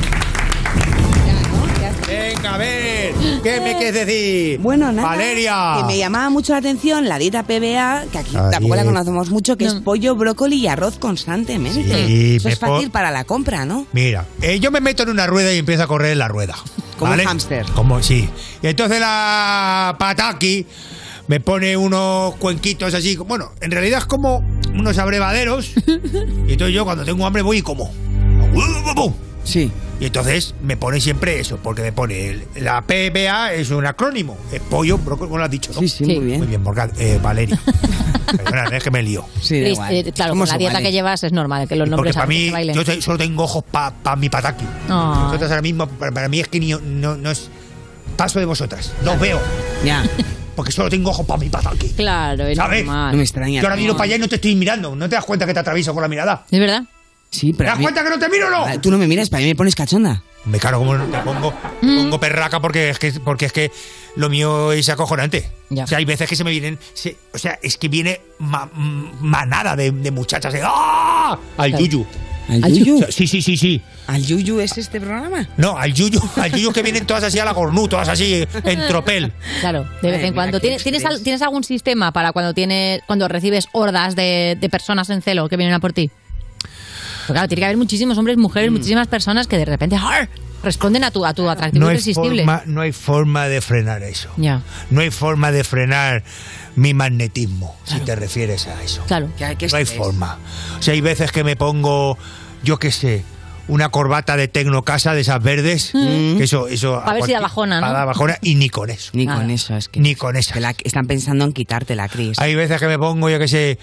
Speaker 16: Venga, a ver, ¿qué me quieres decir?
Speaker 3: Bueno, nada,
Speaker 16: Valeria.
Speaker 3: Que me llamaba mucho la atención la dieta P B A, que aquí Ahí tampoco es. la conocemos mucho, que no. es pollo, brócoli y arroz constantemente. Sí, Eso es fácil para la compra, ¿no?
Speaker 16: Mira, eh, yo me meto en una rueda y empiezo a correr en la rueda.
Speaker 3: Como
Speaker 16: ¿vale?
Speaker 3: un hámster.
Speaker 16: Como, sí. Y entonces la pataki me pone unos cuenquitos así, bueno, en realidad es como unos abrevaderos. Y entonces yo cuando tengo hambre voy y como.
Speaker 3: Sí.
Speaker 16: Y entonces me pone siempre eso, porque me pone el, la P B A es un acrónimo, es pollo, brócoli, como lo has dicho, ¿no?
Speaker 3: Sí, sí, muy bien.
Speaker 16: Muy bien, Morgan, eh, Valeria. Perdona, es que me lío.
Speaker 3: Sí,
Speaker 4: Chris, eh, claro, con la dieta vale. que llevas es normal que los nombres
Speaker 16: para mí, yo te, solo tengo ojos para pa mi pataki. Oh. Vosotras ahora mismo, para, para mí es que ni, no, no es paso de vosotras, no os veo.
Speaker 3: Ya.
Speaker 16: Porque solo tengo ojos para mi pataki.
Speaker 4: Claro, es
Speaker 16: ¿sabes?
Speaker 4: normal.
Speaker 3: No me extraña.
Speaker 16: Yo ahora miro para allá y no te estoy mirando, ¿no te das cuenta que te atravieso con la mirada?
Speaker 4: ¿Es verdad?
Speaker 3: Sí, pero
Speaker 16: ¿te das
Speaker 3: mí...
Speaker 16: cuenta que no te miro o no?
Speaker 3: Tú no me miras, para mí me pones cachonda.
Speaker 16: Me caro como te pongo, mm. pongo perraca porque es que porque es que lo mío es acojonante. Ya. O sea, hay veces que se me vienen, se, o sea, es que viene ma, manada de, de muchachas de ¡ah! al claro. yuyu.
Speaker 3: ¿Al Yuyu?
Speaker 16: Sí, sí, sí, sí.
Speaker 3: ¿Al Yuyu es este programa?
Speaker 16: No, al Yuyu, al Yuyu que vienen todas así a la Gornú, todas así en tropel.
Speaker 4: Claro, de vez en cuando. ¿Tienes, ¿tienes, al- ¿Tienes algún sistema para cuando tienes cuando recibes hordas de, de personas en celo que vienen a por ti? Porque claro, tiene que haber muchísimos hombres, mujeres,
Speaker 16: Mm.
Speaker 4: muchísimas personas que de repente ¡ar! Responden a tu, a tu atractivo
Speaker 16: No hay,
Speaker 4: irresistible.
Speaker 16: forma, no hay forma de frenar eso.
Speaker 4: Ya.
Speaker 16: No hay forma de frenar mi magnetismo, si te refieres a eso.
Speaker 4: Claro.
Speaker 16: No hay forma. O sea, hay veces que me pongo, yo qué sé, una corbata de Tecnocasa de esas verdes,
Speaker 3: Mm.
Speaker 16: que eso, eso
Speaker 3: Pa' ver si da bajona, ¿no?
Speaker 16: Para dar bajona, y ni con eso.
Speaker 3: Ni con eso, es que.
Speaker 16: Ni con eso.
Speaker 3: Están pensando en quitártela, Cris.
Speaker 16: Hay veces que me pongo, yo qué sé,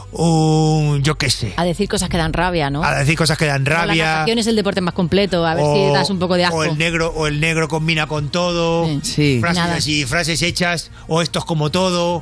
Speaker 16: un, yo qué sé,
Speaker 4: A decir cosas que dan rabia, ¿no?
Speaker 16: a decir cosas que dan
Speaker 4: O La
Speaker 16: rabia.
Speaker 4: natación es el deporte más completo, a ver si das un poco de asco.
Speaker 16: O el negro, o el negro combina con todo.
Speaker 3: Sí.
Speaker 16: Frases
Speaker 4: Nada.
Speaker 16: así, frases hechas, o esto es como todo,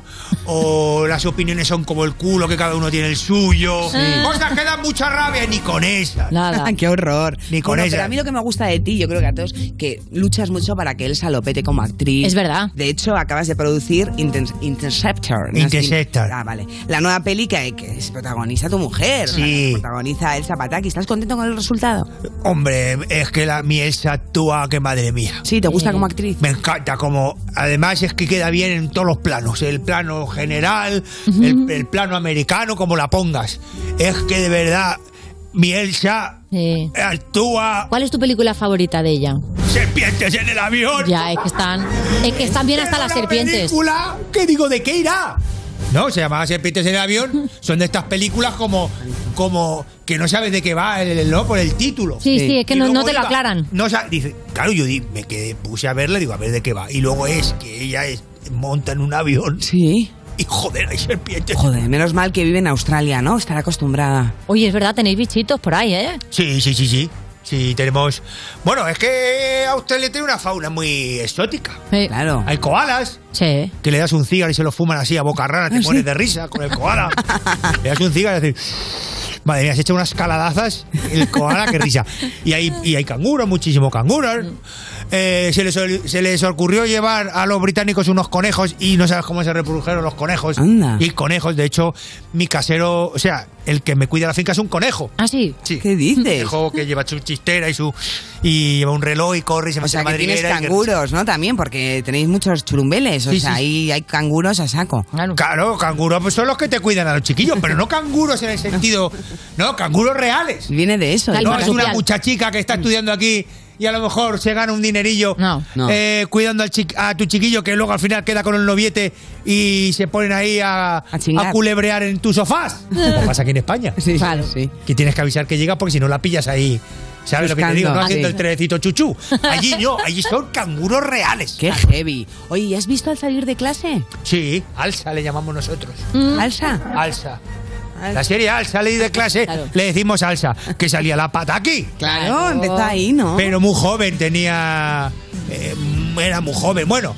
Speaker 16: o las opiniones son como el culo, que cada uno tiene el suyo.
Speaker 3: Sí.
Speaker 16: Cosas que dan mucha rabia, ni con esas.
Speaker 4: Nada.
Speaker 3: ¡Qué horror!
Speaker 16: Ni con
Speaker 3: Bueno,
Speaker 16: esa.
Speaker 3: pero a mí lo que me gusta de ti, yo creo que a todos, que luchas mucho para que Elsa lo pete como actriz.
Speaker 4: Es verdad.
Speaker 3: De hecho, acabas de producir Inter- Interceptor. ¿no?
Speaker 16: Interceptor.
Speaker 3: Ah, vale. La nueva peli que, que es protagoniza tu mujer.
Speaker 16: Sí.
Speaker 3: La protagoniza Elsa Pataki. ¿Estás contento con el resultado?
Speaker 16: Hombre, es que la, mi Elsa actúa, que madre mía.
Speaker 3: Sí, ¿te gusta como actriz?
Speaker 16: Me encanta, como además es que queda bien en todos los planos, el plano general, el, el plano americano, como la pongas. Es que de verdad, mi Elsa
Speaker 4: Sí.
Speaker 16: actúa.
Speaker 4: ¿Cuál es tu película favorita de ella?
Speaker 16: Serpientes en el avión.
Speaker 4: Ya, es que están, es que están bien hasta las serpientes.
Speaker 16: Película, ¿qué digo? ¿De qué irá? No, se llamaba Serpientes en el avión. Son de estas películas como, como que no sabes de qué va, el, ¿no? Por el título.
Speaker 4: Sí, sí, es que
Speaker 16: Y
Speaker 4: no,
Speaker 16: luego
Speaker 4: no te lo
Speaker 16: iba-
Speaker 4: aclaran.
Speaker 16: No, o sea, dice, claro, yo di- me quedé, puse a verla, digo, a ver de qué va. Y luego es que ella es, monta en un avión.
Speaker 3: Sí.
Speaker 16: Y joder, hay serpientes.
Speaker 3: Joder, menos mal que vive en Australia, ¿no? Estará acostumbrada.
Speaker 4: Oye, es verdad, tenéis bichitos por ahí, ¿eh?
Speaker 16: Sí, sí, sí, sí. Sí, tenemos. Bueno, es que Australia tiene una fauna muy exótica.
Speaker 3: Claro.
Speaker 16: Hay koalas.
Speaker 4: Sí.
Speaker 16: Que le das un cigarro y se lo fuman así a boca rara, te
Speaker 3: ¿Ah,
Speaker 16: mueres
Speaker 3: sí?
Speaker 16: de risa con el koala. Le das un cigarro y decir, madre mía, se echa unas caladazas el koala, qué risa. Y hay, y hay canguros, muchísimos canguros. Eh, se, les, ol- se les ocurrió llevar a los británicos unos conejos y no sabes cómo se reprodujeron los conejos.
Speaker 3: Anda.
Speaker 16: Y conejos, de hecho, mi casero, o sea, el que me cuida la finca es un conejo.
Speaker 4: ¿Ah, sí?
Speaker 16: Sí.
Speaker 3: ¿Qué dices?
Speaker 16: Un conejo que lleva su chistera y su y lleva un reloj y corre y se
Speaker 3: O
Speaker 16: mete
Speaker 3: sea,
Speaker 16: en la
Speaker 3: que tienes
Speaker 16: madriguera. y que-
Speaker 3: canguros, ¿no? También, porque tenéis muchos churumbeles. O
Speaker 16: Sí,
Speaker 3: sea,
Speaker 16: sí.
Speaker 3: ahí hay canguros a saco.
Speaker 16: Claro, canguros pues son los que te cuidan a los chiquillos, pero no canguros en el sentido. No, canguros reales.
Speaker 3: Viene de eso.
Speaker 16: No
Speaker 3: del
Speaker 16: es una
Speaker 3: marsupial.
Speaker 16: muchachica que está estudiando aquí y a lo mejor se gana un dinerillo
Speaker 3: No.
Speaker 16: eh, cuidando al chi- a tu chiquillo que luego al final queda con el noviete y se ponen ahí a, a,
Speaker 3: chingar.
Speaker 16: culebrear en tus sofás. Como pasa aquí en España.
Speaker 3: Sí, claro. Sí.
Speaker 16: Que tienes que avisar que llega porque si no la pillas ahí. ¿Sabes lo que te
Speaker 3: Buscando.
Speaker 16: digo? No
Speaker 3: Ah,
Speaker 16: haciendo
Speaker 3: sí.
Speaker 16: el trenecito chuchú. Allí no, allí son canguros reales.
Speaker 3: Qué heavy. Oye, ¿y has visto al salir de clase?
Speaker 16: Sí, Alsa le llamamos nosotros.
Speaker 3: ¿Alsa?
Speaker 16: Alsa. La serie Alsa, leí de clase, le decimos Alsa, que salía la pata aquí.
Speaker 3: Claro, empezó ahí, ¿no?
Speaker 16: Pero muy joven, tenía. eh, era muy joven. Bueno,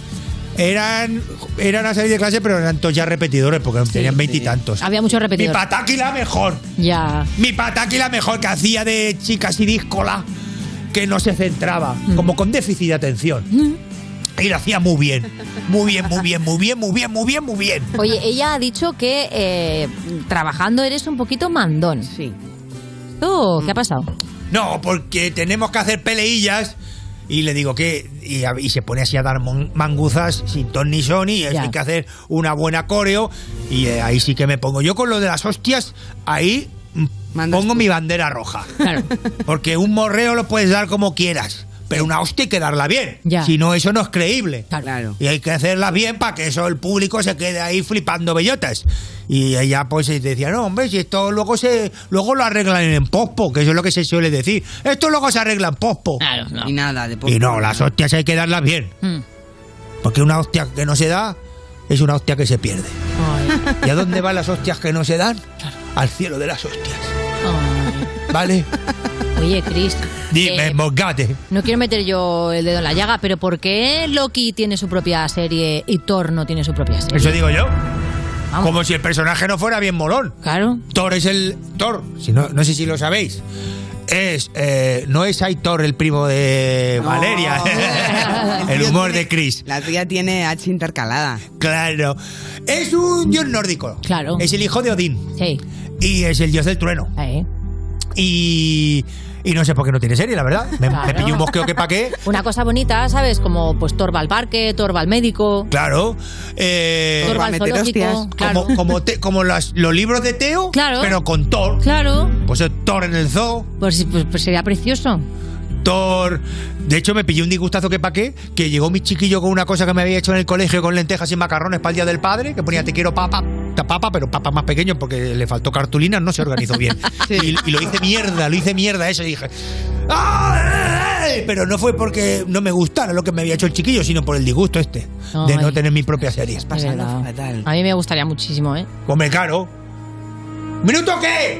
Speaker 16: eran eran a salir de clase, pero eran todos ya repetidores, porque tenían veintitantos.
Speaker 4: Había muchos
Speaker 16: Mi
Speaker 4: repetidores.
Speaker 16: pataki la mejor.
Speaker 4: Ya.
Speaker 16: Mi pataki la mejor, que hacía de chica así díscola, que no se centraba, como con déficit de atención. Y lo hacía muy bien. Muy bien, muy bien, muy bien, muy bien, muy bien, muy bien.
Speaker 4: Oye, ella ha dicho que eh, trabajando eres un poquito mandón.
Speaker 3: Sí.
Speaker 4: Oh, ¿qué ha pasado?
Speaker 16: No, porque tenemos que hacer peleillas. Y le digo que. Y, a- y se pone así a dar mon- manguzas sin ton ni son. Y
Speaker 4: Ya.
Speaker 16: hay que hacer una buena coreo. Y eh, ahí sí que me pongo. Yo con lo de las hostias, ahí mm, pongo mi bandera roja. Porque un morreo lo puedes dar como quieras. Pero una hostia hay que darla bien.
Speaker 4: Ya.
Speaker 16: Si no, eso no es creíble.
Speaker 3: Claro.
Speaker 16: Y hay que hacerla bien para que eso el público se quede ahí flipando bellotas. Y ella pues decía, no, hombre, si esto luego se luego lo arreglan en pospo, que eso es lo que se suele decir. Esto luego se arregla en pospo.
Speaker 4: Claro, no.
Speaker 3: Y nada, de
Speaker 16: Y no, las hostias hay que darlas bien.
Speaker 4: Mm.
Speaker 16: Porque una hostia que no se da es una hostia que se pierde. ¿Y a dónde van las hostias que no se dan? Al cielo de las hostias. ¿Vale?
Speaker 4: Oye, Chris.
Speaker 16: Dime,
Speaker 4: eh,
Speaker 16: Mogate.
Speaker 4: no quiero meter yo el dedo en la llaga, pero ¿por qué Loki tiene su propia serie y Thor no tiene su propia serie?
Speaker 16: Eso digo yo. Como si el personaje no fuera bien molón.
Speaker 4: Claro.
Speaker 16: Thor es el. Thor, si no, no sé si lo sabéis. Es. eh, no es Aitor el primo de Valeria. el humor de Chris.
Speaker 3: La tuya tiene H intercalada.
Speaker 16: Claro. Es un dios nórdico.
Speaker 4: Claro.
Speaker 16: Es el hijo de Odín.
Speaker 4: Sí.
Speaker 16: Y es el dios del trueno.
Speaker 4: Eh.
Speaker 16: y... Y no sé por qué no tiene serie, la verdad. Me,
Speaker 4: Claro.
Speaker 16: me pilló un mosqueo que pa' qué.
Speaker 4: Una cosa bonita, ¿sabes? Como pues Thor va al parque, Thor va al médico.
Speaker 16: Claro. Eh,
Speaker 4: Thor va al zoológico. Claro.
Speaker 16: Como, como, te- como las- los libros de Teo,
Speaker 4: Claro.
Speaker 16: pero con Thor.
Speaker 4: Claro.
Speaker 16: Pues es Thor en el zoo.
Speaker 4: Pues, pues, pues sería precioso.
Speaker 16: Thor. De hecho, me pilló un disgustazo que pa' qué, que llegó mi chiquillo con una cosa que me había hecho en el colegio con lentejas y macarrones para el Día del Padre, que ponía te quiero papa, ta papa, pero papa más pequeño porque le faltó cartulina, no se organizó bien. y, y lo hice mierda, lo hice mierda eso y dije... ¡Ah! Pero no fue porque no me gustara lo que me había hecho el chiquillo, sino por el disgusto este, de
Speaker 4: Ay.
Speaker 16: no tener mi propia serie.
Speaker 4: De verdad. A mí me gustaría muchísimo, ¿eh?
Speaker 16: Come caro. ¿Minuto qué?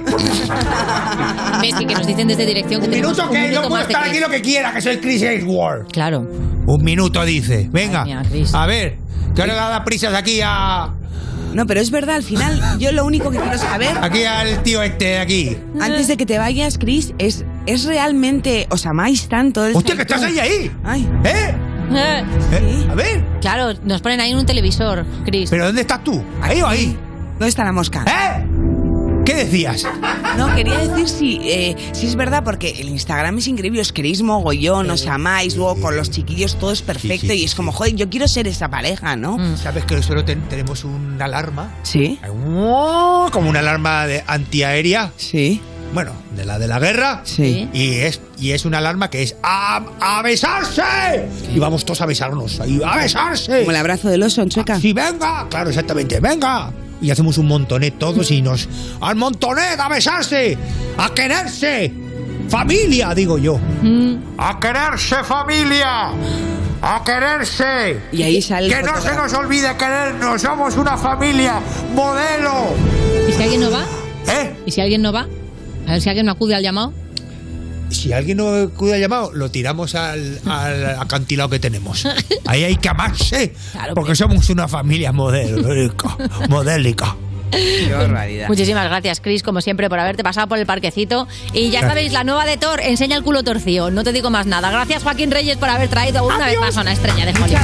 Speaker 4: Messi, que nos dicen desde dirección que tenemos
Speaker 16: ¿Minuto
Speaker 4: un
Speaker 16: qué?
Speaker 4: minuto
Speaker 16: Yo puedo
Speaker 4: más de
Speaker 16: estar
Speaker 4: Chris.
Speaker 16: aquí lo que quiera, que soy Chris Hemsworth.
Speaker 4: Claro.
Speaker 16: Un minuto dice. Venga.
Speaker 4: Madre mía, Chris.
Speaker 16: A ver, que ahora da prisas aquí a...
Speaker 3: No, pero es verdad, al final, yo lo único que quiero saber...
Speaker 16: Aquí al tío este de aquí.
Speaker 3: Antes de que te vayas, Chris, es, es realmente... ¿Os amáis tanto? El
Speaker 16: ¡Hostia, que estás ahí, ahí!
Speaker 3: Ay.
Speaker 16: ¿Eh?
Speaker 4: Eh,
Speaker 16: ¿Eh? A ver.
Speaker 4: Claro, nos ponen ahí en un televisor, Chris.
Speaker 16: ¿Pero dónde estás tú? ¿Ahí o ahí?
Speaker 3: ¿Dónde está la mosca?
Speaker 16: ¿Eh? ¿Qué decías?
Speaker 3: No, quería decir si, eh, si es verdad, porque el Instagram es increíble, os queréis mogollón, os amáis, luego con los chiquillos todo es perfecto
Speaker 16: Sí, sí,
Speaker 3: y es como, joder, yo quiero ser esa pareja, ¿no?
Speaker 16: ¿Sabes que nosotros ten- tenemos una alarma?
Speaker 3: Sí.
Speaker 16: Como una alarma de antiaérea.
Speaker 3: Sí.
Speaker 16: Bueno, de la de la guerra.
Speaker 3: Sí.
Speaker 16: Y es, y es una alarma que es ¡A, a besarse! Y vamos todos a besarnos. Ahí, ¡a besarse!
Speaker 3: Como el abrazo del oso en Chueca.
Speaker 16: Sí, venga. Claro, exactamente. ¡Venga! Y hacemos un montonet todos y nos... ¡Al montonet! ¡A besarse! ¡A quererse! ¡Familia! Digo yo. ¡A quererse, familia! ¡A quererse!
Speaker 3: Y ahí sale el
Speaker 16: ¡Que no se
Speaker 3: fotógrafo.
Speaker 16: nos olvide querernos! ¡Somos una familia! ¡Modelo!
Speaker 4: ¿Y si alguien no va?
Speaker 16: ¿Eh?
Speaker 4: ¿Y si alguien no va? A ver si alguien no acude al llamado.
Speaker 16: Si alguien no cuida llamado, lo tiramos al, al acantilado que tenemos. Ahí hay que amarse, porque somos una familia modélica. modélica.
Speaker 3: Qué barbaridad.
Speaker 4: Muchísimas gracias, Chris, como siempre, por haberte pasado por el parquecito. Y ya
Speaker 16: Gracias.
Speaker 4: sabéis, la nueva de Thor, enseña el culo torcido. No te digo más nada. Gracias, Joaquín Reyes, por haber traído una vez más a una estrella de Hollywood.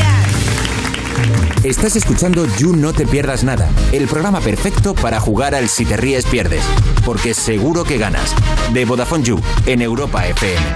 Speaker 12: Estás escuchando You No Te Pierdas Nada, el programa perfecto para jugar al Si Te Ríes Pierdes, porque seguro que ganas. De Vodafone You, en Europa F M.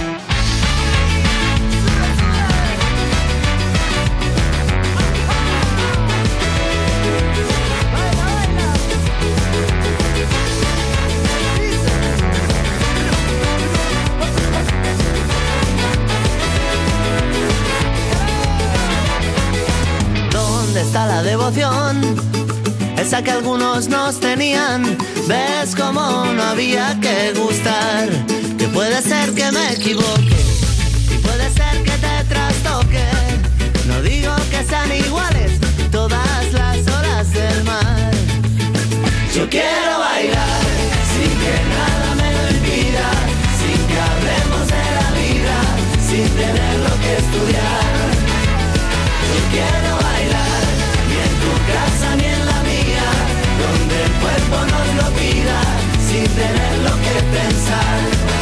Speaker 17: ¿Dónde está la devoción? Esa que algunos nos tenían. ¿Ves cómo no había que gustar? Que puede ser que me equivoque y puede ser que te trastoque. No digo que sean iguales todas las olas del mar. Yo quiero bailar sin que nada me lo impida, sin que hablemos de la vida, sin tener lo que estudiar. Yo quiero bailar, ni en tu casa ni en la mía, donde el cuerpo nos lo pida, sin tener lo que pensar.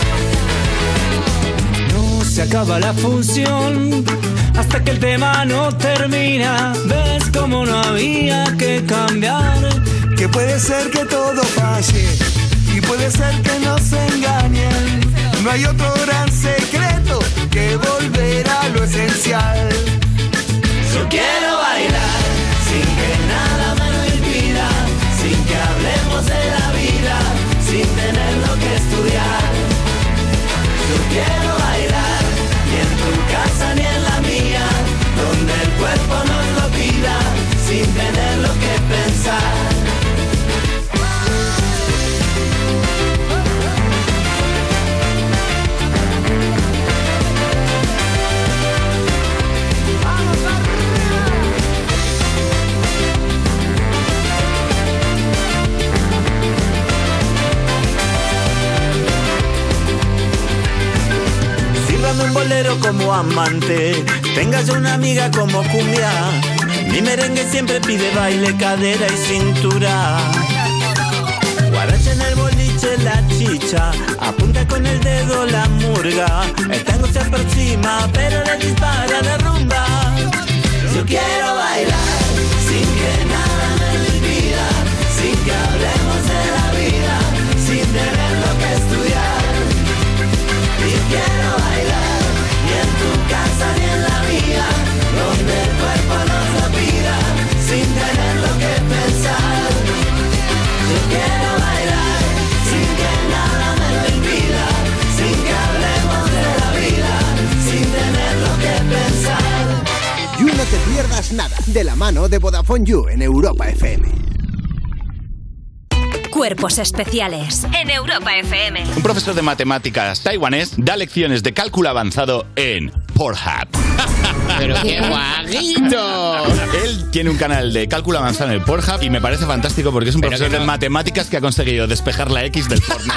Speaker 18: No se acaba la función hasta que el tema no termina. ¿Ves cómo no había que cambiar?
Speaker 17: Que puede ser que todo falle y puede ser que nos engañen. No hay otro gran secreto que volver a lo esencial. Yo quiero bailar sin que nada me lo impida, sin que hablemos de la vida, sin tener lo que estudiar. Yo quiero bailar, ni en tu casa ni en la mía, donde el cuerpo nos lo pida, sin tener lo que pensar. Sírvame un bolero como amante, tengas yo una amiga como cumbia. Mi merengue siempre pide baile, cadera y cintura. Guaracha en el boliche, la chicha, apunta con el dedo la murga. El tango se aproxima, pero le dispara la rumba. Yo quiero bailar sin que nada me lo impida, sin que hablemos de la vida, sin tener lo que es
Speaker 11: pierdas nada, de la mano de Vodafone You en Europa F M.
Speaker 6: Cuerpos especiales en Europa F M.
Speaker 1: Un profesor de matemáticas taiwanés da lecciones de cálculo avanzado en Pornhub.
Speaker 13: ¡Pero qué guaguito!
Speaker 1: Él tiene un canal de cálculo avanzado en el Pornhub y me parece fantástico porque es un profesor no... de matemáticas que ha conseguido despejar la X del porno.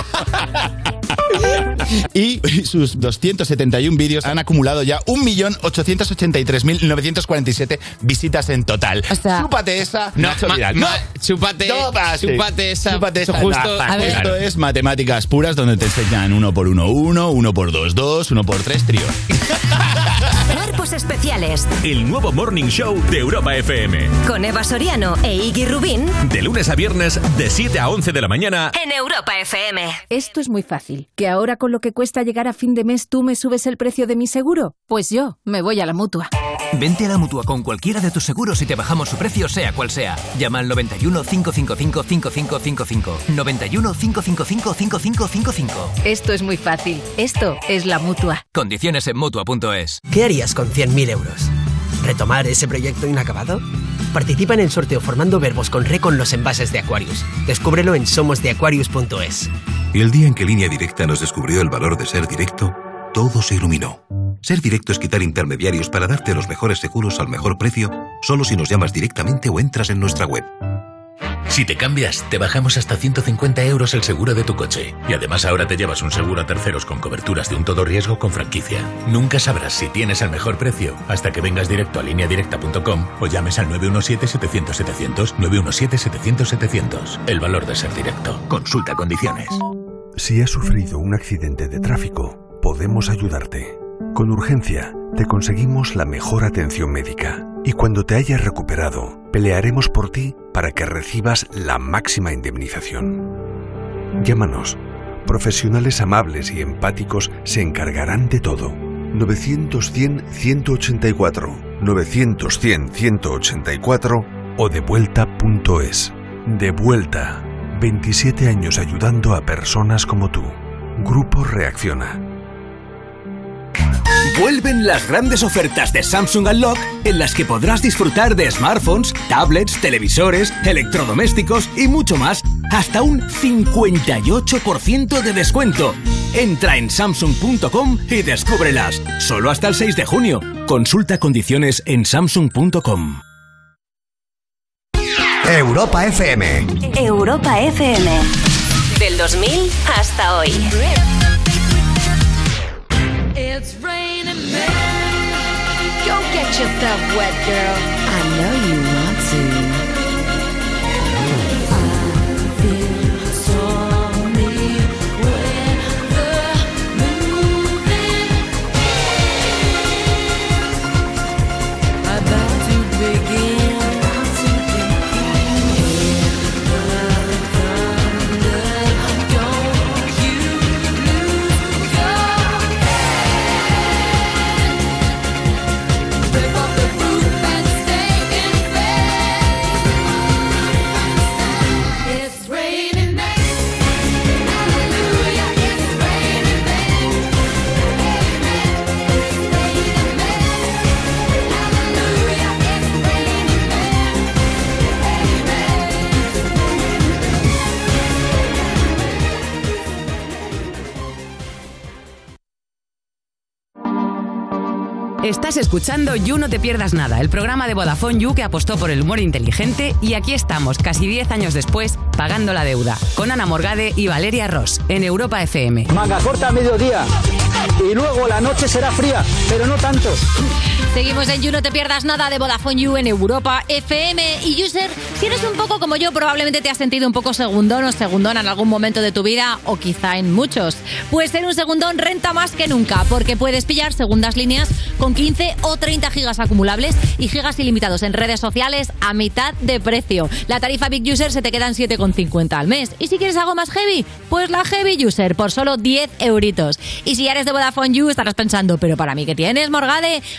Speaker 1: Y sus doscientos setenta y uno vídeos han acumulado ya un millón ochocientos ochenta y tres mil novecientos cuarenta y siete visitas en total. O sea, chúpate esa,
Speaker 13: no,
Speaker 1: Nacho
Speaker 13: ma,
Speaker 1: Vidal.
Speaker 13: Ma,
Speaker 1: no,
Speaker 13: chúpate,
Speaker 1: tópate,
Speaker 13: chúpate esa.
Speaker 1: Chúpate esa.
Speaker 13: Justo,
Speaker 1: A ver. Esto es matemáticas puras donde te enseñan uno por uno, uno, uno por dos, dos, uno por tres, trío.
Speaker 6: Cuerpos especiales.
Speaker 19: El nuevo Morning Show de Europa F M.
Speaker 6: Con Eva Soriano e Iggy Rubín.
Speaker 19: De lunes a viernes, de siete a once de la mañana.
Speaker 6: En Europa F M.
Speaker 20: Esto es muy fácil. ¿Que ahora con lo que cuesta llegar a fin de mes tú me subes el precio de mi seguro? Pues yo me voy a la Mutua.
Speaker 21: Vente a la Mutua con cualquiera de tus seguros y te bajamos su precio sea cual sea. Llama al noventa y uno, cinco cinco cinco, cinco cinco cinco cinco. noventa y uno, cinco cinco cinco, cinco cinco cinco cinco.
Speaker 20: Esto es muy fácil. Esto es la Mutua.
Speaker 21: Condiciones en Mutua punto es.
Speaker 22: ¿Qué harías con cien mil euros? ¿Retomar ese proyecto inacabado? Participa en el sorteo formando verbos con re con los envases de Aquarius. Descúbrelo en somos de aquarius punto es.
Speaker 24: Y el día en que Línea Directa nos descubrió el valor de ser directo, todo se iluminó. Ser directo es quitar intermediarios para darte los mejores seguros al mejor precio, solo si nos llamas directamente o entras en nuestra web.
Speaker 28: Si te cambias, te bajamos hasta ciento cincuenta euros el seguro de tu coche. Y además ahora te llevas un seguro a terceros con coberturas de un todo riesgo con franquicia. Nunca sabrás si tienes el mejor precio hasta que vengas directo a línea directa punto com o llames al nueve uno siete, setecientos, setecientos, nueve uno siete, setecientos, setecientos. El valor de ser directo. Consulta condiciones.
Speaker 25: Si has sufrido un accidente de tráfico, podemos ayudarte. Con urgencia, te conseguimos la mejor atención médica. Y cuando te hayas recuperado, pelearemos por ti para que recibas la máxima indemnización. Llámanos. Profesionales amables y empáticos se encargarán de todo. novecientos, cien, ciento ochenta y cuatro, novecientos, cien, ciento ochenta y cuatro o devuelta punto es. Devuelta. veintisiete años ayudando a personas como tú. Grupo Reacciona.
Speaker 29: Vuelven las grandes ofertas de Samsung Unlock en las que podrás disfrutar de smartphones, tablets, televisores, electrodomésticos y mucho más hasta un cincuenta y ocho por ciento de descuento. Entra en samsung punto com y descúbrelas. Solo hasta el seis de junio. Consulta condiciones en samsung punto com.
Speaker 11: Europa F M.
Speaker 6: Europa F M. Del dos mil hasta hoy.
Speaker 2: It's raining men. Go get yourself wet, girl. I know you want to. I feel stormy when the moving is about to begin.
Speaker 7: Estás escuchando You No Te Pierdas Nada, el programa de Vodafone You que apostó por el humor inteligente, y aquí estamos, casi diez años después, pagando la deuda, con Ana Morgade y Valeria Ross, en Europa F M.
Speaker 30: Manga corta a mediodía y luego la noche será fría, pero no tanto.
Speaker 4: Seguimos en You No Te Pierdas Nada de Vodafone You en Europa F M. Y user, si eres un poco como yo, probablemente te has sentido un poco segundón o segundona en algún momento de tu vida, o quizá en muchos. Pues ser un segundón renta más que nunca, porque puedes pillar segundas líneas con quince o treinta gigas acumulables y gigas ilimitados en redes sociales a mitad de precio. La tarifa Big User se te queda en siete con cincuenta al mes. Y si quieres algo más heavy, pues la Heavy User por solo diez euritos. Y si ya eres de Vodafone You, estarás pensando, ¿pero para mí qué tienes, Morgade? Pues si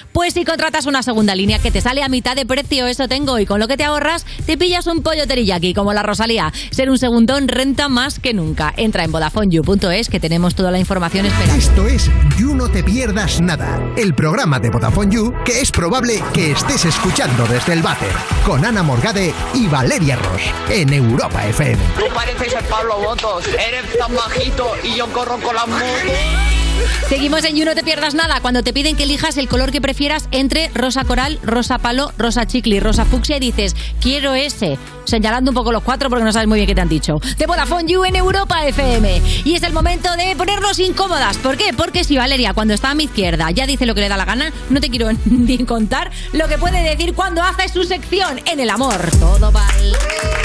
Speaker 4: Si contratas una segunda línea que te sale a mitad de precio, eso tengo, y con lo que te ahorras, te pillas un pollo teriyaki como la Rosalía. Ser un segundón renta más que nunca. Entra en vodafone you punto es que tenemos toda la información esperando.
Speaker 11: Esto es You No Te Pierdas Nada, el programa de Vodafone You que es probable que estés escuchando desde el váter, con Ana Morgade y Valeria Ross, en Europa F M.
Speaker 3: Tú pareces el Pablo Botos, eres tan bajito y yo corro con las motos.
Speaker 4: Seguimos en You No Te Pierdas Nada, cuando te piden que elijas el color que prefieras entre rosa coral, rosa palo, rosa chicle y rosa fucsia, y dices, quiero ese, señalando un poco los cuatro porque no sabes muy bien qué te han dicho. De Vodafone You en Europa F M. Y es el momento de ponernos incómodas. ¿Por qué? Porque si Valeria, cuando está a mi izquierda, ya dice lo que le da la gana, no te quiero ni contar lo que puede decir cuando hace su sección en el amor. Todo vale.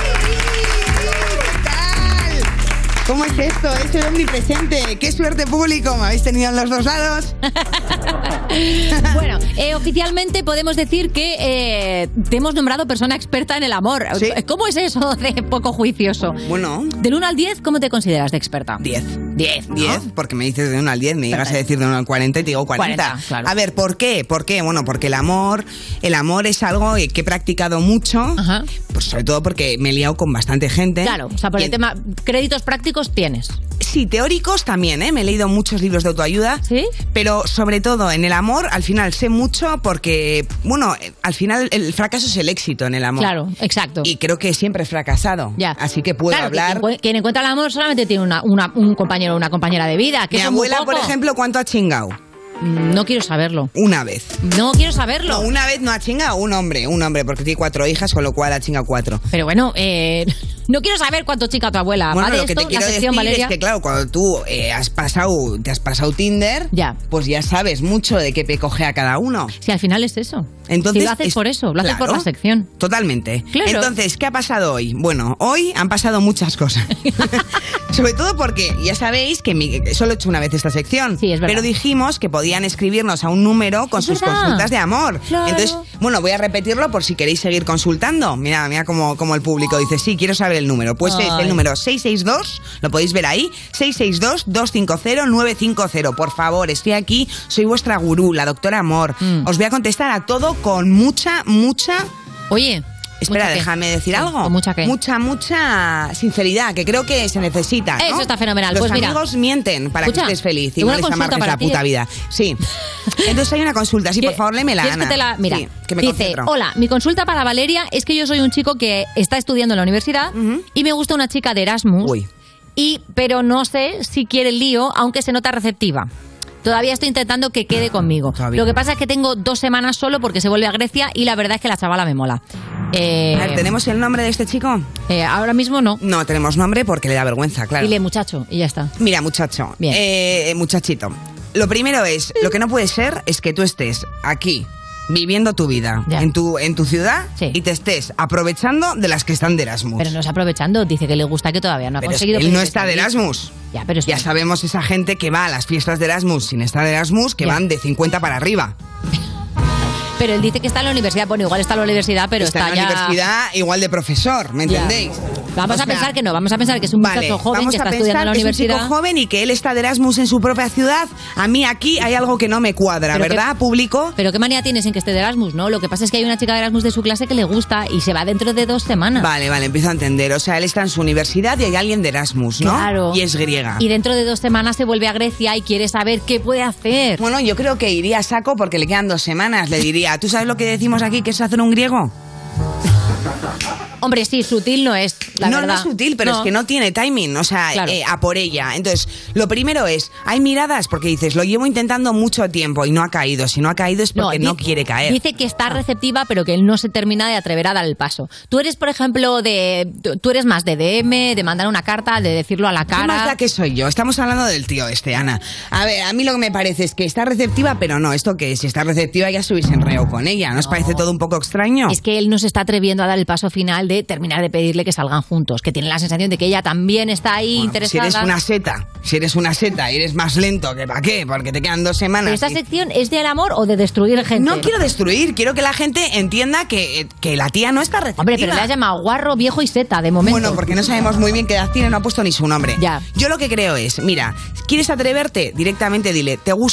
Speaker 5: ¿Cómo es esto? Es el omnipresente. ¡Qué suerte, público! ¿Me habéis tenido en los dos lados?
Speaker 4: Bueno, eh, oficialmente podemos decir que eh, te hemos nombrado persona experta en el amor. ¿Sí? ¿Cómo es eso de poco juicioso?
Speaker 5: Bueno.
Speaker 4: Del uno al diez, ¿cómo te consideras de experta?
Speaker 5: diez.
Speaker 4: diez, ¿no?
Speaker 5: diez, porque me dices de uno al diez, me llegas a decir de uno al cuarenta y te digo cuarenta.
Speaker 4: cuarenta, claro.
Speaker 5: A ver, ¿por qué? ¿Por qué? Bueno, porque el amor, el amor es algo que he practicado mucho, Ajá. Pues sobre todo porque me he liado con bastante gente.
Speaker 4: Claro, o sea, por el, el tema, créditos prácticos tienes.
Speaker 5: Sí, teóricos también, ¿eh? Me he leído muchos libros de autoayuda, ¿sí? Pero sobre todo en el amor, al final sé mucho porque, bueno, al final el fracaso es el éxito en el amor.
Speaker 4: Claro, exacto.
Speaker 5: Y creo que siempre he fracasado. Ya. Así que puedo
Speaker 4: claro,
Speaker 5: hablar.
Speaker 4: Que quien encuentra el amor solamente tiene una, una, un compañero o una compañera de vida. Que
Speaker 5: Mi abuela, por ejemplo, ¿cuánto ha chingado?
Speaker 4: No quiero saberlo.
Speaker 5: Una vez.
Speaker 4: No quiero saberlo.
Speaker 5: No, una vez no ha chingado un hombre, un hombre, porque tiene cuatro hijas, con lo cual ha chingado cuatro.
Speaker 4: Pero bueno, eh, no quiero saber cuánto chinga tu abuela.
Speaker 5: Bueno,
Speaker 4: ¿Va de
Speaker 5: lo que
Speaker 4: esto,
Speaker 5: te quiero
Speaker 4: sección,
Speaker 5: decir
Speaker 4: Valeria?
Speaker 5: es que, claro, cuando tú eh, has pasado, te has pasado Tinder,
Speaker 4: ya.
Speaker 5: Pues ya sabes mucho de qué coge a cada uno.
Speaker 4: Si al final es eso.
Speaker 5: Entonces,
Speaker 4: si lo haces
Speaker 5: es,
Speaker 4: por eso, lo haces
Speaker 5: claro,
Speaker 4: por la sección.
Speaker 5: Totalmente.
Speaker 4: Claro.
Speaker 5: Entonces, ¿qué ha pasado hoy? Bueno, hoy han pasado muchas cosas. Sobre todo porque ya sabéis que mi, solo he hecho una vez esta sección.
Speaker 4: Sí, es verdad.
Speaker 5: Pero dijimos que podían escribirnos a un número con
Speaker 4: es
Speaker 5: sus
Speaker 4: verdad.
Speaker 5: consultas de amor.
Speaker 4: Claro.
Speaker 5: Entonces, bueno, voy a repetirlo por si queréis seguir consultando. Mira, mira como, como el público dice, sí, quiero saber el número. Pues Ay. es el número seis seis dos, lo podéis ver ahí, seis seis dos, dos cinco cero, nueve cinco cero. Por favor, estoy aquí, soy vuestra gurú, la doctora Amor. Mm. Os voy a contestar a todo con mucha, mucha...
Speaker 4: Oye...
Speaker 5: Espera, déjame decir
Speaker 4: sí,
Speaker 5: algo.
Speaker 4: ¿Mucha qué?
Speaker 5: Mucha, mucha sinceridad, que creo que se necesita, ¿no?
Speaker 4: Eso está fenomenal.
Speaker 5: Los
Speaker 4: pues mira,
Speaker 5: amigos mienten para
Speaker 4: escucha,
Speaker 5: que estés feliz y no les amargues la
Speaker 4: ti.
Speaker 5: puta vida. Sí. Entonces hay una consulta. Sí, por favor, lémela, Ana.
Speaker 4: Que te la, mira,
Speaker 5: sí, que me
Speaker 4: dice,
Speaker 5: concentro.
Speaker 4: hola, mi consulta para Valeria es que yo soy un chico que está estudiando en la universidad uh-huh. y me gusta una chica de Erasmus,
Speaker 5: Uy.
Speaker 4: y pero no sé si quiere el lío, aunque se nota receptiva. Todavía estoy intentando que quede conmigo.
Speaker 5: Todavía.
Speaker 4: Lo que pasa es que tengo dos semanas solo porque se vuelve a Grecia y la verdad es que la chavala me mola. Eh,
Speaker 5: a ver, ¿tenemos el nombre de este chico?
Speaker 4: Eh, ahora mismo no.
Speaker 5: No tenemos nombre porque le da vergüenza, claro.
Speaker 4: Dile muchacho y ya está.
Speaker 5: Mira, muchacho.
Speaker 4: Bien.
Speaker 5: Eh, muchachito. Lo primero es, lo que no puede ser es que tú estés aquí viviendo tu vida en tu, en tu ciudad sí. y te estés aprovechando de las que están de Erasmus.
Speaker 4: Pero no es aprovechando, dice que le gusta, que todavía no ha
Speaker 5: pero
Speaker 4: conseguido.
Speaker 5: Es que él no está de Erasmus.
Speaker 4: Ya, pero
Speaker 5: ya sabemos esa gente que va a las fiestas de Erasmus sin estar de Erasmus, que ya. van de cincuenta para arriba.
Speaker 4: Pero él dice que está en la universidad. Bueno, igual está en la universidad, pero está,
Speaker 5: está en la
Speaker 4: ya...
Speaker 5: universidad igual de profesor, ¿me
Speaker 4: ya.
Speaker 5: entendéis?
Speaker 4: Vamos
Speaker 5: o
Speaker 4: a
Speaker 5: sea,
Speaker 4: pensar que no, vamos a pensar que es un
Speaker 5: vale,
Speaker 4: muchacho joven que está estudiando en la
Speaker 5: que
Speaker 4: universidad.
Speaker 5: Es un chico joven y que él está de Erasmus en su propia ciudad. A mí aquí hay algo que no me cuadra,
Speaker 4: pero
Speaker 5: ¿verdad,
Speaker 4: qué,
Speaker 5: público?
Speaker 4: Pero qué manía tienes en que esté de Erasmus, ¿no? Lo que pasa es que hay una chica de Erasmus de su clase que le gusta y se va dentro de dos semanas.
Speaker 5: Vale, vale, empiezo a entender. O sea, él está en su universidad y hay alguien de Erasmus, ¿no?
Speaker 4: Claro.
Speaker 5: Y es griega.
Speaker 4: Y dentro de dos semanas se vuelve a Grecia y quiere saber qué puede hacer.
Speaker 5: Bueno, yo creo que iría a saco porque le quedan dos semanas. Le diría, ¿tú sabes lo que decimos aquí, que es hacer un griego?
Speaker 4: Hombre, sí, sutil no es, la
Speaker 5: no,
Speaker 4: verdad.
Speaker 5: No es sutil, pero no. es que no tiene timing, o sea, claro. eh, a por ella. Entonces, lo primero es, hay miradas, porque dices, lo llevo intentando mucho tiempo y no ha caído. Si no ha caído es porque no, no quiere caer.
Speaker 4: Dice que está receptiva, pero que él no se termina de atrever a dar el paso. Tú eres, por ejemplo, de tú eres más de D M, de mandar una carta, de decirlo a la cara.
Speaker 5: ¿Qué más da que soy yo? Estamos hablando del tío este, Ana. A ver, a mí lo que me parece es que está receptiva, pero no, esto que si está receptiva ya subís en reo con ella. ¿No os parece todo un poco extraño?
Speaker 4: Es que él no se está atreviendo a dar el paso final de terminar de pedir que salgan juntos, que tiene la sensación de que ella también está ahí bueno, interesada.
Speaker 5: Si eres una seta, si eres una seta y eres más lento, ¿que para qué? Porque te quedan dos semanas.
Speaker 4: ¿Pero esta
Speaker 5: y...
Speaker 4: sección es del amor o de destruir gente?
Speaker 5: No quiero destruir, quiero que la gente entienda que, que la tía no está receptiva.
Speaker 4: Hombre, pero le has llamado guarro, viejo y seta, de momento.
Speaker 5: Bueno, porque no sabemos muy bien qué edad tiene, no ha puesto ni su nombre.
Speaker 4: Ya.
Speaker 5: Yo lo que creo es, mira, ¿quieres atreverte? Directamente dile, ¿te gusto?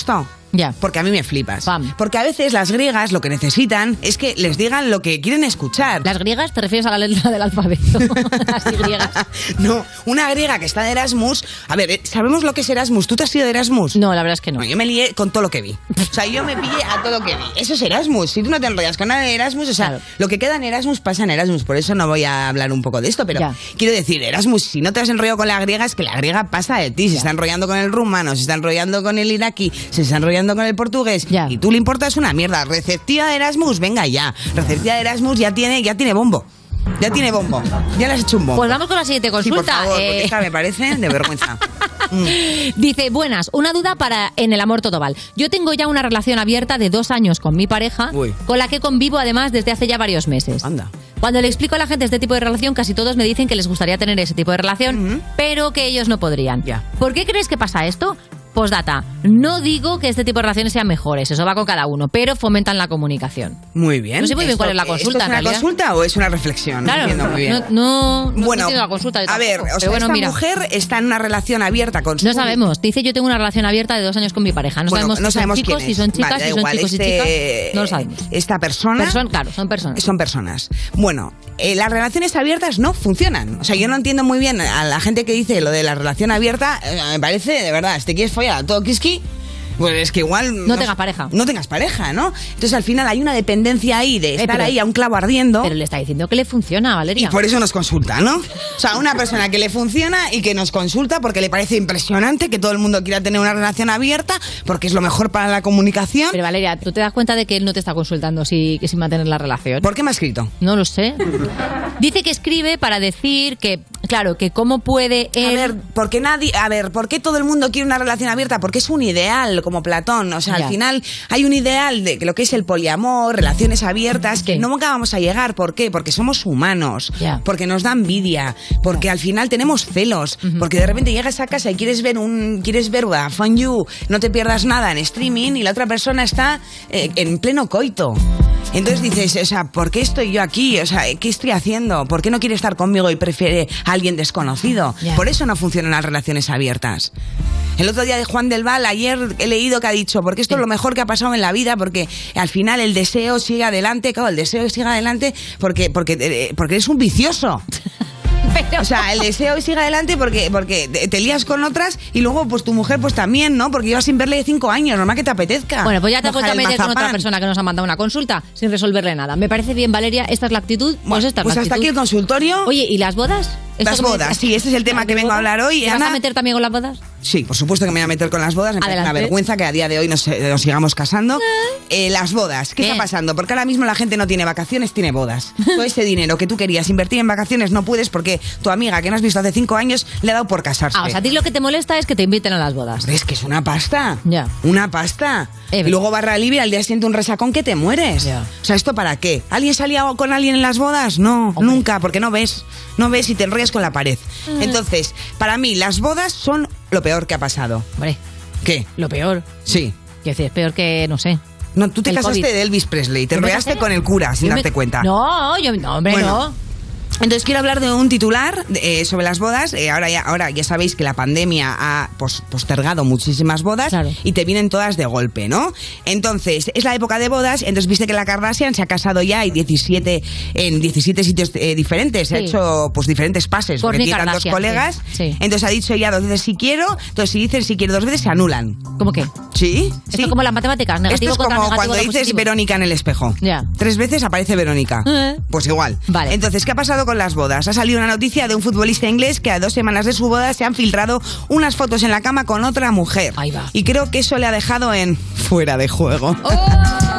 Speaker 4: Ya.
Speaker 5: Porque a mí me flipas. Porque a veces las griegas lo que necesitan es que les digan lo que quieren escuchar.
Speaker 4: ¿Las griegas te refieres a la letra del alfabeto? Las griegas.
Speaker 5: No, una griega que está de Erasmus. A ver, ¿sabemos lo que es Erasmus? ¿Tú te has ido de Erasmus?
Speaker 4: No, la verdad es que no.
Speaker 5: no yo me lié con todo lo que vi. O sea, yo me pillé a todo lo que vi. Eso es Erasmus. Si tú no te enrollas con nada de Erasmus, o sea, claro. Lo que queda en Erasmus pasa en Erasmus. Por eso no voy a hablar un poco de esto, pero ya. Quiero decir, Erasmus, si no te has enrollado con la griega, es que la griega pasa de ti. Se ya. Está enrollando con el rumano, se está enrollando con el iraquí, se está enrollando con el portugués. Ya. Y tú le importas una mierda. Receptiva de Erasmus, venga ya. Receptiva de Erasmus ya tiene, ya tiene bombo. Ya tiene bombo. Ya le has hecho un bombo.
Speaker 4: Pues vamos con la siguiente consulta.
Speaker 5: Sí, por favor,
Speaker 4: eh...
Speaker 5: porque esta me parece de vergüenza.
Speaker 4: mm. Dice, buenas, una duda para En el amor todo val. Yo tengo ya una relación abierta de dos años con mi pareja, Uy. Con la que convivo además desde hace ya varios meses.
Speaker 5: Anda.
Speaker 4: Cuando le explico a la gente este tipo de relación, casi todos me dicen que les gustaría tener ese tipo de relación, uh-huh. pero que ellos no podrían.
Speaker 5: Ya.
Speaker 4: ¿Por qué crees que pasa esto? Postdata, no digo que este tipo de relaciones sean mejores, eso va con cada uno, pero fomentan la comunicación.
Speaker 5: Muy bien.
Speaker 4: No sé muy bien
Speaker 5: esto,
Speaker 4: cuál es la consulta.
Speaker 5: ¿Esto es una consulta o es una reflexión?
Speaker 4: Claro,
Speaker 5: no entiendo muy bien.
Speaker 4: No, no, no
Speaker 5: bueno,
Speaker 4: la consulta.
Speaker 5: A ver, o sea,
Speaker 4: bueno,
Speaker 5: esta
Speaker 4: mira,
Speaker 5: mujer está en una relación abierta con su...
Speaker 4: No sabemos, dice yo tengo una relación abierta de dos años con mi pareja. No
Speaker 5: bueno,
Speaker 4: sabemos
Speaker 5: no
Speaker 4: si
Speaker 5: sabemos
Speaker 4: son chicos,
Speaker 5: quién es.
Speaker 4: si son chicas,
Speaker 5: vale,
Speaker 4: si son
Speaker 5: igual,
Speaker 4: chicos
Speaker 5: este,
Speaker 4: y chicas. No lo sabemos.
Speaker 5: Esta persona...
Speaker 4: Person, claro, son personas.
Speaker 5: Son personas. Bueno, eh, las relaciones abiertas no funcionan. O sea, yo no entiendo muy bien a la gente que dice lo de la relación abierta. Eh, me parece, de verdad, si te quieres follar a todo kiski... Pues es que igual...
Speaker 4: No, no tengas pareja.
Speaker 5: No tengas pareja, ¿no? Entonces al final hay una dependencia ahí de estar eh, pero, ahí a un clavo ardiendo.
Speaker 4: Pero le está diciendo que le funciona, Valeria.
Speaker 5: Y por eso nos consulta, ¿no? O sea, una persona que le funciona y que nos consulta porque le parece impresionante que todo el mundo quiera tener una relación abierta porque es lo mejor para la comunicación.
Speaker 4: Pero Valeria, ¿tú te das cuenta de que él no te está consultando si, que sin mantener la relación?
Speaker 5: ¿Por qué me ha escrito?
Speaker 4: No lo sé. Dice que escribe para decir que, claro, que cómo puede él...
Speaker 5: A ver, ¿por qué nadie... A ver, ¿por qué todo el mundo quiere una relación abierta? Porque es un ideal, como Platón. O sea, ya. Al final hay un ideal de lo que es el poliamor, relaciones abiertas, que sí. Nunca vamos a llegar. ¿Por qué? Porque somos humanos, ya. Porque nos da envidia, porque ya. Al final tenemos celos, uh-huh. Porque de repente llegas a casa y quieres ver un quieres ver Vodafone You, no te pierdas nada en streaming y la otra persona está eh, en pleno coito. Entonces dices, o sea, ¿por qué estoy yo aquí? O sea, ¿qué estoy haciendo? ¿Por qué no quiere estar conmigo y prefiere a alguien desconocido? Yeah. Por eso no funcionan las relaciones abiertas. El otro día de Juan del Val, ayer he leído que ha dicho, porque esto sí. Es lo mejor que ha pasado en la vida, porque al final el deseo sigue adelante, claro, el deseo sigue adelante porque, porque, porque eres un vicioso. Pero... O sea, el deseo sigue adelante porque, porque te lías con otras y luego pues tu mujer pues también, ¿no? Porque llevas sin verle de cinco años, normal que te apetezca.
Speaker 4: Bueno, pues ya te has vuelto a meter con otra persona que nos ha mandado una consulta sin resolverle nada. Me parece bien, Valeria, esta es la actitud, pues
Speaker 5: bueno,
Speaker 4: esta es
Speaker 5: pues
Speaker 4: la
Speaker 5: hasta
Speaker 4: actitud.
Speaker 5: Aquí el consultorio.
Speaker 4: Oye, ¿y las bodas?
Speaker 5: Las bodas, sí, ese es el tema que vengo a hablar hoy.
Speaker 4: ¿Te vas a meter también con las bodas?
Speaker 5: Sí, por supuesto que me voy a meter con las bodas. Me parece una vergüenza que a día de hoy nos, nos sigamos casando. Eh, las bodas, ¿qué, ¿qué está pasando? Porque ahora mismo la gente no tiene vacaciones, tiene bodas. Todo ese dinero que tú querías invertir en vacaciones no puedes porque tu amiga que no has visto hace cinco años le ha dado por casarse.
Speaker 4: Ah, o sea, a ti lo que te molesta es que te inviten a las bodas.
Speaker 5: Es que es una pasta.
Speaker 4: Ya.
Speaker 5: Una pasta. Eh, y luego barra libre, al día siguiente un resacón que te mueres. Ya. O sea, ¿esto para qué? ¿Alguien salía con alguien en las bodas? No, hombre. Nunca, porque no ves. No ves y te enrollas con la pared. Entonces, para mí, las bodas son lo peor que ha pasado.
Speaker 4: Hombre.
Speaker 5: ¿Qué?
Speaker 4: Lo peor.
Speaker 5: Sí.
Speaker 4: ¿Qué es peor que, no sé?
Speaker 5: No, tú te casaste
Speaker 4: COVID.
Speaker 5: De Elvis Presley, te enrollaste con el cura sin
Speaker 4: yo
Speaker 5: darte
Speaker 4: me...
Speaker 5: cuenta.
Speaker 4: No, yo no, hombre,
Speaker 5: bueno,
Speaker 4: no.
Speaker 5: Entonces quiero hablar de un titular eh, sobre las bodas. Eh, ahora, ya, ahora ya sabéis que la pandemia ha pos, postergado muchísimas bodas, claro. Y te vienen todas de golpe, ¿no? Entonces, es la época de bodas, entonces viste que la Kardashian se ha casado ya y diecisiete, en diecisiete sitios eh, diferentes, sí. Ha hecho pues diferentes pases,
Speaker 4: por
Speaker 5: porque tiene tantos colegas.
Speaker 4: Sí. Sí.
Speaker 5: Entonces ha dicho ya dos veces si quiero, entonces si dicen si quiero dos veces se anulan.
Speaker 4: ¿Cómo qué?
Speaker 5: Sí.
Speaker 4: Esto
Speaker 5: sí.
Speaker 4: como las matemáticas, negativo
Speaker 5: Esto es
Speaker 4: contra
Speaker 5: como
Speaker 4: negativo
Speaker 5: cuando dices
Speaker 4: positivo.
Speaker 5: Verónica en el espejo.
Speaker 4: Ya.
Speaker 5: Tres veces aparece Verónica.
Speaker 4: Eh.
Speaker 5: Pues igual.
Speaker 4: Vale.
Speaker 5: Entonces, ¿qué ha pasado con las bodas? Ha salido una noticia de un futbolista inglés que a dos semanas de su boda se han filtrado unas fotos en la cama con otra mujer.
Speaker 4: Ahí va.
Speaker 5: Y creo que eso le ha dejado en fuera de juego.
Speaker 4: ¡Oh!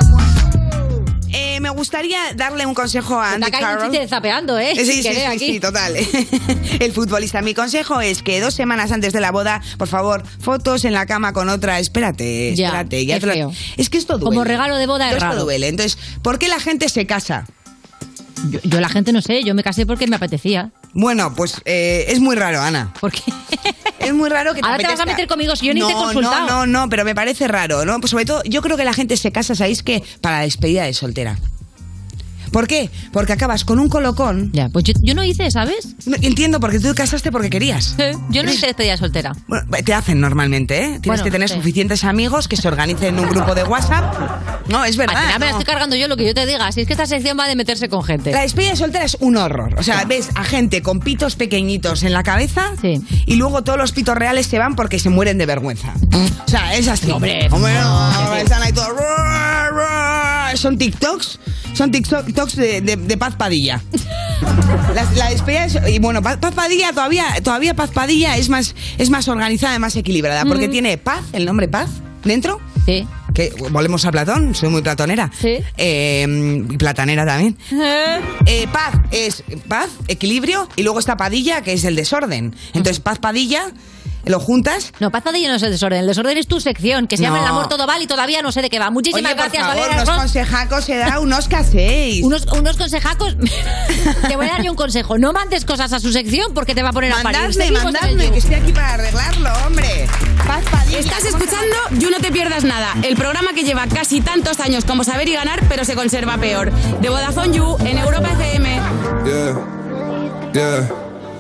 Speaker 5: eh, me gustaría darle un consejo a Andy Carroll.
Speaker 4: Te zapeando, ¿eh?
Speaker 5: Sí, sí, sí, sí, sí, total. El futbolista. Mi consejo es que dos semanas antes de la boda, por favor, fotos en la cama con otra. Espérate,
Speaker 4: ya,
Speaker 5: espérate. Ya
Speaker 4: qué
Speaker 5: lo...
Speaker 4: feo.
Speaker 5: Es que esto duele.
Speaker 4: Como regalo de boda es
Speaker 5: esto
Speaker 4: raro.
Speaker 5: duele. Entonces, ¿por qué la gente se casa?
Speaker 4: Yo, yo la gente no sé, yo me casé porque me apetecía.
Speaker 5: Bueno, pues eh, es muy raro, Ana.
Speaker 4: ¿Por qué?
Speaker 5: Es muy raro que te
Speaker 4: Ahora
Speaker 5: apetezca.
Speaker 4: te vas a meter conmigo si yo ni
Speaker 5: no,
Speaker 4: te he consultado.
Speaker 5: No, no, no, pero me parece raro, ¿no? Pues sobre todo, yo creo que la gente se casa, ¿sabéis qué? Para la despedida de soltera. ¿Por qué? Porque acabas con un colocón.
Speaker 4: Ya, pues yo, yo no hice, ¿sabes?
Speaker 5: No, entiendo, porque tú te casaste porque querías.
Speaker 4: Sí, yo no hice despedida soltera.
Speaker 5: Bueno, te hacen normalmente, ¿eh? Tienes
Speaker 4: Bueno,
Speaker 5: que tener
Speaker 4: sí.
Speaker 5: suficientes amigos que se organicen en un grupo de WhatsApp. No, es verdad.
Speaker 4: Al final me la
Speaker 5: no.
Speaker 4: estoy cargando yo lo que yo te diga. Si es que esta sección va de meterse con gente.
Speaker 5: La despedida soltera es un horror. O sea, ves a gente con pitos pequeñitos en la cabeza y luego todos los pitos reales se van porque se mueren de vergüenza. O sea, es así.
Speaker 4: Hombre,
Speaker 5: Hombre, no,
Speaker 4: no.
Speaker 5: están ahí todos. Son TikToks. Son TikToks de, de, de Paz Padilla. La, la despedida es, y bueno, Paz, Paz Padilla todavía, todavía Paz Padilla es más, es más organizada, más equilibrada, porque
Speaker 4: Mm.
Speaker 5: tiene Paz, el nombre Paz, dentro.
Speaker 4: Sí.
Speaker 5: Que volvemos a Platón, soy muy platonera.
Speaker 4: Sí.
Speaker 5: Eh, y platanera también. Eh, paz es paz, equilibrio, y luego está Padilla, que es el desorden. Entonces, Paz Padilla, ¿lo juntas?
Speaker 4: No, Paz Padilla no es el desorden. El desorden es tu sección, que se llama
Speaker 5: No.
Speaker 4: El amor todo vale y todavía no sé de qué va. Muchísimas
Speaker 5: Oye, por
Speaker 4: gracias,
Speaker 5: favor,
Speaker 4: Valeria
Speaker 5: unos
Speaker 4: Ross.
Speaker 5: consejacos se da, unos caséis.
Speaker 4: Unos, unos consejacos. Te voy a dar yo un consejo. No mandes cosas a su sección porque te va a poner a parir.
Speaker 5: Mandadme,
Speaker 4: Seguimos en el
Speaker 5: mandadme,
Speaker 4: You.
Speaker 5: que estoy aquí para arreglarlo, hombre. Paz Padilla.
Speaker 7: Estás escuchando You No Te Pierdas Nada, el programa que lleva casi tantos años como Saber y Ganar, pero se conserva peor. De Vodafone You en Europa F M.
Speaker 8: Yeah, yeah.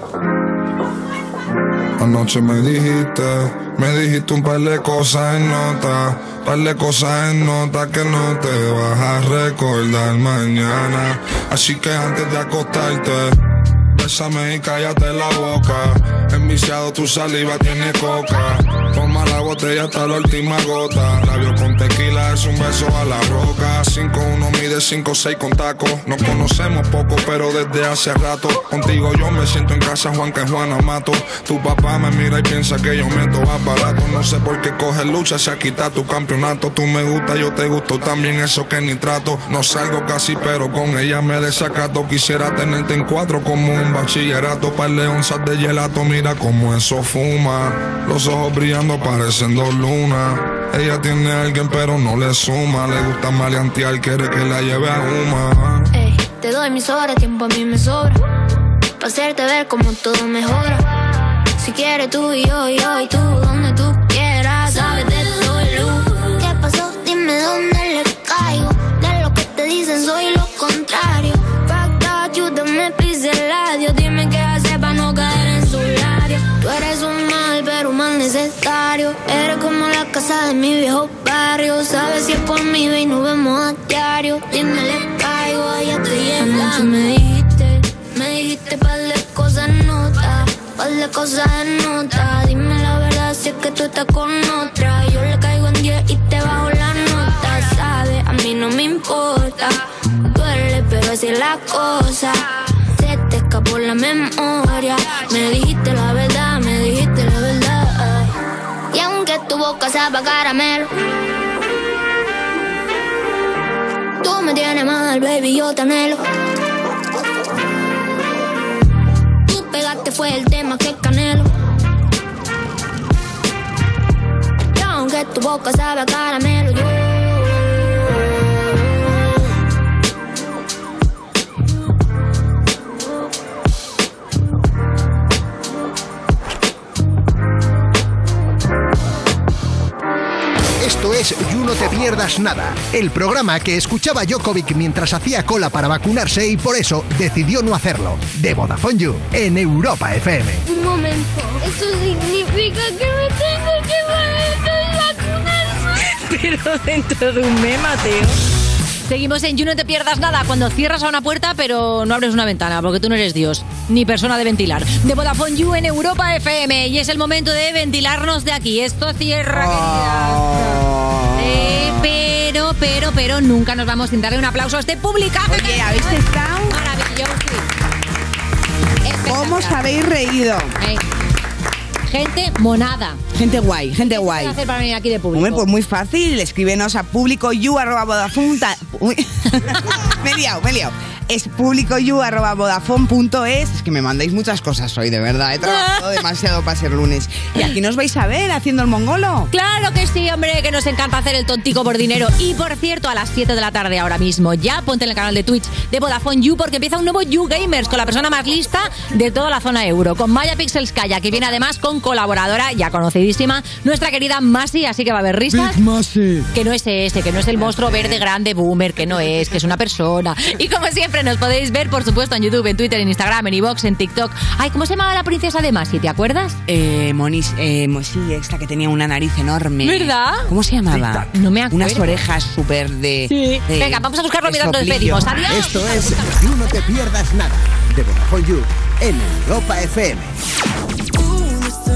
Speaker 8: Anoche me dijiste, me dijiste un par de cosas en nota, par de cosas en nota que no te vas a recordar mañana. Así que antes de acostarte, bésame y cállate la boca. Enviciado tu saliva tiene coca. Toma la botella hasta la última gota. Labio con tequila es un beso a la roca. cinco uno mide cinco seis con taco. Nos conocemos poco pero desde hace rato. Contigo yo me siento en casa, Juan que Juana mato. Tu papá me mira y piensa que yo meto aparato. No sé por qué coges lucha, se quita tu campeonato. Tú me gusta, yo te gusto también, eso que ni trato. No salgo casi pero con ella me desacato. Quisiera tenerte en cuatro como un bachillerato. Par de onzas de gelato, mira cómo eso fuma. Los ojos brillando parecen dos lunas. Ella tiene a alguien pero no le suma. Le gusta maleantear, quiere que la lleve a Uma.
Speaker 9: Ey, te doy mis horas, tiempo a mí me sobra, pa' hacerte ver cómo todo mejora. Si quieres tú y yo y yo y tú, donde tú quieras, sabes de todo el luz. ¿Qué pasó? Dime dónde le caigo. De lo que te dicen soy lo contrario. Fuck that, ayúdame, pise el radio. Dime qué hacer pa' no caer en su labio. Tú eres un mal, pero un mal necesario. Eres como la casa de mi viejo barrio. Sabes si es por mí, ve y nos vemos a diario. Dime, le caigo, ya estoy llegando. Anoche me dijiste, me dijiste par de cosas en nota, par de cosas en nota. Dime la verdad si es que tú estás con otra. Yo le caigo en diez y te bajo la nota. Sabes, a mí no me importa. Duele, pero así es la cosa. Se te escapó la memoria. Me dijiste la verdad, me dijiste la verdad. Y aunque tu boca sepa caramelo, tú me tienes mal, baby, yo te anhelo. Tú pegaste fue el tema que canelo. Y aunque tu boca sabe a caramelo, yo
Speaker 11: Esto es You No Te Pierdas Nada, el programa que escuchaba Djokovic mientras hacía cola para vacunarse y por eso decidió no hacerlo. De Vodafone You, en Europa F M.
Speaker 9: Un momento, ¿eso significa que me tengo que vacunar?
Speaker 4: Pero dentro de un mes, Mateo. Seguimos en You No Te Pierdas Nada, cuando cierras a una puerta pero no abres una ventana, porque tú no eres Dios, ni persona de ventilar. De Vodafone You en Europa F M, y es el momento de ventilarnos de aquí. Esto cierra,
Speaker 5: oh.
Speaker 4: querida. Eh, pero, pero, pero, nunca nos vamos sin darle un aplauso a este publicaje.
Speaker 5: Oye, ¿habéis estado?
Speaker 4: Maravilloso.
Speaker 5: ¿Cómo os habéis reído?
Speaker 4: Eh. Gente monada.
Speaker 5: Gente guay, gente
Speaker 4: ¿Qué
Speaker 5: guay.
Speaker 4: puedes hacer para venir aquí de público?
Speaker 5: Hombre, pues muy fácil. Escríbenos a público you arroba vodafone. Uy. me he liado, me he liado. es publicoyu arroba vodafone punto es. Es que me mandáis muchas cosas hoy, de verdad. He trabajado demasiado para ser lunes. Y aquí nos vais a ver haciendo el mongolo.
Speaker 4: Claro que sí, hombre, que nos encanta hacer el tontico por dinero. Y por cierto, a las siete de la tarde ahora mismo, ya ponte en el canal de Twitch de Vodafone You, porque empieza un nuevo You Gamers con la persona más lista de toda la zona euro, con Maya Pixelskaya, que viene además con colaboradora ya conocidísima, nuestra querida Masi, así que va a haber risas.
Speaker 10: Big Masi.
Speaker 4: Que no es ese, que no es el monstruo verde grande boomer, que no es, que es una persona. Y como siempre nos podéis ver, por supuesto, en YouTube, en Twitter, en Instagram, en iVoox, en TikTok. Ay, ¿cómo se llamaba la princesa de Masi? ¿Te acuerdas?
Speaker 5: Eh, Monis, eh, sí, esta que tenía una nariz enorme.
Speaker 4: ¿Verdad?
Speaker 5: ¿Cómo se llamaba?
Speaker 4: No me acuerdo.
Speaker 5: Unas orejas súper de,
Speaker 4: sí.
Speaker 5: de...
Speaker 4: Venga, vamos a buscarlo mientras nos despedimos. Adiós.
Speaker 11: Esto es You No Te Pierdas Nada, de Vodafone You, en Europa F M.